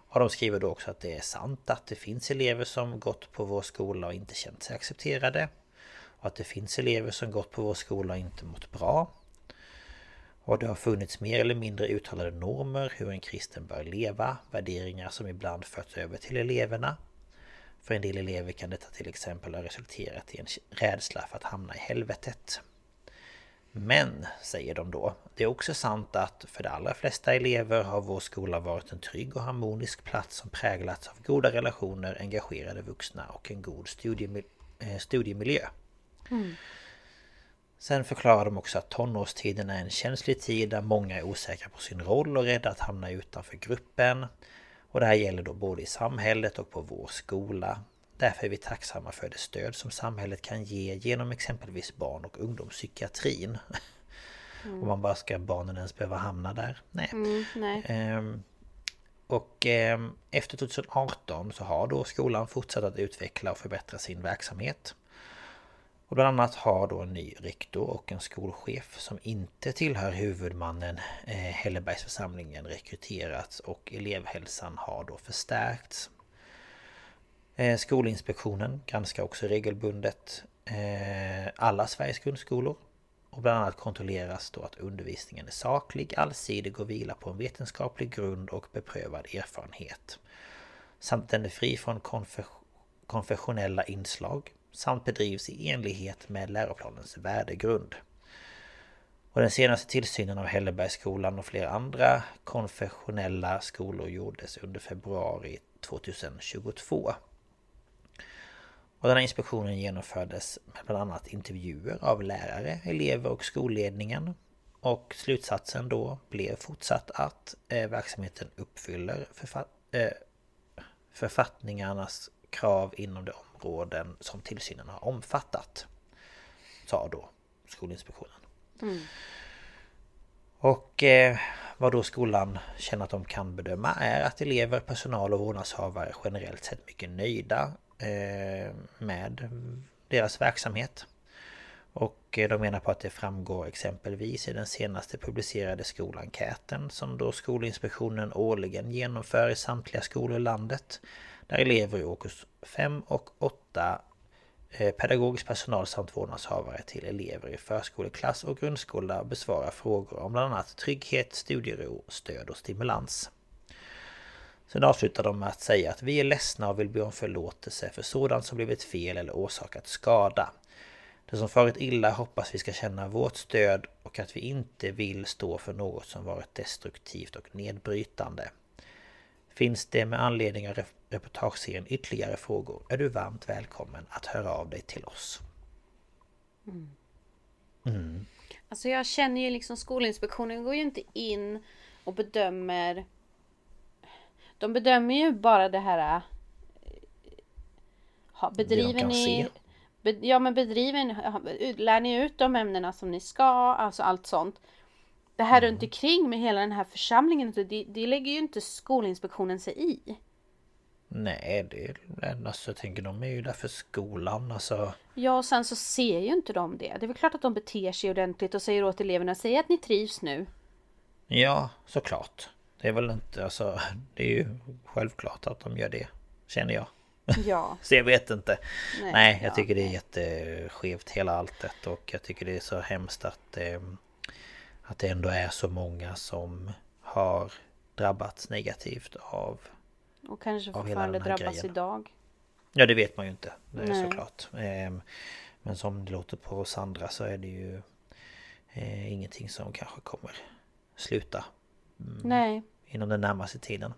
Och de skriver då också att det är sant att det finns elever som gått på vår skola och inte känt sig accepterade. Och att det finns elever som gått på vår skola och inte mått bra. Och det har funnits mer eller mindre uttalade normer hur en kristen bör leva, värderingar som ibland förts över till eleverna. För en del elever kan detta till exempel ha resulterat i en rädsla för att hamna i helvetet. Men, säger de då, det är också sant att för de allra flesta elever har vår skola varit en trygg och harmonisk plats som präglats av goda relationer, engagerade vuxna och en god studiemiljö. Sen förklarar de också att tonårstiden är en känslig tid där många är osäkra på sin roll och rädda att hamna utanför gruppen. Och det här gäller då både i samhället och på vår skola. Därför är vi tacksamma för det stöd som samhället kan ge genom exempelvis barn- och ungdomspsykiatrin. Om man bara ska barnen ens behöva hamna där? Nej. Nej. Och efter 2018 så har då skolan fortsatt att utveckla och förbättra sin verksamhet. Och bland annat har då en ny rektor och en skolchef som inte tillhör huvudmannen Hällebergsförsamlingen rekryterats och elevhälsan har då förstärkts. Skolinspektionen granskar också regelbundet alla Sveriges grundskolor och bland annat kontrolleras då att undervisningen är saklig, allsidig och vilar på en vetenskaplig grund och beprövad erfarenhet. Samt den är fri från konfessionella inslag samt bedrivs i enlighet med läroplanens värdegrund. Och den senaste tillsynen av Hällebergsskolan och flera andra konfessionella skolor gjordes under februari 2022. Och den här inspektionen genomfördes med bland annat intervjuer av lärare, elever och skolledningen. Och slutsatsen då blev fortsatt att verksamheten uppfyller författningarnas krav inom de områden som tillsynen har omfattat, sa då Skolinspektionen. Och vad då skolan känner att de kan bedöma är att elever, personal och vårdnadshavare generellt sett mycket nöjda med deras verksamhet. Och de menar på att det framgår exempelvis i den senaste publicerade skolenkäten som då Skolinspektionen årligen genomför i samtliga skolor i landet, där elever i årskurs 5 och 8, pedagogisk personal samt vårdnadshavare till elever i förskoleklass och grundskola besvarar frågor om bland annat trygghet, studiero, stöd och stimulans. Sen avslutar de med att säga att vi är ledsna och vill be om förlåtelse för sådant som blivit fel eller orsakat skada. Det som farit illa hoppas vi ska känna vårt stöd och att vi inte vill stå för något som varit destruktivt och nedbrytande. Finns det med anledning av reportageserien ytterligare frågor är du varmt välkommen att höra av dig till oss. Alltså jag känner ju liksom Skolinspektionen går ju inte in och bedömer. De bedömer ju bara det här. Bedriver ni... lär ni ut de ämnena som ni ska, alltså allt sånt. Det här runt omkring med hela den här församlingen, det lägger ju inte Skolinspektionen sig i. Nej, det är alltså, jag tänker de är ju där för skolan, alltså. Ja, och sen så ser ju inte de det. Det är väl klart att de beter sig ordentligt och säger åt eleverna, säg att ni trivs nu. Ja, såklart. Det är väl inte, alltså, det är ju självklart att de gör det, känner jag. Ja. Så jag vet inte. Nej, jag tycker det är jätteskevt hela alltet. Och jag tycker det är så hemskt att det ändå är så många som har drabbats negativt av. Och kanske fortfarande drabbas idag. Ja, det vet man ju inte. Det är såklart. Men som det låter på oss andra så är det ju ingenting som kanske kommer sluta inom den närmaste tiden.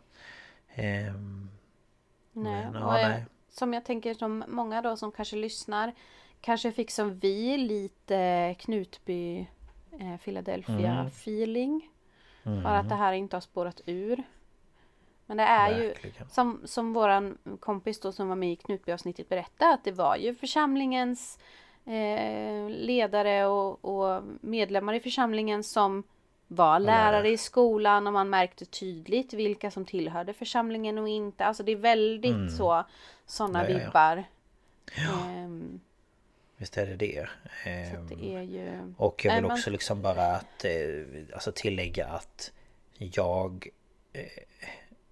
Nej. Som jag tänker som många då som kanske lyssnar kanske fick som vi lite Knutby Philadelphia feeling. Bara att det här inte har spårat ur. Men det är verkligen. Ju som våran kompis då som var med i Knutby-avsnittet berättade att det var ju församlingens ledare och medlemmar i församlingen som var lärare i skolan och man märkte tydligt vilka som tillhörde församlingen och inte. Alltså det är väldigt sådana vibbar. Ja. Visst är det. Så det är ju... Och jag vill också liksom bara att alltså tillägga att jag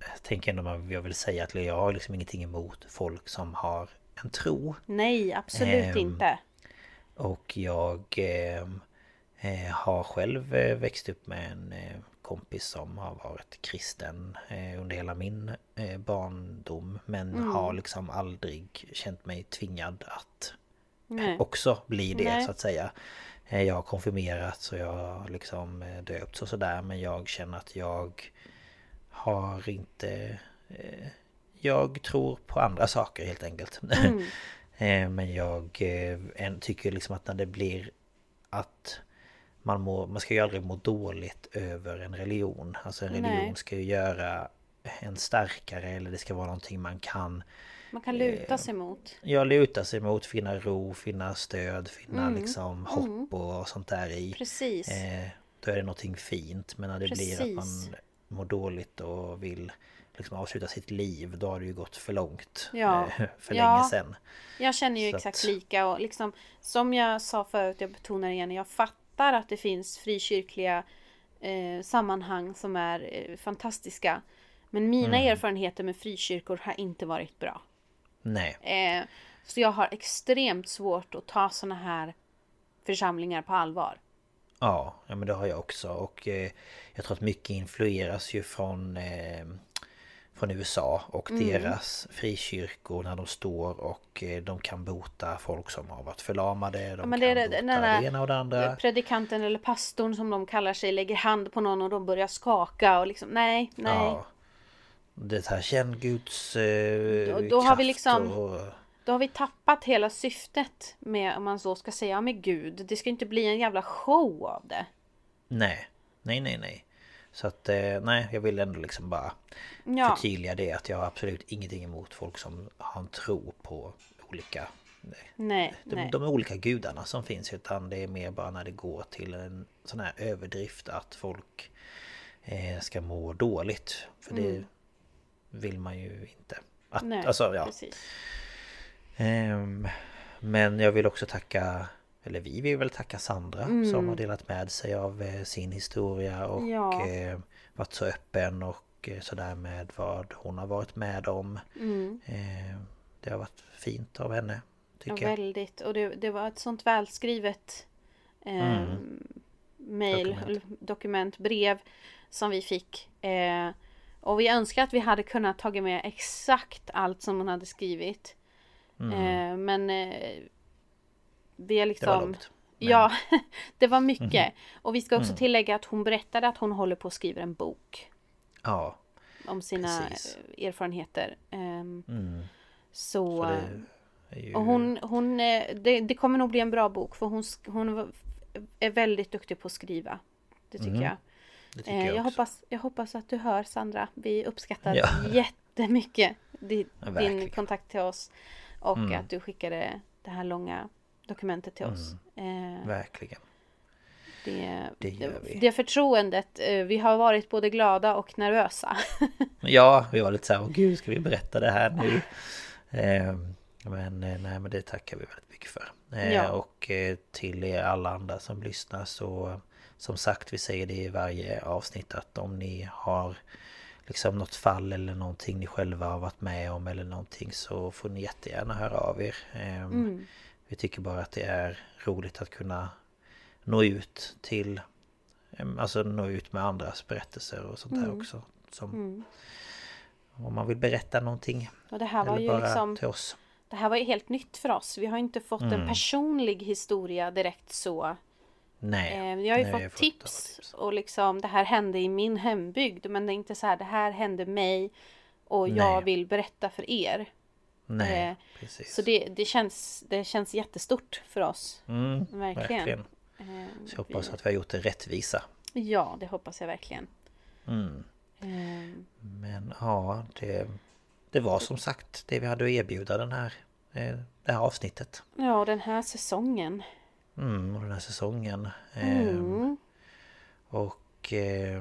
jag tänker ändå jag vill säga att jag har liksom ingenting emot folk som har en tro. Nej, absolut inte. Och jag har själv växt upp med en kompis som har varit kristen under hela min barndom. Men har liksom aldrig känt mig tvingad att också bli det så att säga. Jag har konfirmerats och jag har liksom döpts och sådär. Men jag känner att jag har inte... jag tror på andra saker helt enkelt. Men jag tycker liksom att när det blir att man ska ju aldrig må dåligt över en religion. Alltså en religion ska ju göra en starkare, eller det ska vara någonting man kan luta sig mot. Ja, luta sig mot, finna ro, finna stöd, finna liksom hopp och sånt där i. Precis. Då är det någonting fint. Men när det blir att man mår dåligt och vill liksom avsluta sitt liv, då har det ju gått för långt för länge sedan. Jag känner ju exakt lika, och liksom som jag sa förut, jag betonar igen, jag fattar att det finns frikyrkliga sammanhang som är fantastiska, men mina erfarenheter med frikyrkor har inte varit bra. Nej. Så jag har extremt svårt att ta såna här församlingar på allvar. Ja, men det har jag också, och jag tror att mycket influeras ju från USA och deras frikyrkor, när de står och de kan bota folk som har varit förlamade. De kan bota det ena och det andra. Predikanten eller pastorn som de kallar sig lägger hand på någon och de börjar skaka och liksom, nej. Ja, det här känn Guds då har vi liksom... Då har vi tappat hela syftet med, om man så ska säga, med Gud. Det ska inte bli en jävla show av det. Nej. Så att, nej, jag vill ändå liksom bara förtydliga det, att jag har absolut ingenting emot folk som har en tro på olika... De olika gudarna som finns, utan det är mer bara när det går till en sån här överdrift att folk ska må dåligt. För det vill man ju inte. Precis. Men jag vill också tacka, eller vi vill väl tacka Sandra som har delat med sig av sin historia och varit så öppen och sådär med vad hon har varit med om. Det har varit fint av henne, tycker jag. Väldigt, och det var ett sånt välskrivet dokument, brev som vi fick. Och vi önskar att vi hade kunnat tagit med exakt allt som hon hade skrivit. Men vi är liksom... Det var långt. Ja, det var mycket. Och vi ska också tillägga att hon berättade att hon håller på att skriva en bok. Ja, om sina erfarenheter. Så ju... och det kommer nog bli en bra bok, för hon är väldigt duktig på att skriva. Det tycker jag. Det tycker jag hoppas att du hör, Sandra. Vi uppskattar jättemycket din kontakt till oss. Och att du skickade det här långa dokumentet till oss. Verkligen. Det förtroendet. Vi har varit både glada och nervösa. Ja, vi var lite så här, gud, ska vi berätta det här nu? Men det tackar vi väldigt mycket för. Och till er alla andra som lyssnar, så som sagt, vi säger det i varje avsnitt, att om ni har liksom något fall eller någonting ni själva har varit med om eller någonting, så får ni jättegärna höra av er. Vi tycker bara att det är roligt att kunna nå ut till, alltså nå ut med andras berättelser och sånt där också, som om man vill berätta någonting. Och det här var ju bara liksom till oss. Det här var ju helt nytt för oss. Vi har inte fått en personlig historia direkt så. Nej. Vi har ju fått tips och liksom, det här hände i min hembygd, men det är inte så här, det här hände mig och jag vill berätta för er. Nej, precis. Så det känns jättestort för oss. Verkligen. Så jag hoppas att vi har gjort det rättvisa. Ja, det hoppas jag verkligen. Men ja, det var som sagt det vi hade att erbjuda det här avsnittet. Ja, den här säsongen. Och den här säsongen. Och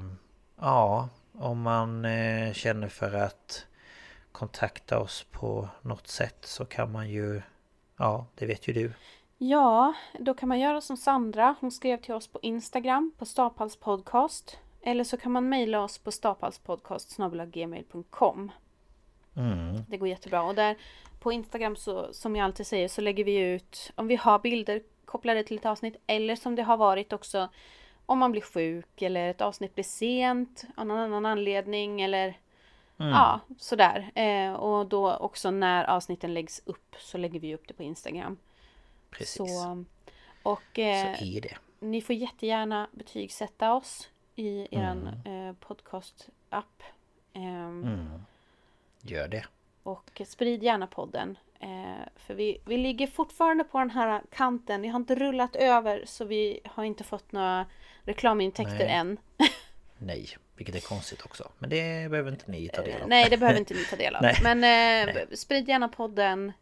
om man känner för att kontakta oss på något sätt, så kan man ju, det vet ju du. Ja, då kan man göra som Sandra. Hon skrev till oss på Instagram på Staphals podcast. Eller så kan man mejla oss på staphalspodcast@gmail.com. Det går jättebra. Och där på Instagram, så, som jag alltid säger, så lägger vi ut om vi har bilder kopplade till ett avsnitt. Eller som det har varit också, om man blir sjuk eller ett avsnitt blir sent av någon annan anledning. Eller ja, sådär. Och då också när avsnitten läggs upp så lägger vi upp det på Instagram. Precis. Så är det. Ni får jättegärna betygsätta oss i eran podcast-app. Gör det. Och sprid gärna podden. För vi ligger fortfarande på den här kanten. Vi har inte rullat över, så vi har inte fått några reklamintäkter än. Nej, vilket är konstigt också. Men det behöver inte ni ta del av. Nej, det behöver inte ni ta del av. Men sprid gärna podden.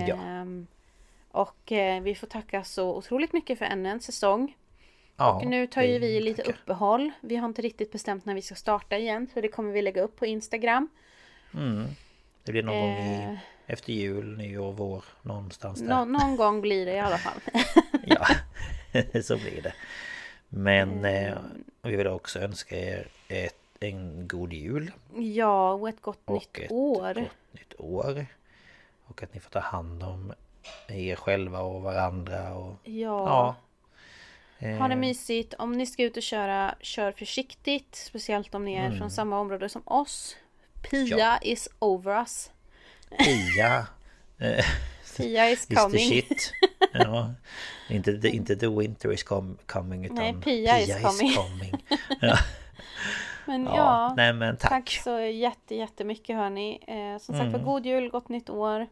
Och vi får tacka så otroligt mycket för ännu en säsong. Ja, och nu tar ju vi lite uppehåll. Vi har inte riktigt bestämt när vi ska starta igen. Så det kommer vi lägga upp på Instagram. Det blir någon gång efter jul, nyår, vår, någonstans där. Någon gång blir det i alla fall. Ja, så blir det. Men vi vill också önska er en god jul. Ja, och ett gott nytt år. Gott nytt år. Och att ni får ta hand om er själva och varandra. Och, ja. Ha det mysigt. Om ni ska ut och köra, kör försiktigt. Speciellt om ni är från samma område som oss. Pia is over us. Pia is coming. Shit. Ja. Inte the winter is coming, utan nej, Pia is coming. Ja. Men nej, men tack så jättemycket, hörni. Som sagt, för god jul, gott nytt år.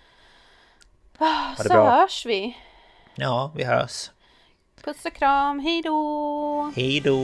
Så bra. Hörs vi. Ja, vi hörs. Puss och kram, hej då. Hej då.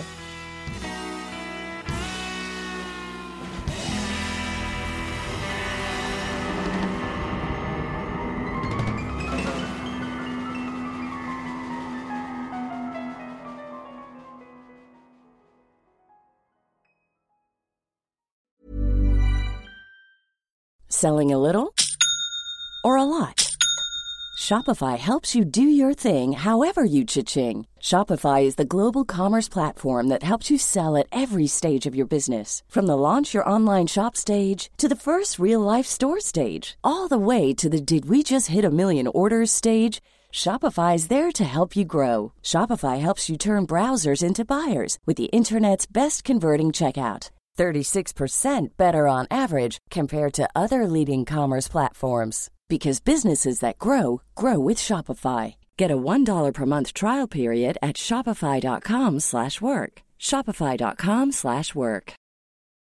Selling a little or a lot? Shopify helps you do your thing however you cha-ching. Shopify is the global commerce platform that helps you sell at every stage of your business. From the launch your online shop stage to the first real-life store stage, all the way to the did we just hit a million orders stage. Shopify is there to help you grow. Shopify helps you turn browsers into buyers with the internet's best converting checkout. 36% better on average compared to other leading commerce platforms. Because businesses that grow, grow with Shopify. Get a $1 per month trial period at shopify.com/work. Shopify.com/work.